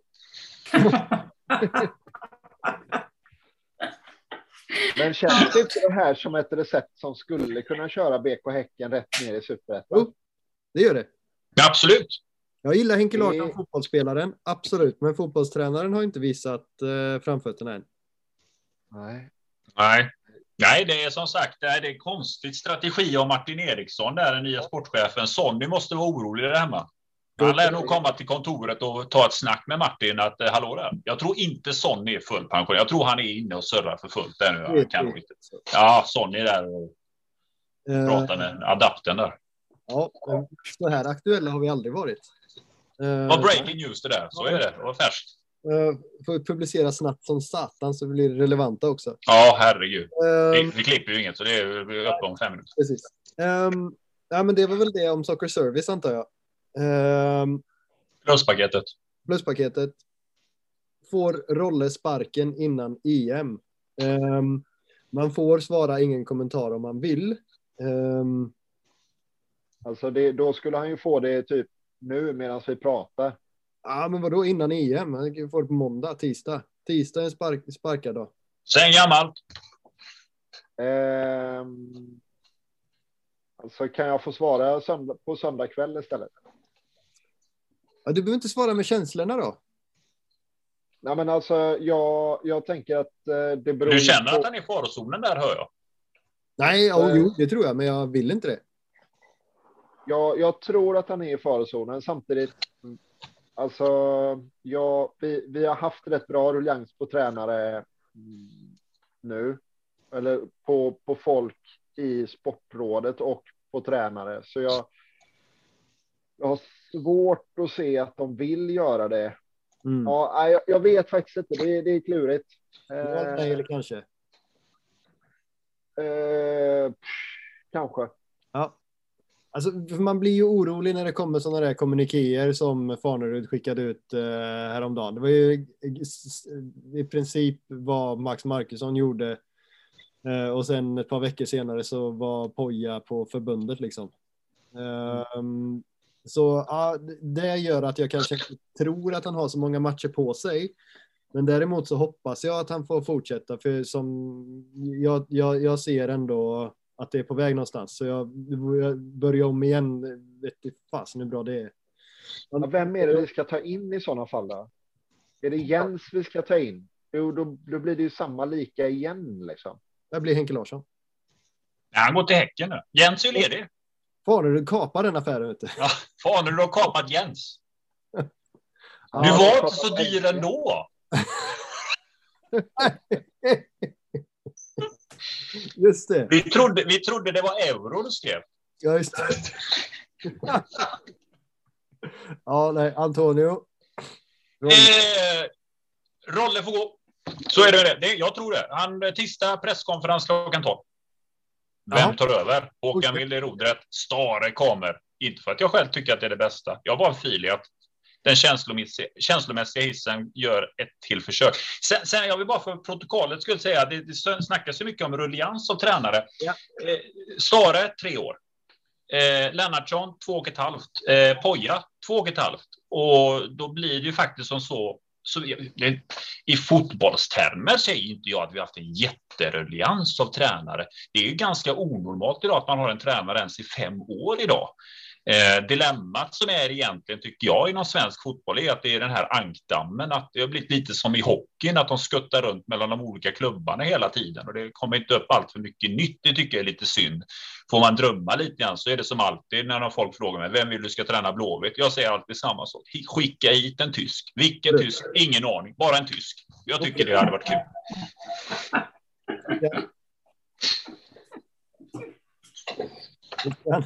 Men känns det inte det här som ett recept som skulle kunna köra B K Häcken rätt ner i Superettan? Jo, det gör det. Ja, absolut. Jag gillar Henke Larsson, det... fotbollsspelaren. Absolut, men fotbollstränaren har inte visat eh, framfötterna än. Nej. Nej. Nej, det är som sagt det är en konstig strategi av Martin Eriksson, där den nya sportchefen. Sonny måste vara orolig där hemma. Han lär nog komma till kontoret och ta ett snack med Martin att hallå där. Jag tror inte Sonny är full pension. Jag tror han är inne och surrar för fullt där nu. Han kan inte. Ja, Sonny där och uh, pratar med adapten där. Ja, så här aktuella har vi aldrig varit. Uh, Vad breaking news det där. Så är det. Det var färskt. Uh, får vi publicera snabbt som satan så blir det relevanta också. Ja, herregud. Um, vi, vi klipper ju inget, så det är uppe om fem minuter. Precis. Um, ja, men det var väl det om Soccer Service, antar jag. Um, Pluspaketet. Pluspaketet. Får Rolle sparken innan E M. Um, man får svara ingen kommentar om man vill. Um, alltså det, då skulle han ju få det typ nu medan vi pratar. Ja, men vadå innan E M? Han får det på måndag, tisdag. Tisdag är en spark, sparkad då. Sen gammalt. Um, alltså kan jag få svara söndag, på söndag kväll istället? Ja, du behöver inte svara med känslorna då. Nej, men alltså jag, jag tänker att uh, det beror Du känner på... att han är i farozonen där, hör jag. Nej, oh, jo, det tror jag, men jag vill inte det. Jag, jag tror att han är i farozonen. Samtidigt, alltså, ja, vi, vi har haft rätt bra ruljans på tränare nu. Eller på, på folk i sportrådet och på tränare. Så jag, jag har svårt att se att de vill göra det. Mm. Ja, jag, jag vet faktiskt inte. Det, det är klurigt. Ja, nej, eller kanske. Eh, kanske. Ja. Alltså, man blir ju orolig när det kommer sådana där kommunikéer som Farnerud skickade ut eh, häromdagen. Det var ju i princip vad Max Markusson gjorde. Eh, och sen ett par veckor senare så var Poja på förbundet liksom. Eh, så ja, det gör att jag kanske inte tror att han har så många matcher på sig. Men däremot så hoppas jag att han får fortsätta, för som jag, jag, jag ser ändå att det är på väg någonstans. Så jag, jag börjar om igen. Vet du fasen hur bra det är. Ja, vem är det vi ska ta in i sådana fall då? Är det Jens vi ska ta in? Jo, då, då blir det ju samma lika igen liksom. Det blir Henke Larsson. Ja, han går till Häcken nu. Jens är ledig. Fan, du kapar den affären, vet du. Ja, fan, du har kapat Jens. Ja, Du var inte så dyr ändå. Just det. Vi trodde, vi trodde det var euro du skrev. Ja, just det. Ja, nej, Antonio. Rolle. Eh, Rolle får gå. Så är det. det. Jag tror det. Han tisdag presskonferens klockan tolv. Vem Jaha. tar över? Håkan Mild i rodret. Stare kommer. Inte för att jag själv tycker att det är det bästa. Jag bara fil i att den känslomässiga, känslomässiga hissen gör ett till försök. Sen, sen jag vill bara för protokollet skulle säga att det, det snackas så mycket om rullians som tränare. Ja. Eh, Stare, tre år. Eh, Lennartsson, två och ett halvt. Eh, Poja, två och ett halvt. Och då blir det ju faktiskt som så. Så det, i fotbollstermer säger inte jag att vi har haft en jätterullians av tränare. Det är ju ganska onormalt idag att man har en tränare ens i fem år idag. Eh, dilemmat som är egentligen, tycker jag, inom svensk fotboll är att det är den här ankdammen, att det har blivit lite som i hockeyn, att de skuttar runt mellan de olika klubbarna hela tiden och det kommer inte upp allt för mycket nytt. Det tycker jag är lite synd. Får man drömma lite grann så är det som alltid när folk frågar mig, vem vill du ska träna Blåvitt? Jag säger alltid samma sak. Skicka hit en tysk. Vilken tysk? Ingen aning. Bara en tysk. Jag tycker det hade varit kul. Ja.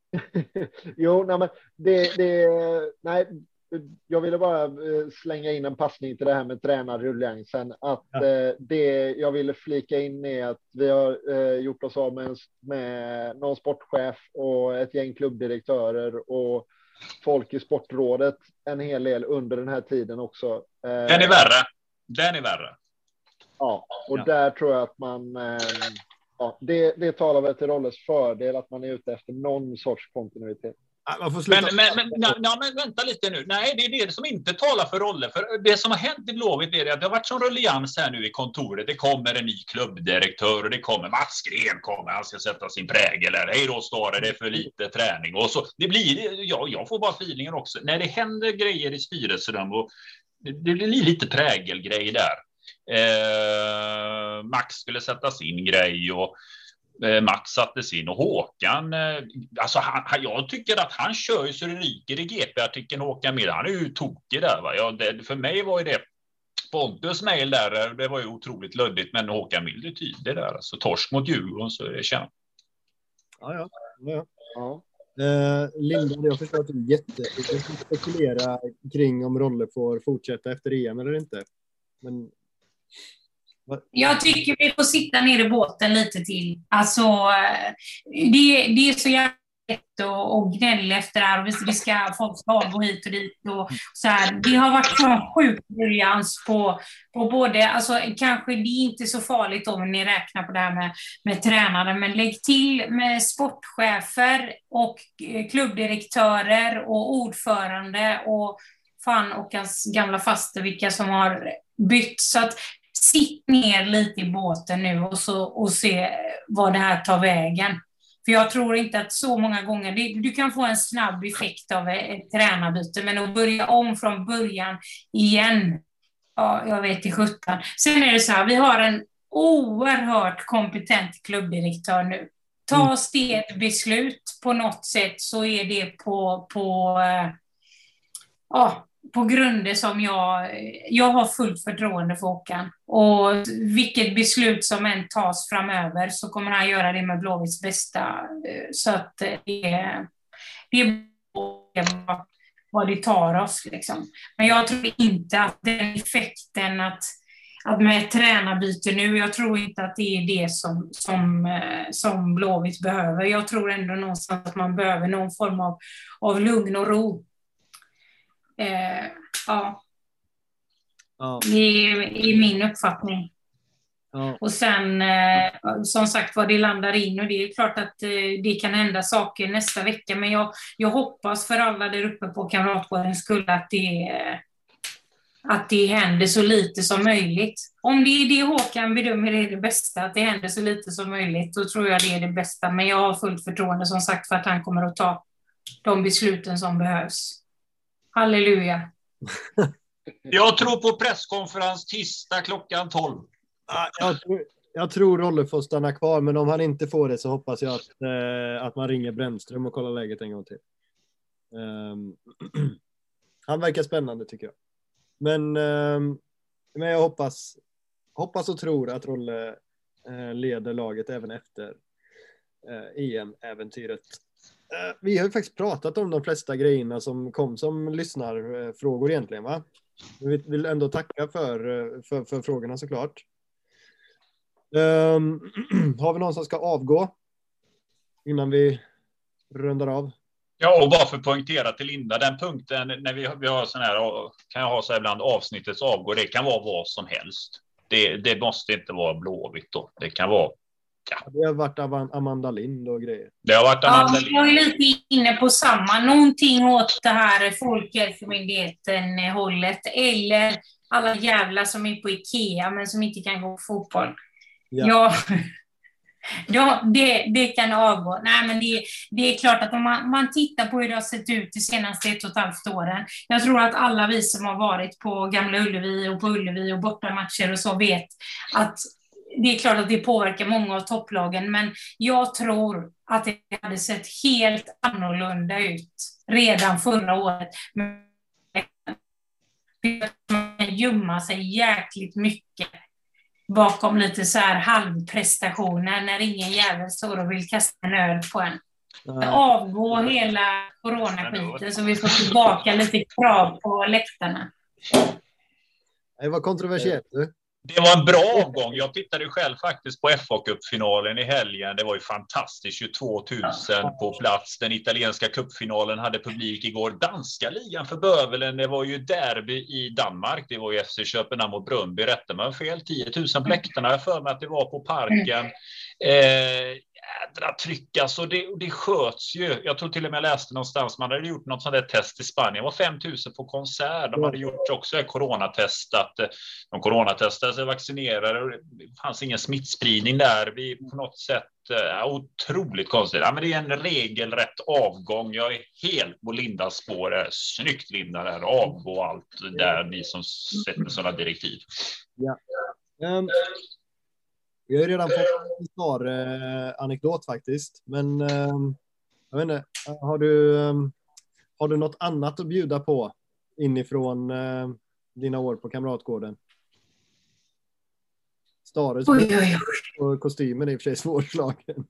Jo, nej, men det, det, nej, jag ville bara slänga in en passning till det här med tränarrulliansen. Att ja. eh, det jag ville flika in är att vi har eh, gjort oss av med, en, med någon sportchef och ett gäng klubbdirektörer och folk i sportrådet en hel del under den här tiden också. Eh, den är värre. Den är värre. Ja, och ja. Där tror jag att man... Eh, Ja, det, det talar väl till Rolles fördel att man är ute efter någon sorts kontinuitet. Men, men, men, na, na, men vänta lite nu. Nej, det är det som inte talar för Rolle. För det som har hänt i Blåvitt är att det har varit som rullians här nu i kontoret. Det kommer en ny klubbdirektör och det kommer Mats Gren kommer. Han ska sätta sin prägel där. Hej då Stare, det är för lite träning. Och så, det blir, ja, jag får bara feelingen också. När det händer grejer i styrelsen och det, det blir lite prägelgrej där. Eh, Max skulle sätta sin grej och eh, Max satte sin och Håkan eh, alltså han, jag tycker att han kör ju så det ryker i G P-artikeln Håkan Mild, han är ju tokig där va? Ja, det, för mig var ju det Pontus mejl där, det var ju otroligt luddigt, men Håkan Mild är tydlig där, alltså torsk mot Djurgården så är det känt. Ja, ja, ja. ja. Eh, Linda, jag förstår att du är jätte du kan spekulera kring om Rolle får fortsätta efter E M eller inte, men jag tycker vi får sitta ner i båten lite till. Alltså, det, det är så jävla lätt att gnälla efter det här. Och vi ska, folk ska gå hit och dit. Och så här. Det har varit så sjukt ruljans på, på både... Alltså, kanske det är inte så farligt om ni räknar på det här med, med tränare. Men lägg till med sportchefer och klubbdirektörer och ordförande och fan och hans gamla faster, vilka som har bytt. Så att sitt ner lite i båten nu och, så, och se vad det här tar vägen. För jag tror inte att så många gånger... Det, du kan få en snabb effekt av ett tränarbyte, men att börja om från början igen, ja, jag vet i sjutton. Sen är det så här, vi har en oerhört kompetent klubbdirektör nu. Tas det ett beslut på något sätt så är det på... på äh, ja, på grunder som jag, jag har fullt förtroende för Håkan. Och vilket beslut som än tas framöver så kommer han göra det med Blåvitts bästa. Så att det, det är vad det tar oss. Liksom. Men jag tror inte att den effekten att, att med ett tränarbyte nu, jag tror inte att det är det som, som, som Blåvitt behöver. Jag tror ändå någonstans att man behöver någon form av, av lugn och ro. Eh, ja. ja, det är, är min uppfattning. Ja. Och sen, eh, som sagt, vad det landar in och det är klart att eh, det kan hända saker nästa vecka, men jag, jag hoppas för alla där uppe på Kamratgårdens skull att det, att det händer så lite som möjligt. Om det är det Håkan bedömer är det bästa, att det händer så lite som möjligt, då tror jag det är det bästa. Men jag har fullt förtroende som sagt för att han kommer att ta de besluten som behövs. Halleluja. Jag tror på presskonferens tisdag klockan tolv. Jag tror, jag tror Rolle får stanna kvar, men om han inte får det så hoppas jag att, eh, att man ringer Brännström och kollar läget en gång till. Um, han verkar spännande tycker jag. Men, um, men jag hoppas, hoppas och tror att Rolle eh, leder laget även efter eh, E M-äventyret. Eh, vi har ju faktiskt pratat om de flesta grejerna som kom som lyssnarfrågor egentligen, va? Vi vill ändå tacka för, för, för frågorna såklart. Um, har vi någon som ska avgå innan vi rundar av? Ja, och bara för att poängtera till Linda, den punkten när vi, vi har sån här, kan jag ha så här ibland avsnittets avgå, det kan vara vad som helst. Det, det måste inte vara Blåvitt då. Det kan vara... Ja. Det har varit Amanda Lind och grejer. Det har varit Amanda Lind. Ja, jag är lite inne på samma. Någonting åt det här Folkhälsomyndigheten-hållet. Eller alla jävla som är på Ikea men som inte kan gå på fotboll. Ja, ja, ja det, det kan avgå. Nej, men det, det är klart att om man, man tittar på hur det har sett ut de senaste ett och ett halvt åren. Jag tror att alla vi som har varit på Gamla Ullevi och på Ullevi och bortamatcher och så vet att det är klart att det påverkar många av topplagen, men jag tror att det hade sett helt annorlunda ut redan förra året. Man kan gömma sig jäkligt mycket bakom lite så här halvprestationer när ingen jävel står och vill kasta en öl på en. Mm. Avgå hela coronaskiten så vi får tillbaka lite krav på läktarna. Det var kontroversiellt. Det var en bra avgång. Jag tittade själv faktiskt på F A-cupfinalen i helgen. Det var ju fantastiskt. tjugotvå tusen på plats. Den italienska cupfinalen hade publik igår. Danska ligan för Bövelen. Det var ju derby i Danmark. Det var ju F C Köpenhamn mot Brøndby. Rätte man fel. tio tusen på läktarna. Jag för mig att det var på Parken. Eh, jädra tryck. Alltså det, det sköts ju. Jag tror till och med jag läste någonstans. Man hade gjort något sånt där test i Spanien. Det var fem tusen på konsert. De hade gjort också ett coronatest. Att de coronatestade sig vaccinerade. Det fanns ingen smittspridning där. Vi på något sätt uh, otroligt konstigt. Ja, men det är en regelrätt avgång. Jag är helt på Lindas spår. Snyggt Linda där. Avgå allt där ni som sätter sådana direktiv. Ja. Um. Vi har ju redan fått en svar eh, anekdot faktiskt. Men eh, jag vet inte, har du, eh, har du något annat att bjuda på inifrån eh, dina år på Kamratgården? Stares och kostymen är i och för sig svårslagen.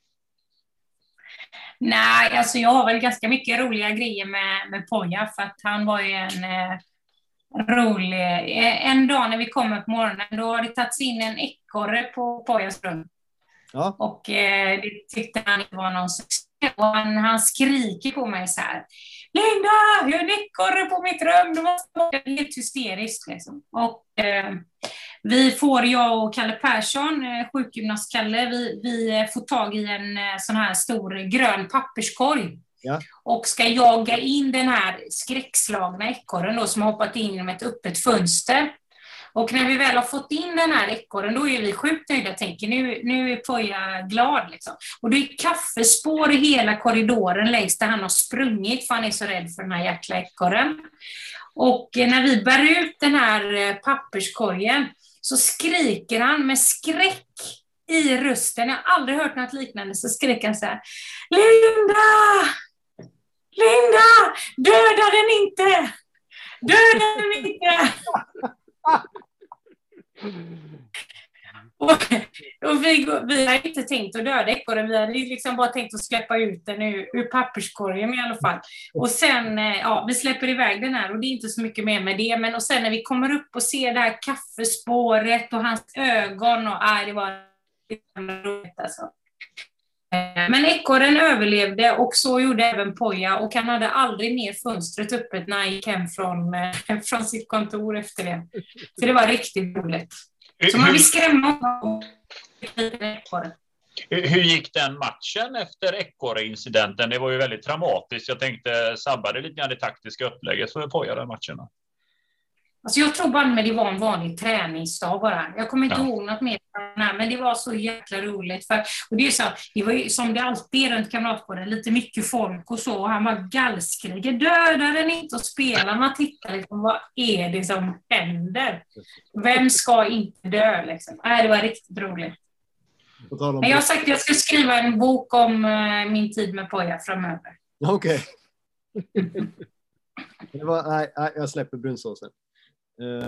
Nej, alltså jag har väl ganska mycket roliga grejer med, med Poja för att han var ju en... Eh, rolig. En dag när vi kommer på morgonen då har det tagits in en ekorre på Pojas rum. Ja. Och eh, det tyckte han inte var någon succé. Och han, han skriker på mig så här: Linda, jag har en ekorre på mitt rum. Det var helt hysteriskt liksom. Och eh, vi får, jag och Kalle Persson, eh, sjukgymnast-Kalle, vi, vi får tag i en eh, sån här stor grön papperskorg. Ja. Och ska jaga in den här skräckslagna ekorren då, som har hoppat in genom ett öppet fönster. Och när vi väl har fått in den här ekorren, då är vi sjukt nöjda. Tänker nu, nu är Poja glad liksom. Och det är kaffespår i hela korridoren längs där han har sprungit, för han är så rädd för den här jäkla ekorren. Och när vi bär ut den här papperskorgen så skriker han med skräck i rösten. Jag har aldrig hört något liknande. Så skriker han så här: Linda! Linda! Döda den inte! Döda den inte! och, och vi, vi har inte tänkt att döda ekorren. Vi hade liksom bara tänkt att släppa ut den ur, ur papperskorgen i alla fall. Och sen, ja, vi släpper iväg den här och det är inte så mycket mer med det. Men och sen när vi kommer upp och ser det här kaffespåret och hans ögon och nej, det var roligt alltså. Men ekorren överlevde och så gjorde även Poja, och han hade aldrig mer fönstret öppet när han gick hem från, från sitt kontor efter det. Så det var riktigt roligt. Så man vill skrämma honom. Hur gick den matchen efter ekorre-incidenten? Det var ju väldigt traumatiskt. Jag tänkte sabbade lite grann det taktiska upplägget för Poja den matchen. Alltså jag tror bara att det var en vanlig träningsdag bara. Jag kommer inte Ja. ihåg något mer, men det var så jäkla roligt. För, och det är så, det var ju som det alltid är runt Kamratgården, lite mycket folk och så. Och han var gallskriger, döda den inte och spela. Man tittar liksom, vad är det som händer? Vem ska inte dö liksom? Nej, det var riktigt roligt. Men jag har sagt att jag ska skriva en bok om uh, min tid med Poja framöver. Okej. Okay. Det var, nej, nej, jag släpper brunsåsen. Uh,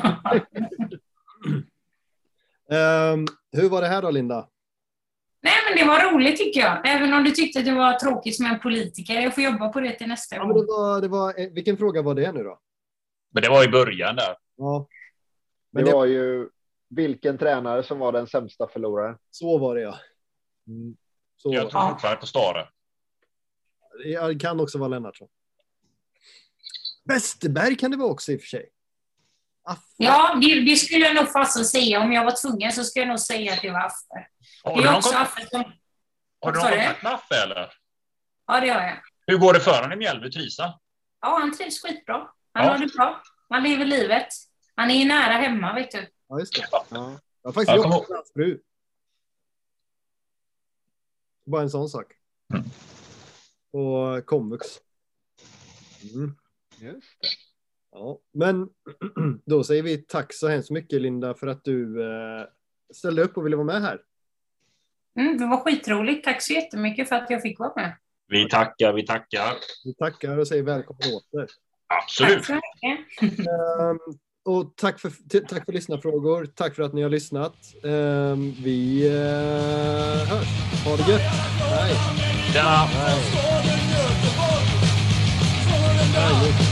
um, hur var det här då, Linda? Nej, men det var roligt tycker jag. Även om du tyckte att det var tråkigt som en politiker. Jag får jobba på det till nästa ja, gång. Men det var, det var, vilken fråga var det nu då? Men det var i början där. Ja. Men det, det var ju vilken tränare som var den sämsta förloraren. Så var det, ja. Mm. Så Jag tror fortfarande på Stare. Det kan också vara Lennartsson. Westerberg kan det vara också i och för sig. Affe. Ja, det, det skulle jag nog fast säga. Om jag var tvungen så skulle jag nog säga att det var Affe. Har Det du är någon också kontakt, Affe som... har du någon kontakt med Affe eller? Ja, det har jag. Hur går det för honom i Mjällby, Trisa? Ja, han trivs skitbra. Han Ja. har det bra. Han lever livet. Han är nära hemma, vet du. Ja, just det. Ja. Jag har faktiskt Ja, jobbat kom med hans fru. Bara en sån sak. Mm. Och komvux. Mm. Just det. Ja, men då säger vi tack så hemskt mycket, Linda, för att du eh, ställde upp och ville vara med här. Mm, det var skitroligt. Tack så jättemycket för att jag fick vara med. Vi tackar, vi tackar. Vi tackar och säger välkommen åter. Absolut. Tack så mycket. Um, och tack för, t- tack för lyssnarfrågor. Tack för att ni har lyssnat. Um, vi uh, hörs. Ha det gött. Hej. Ja. Hej. Hej.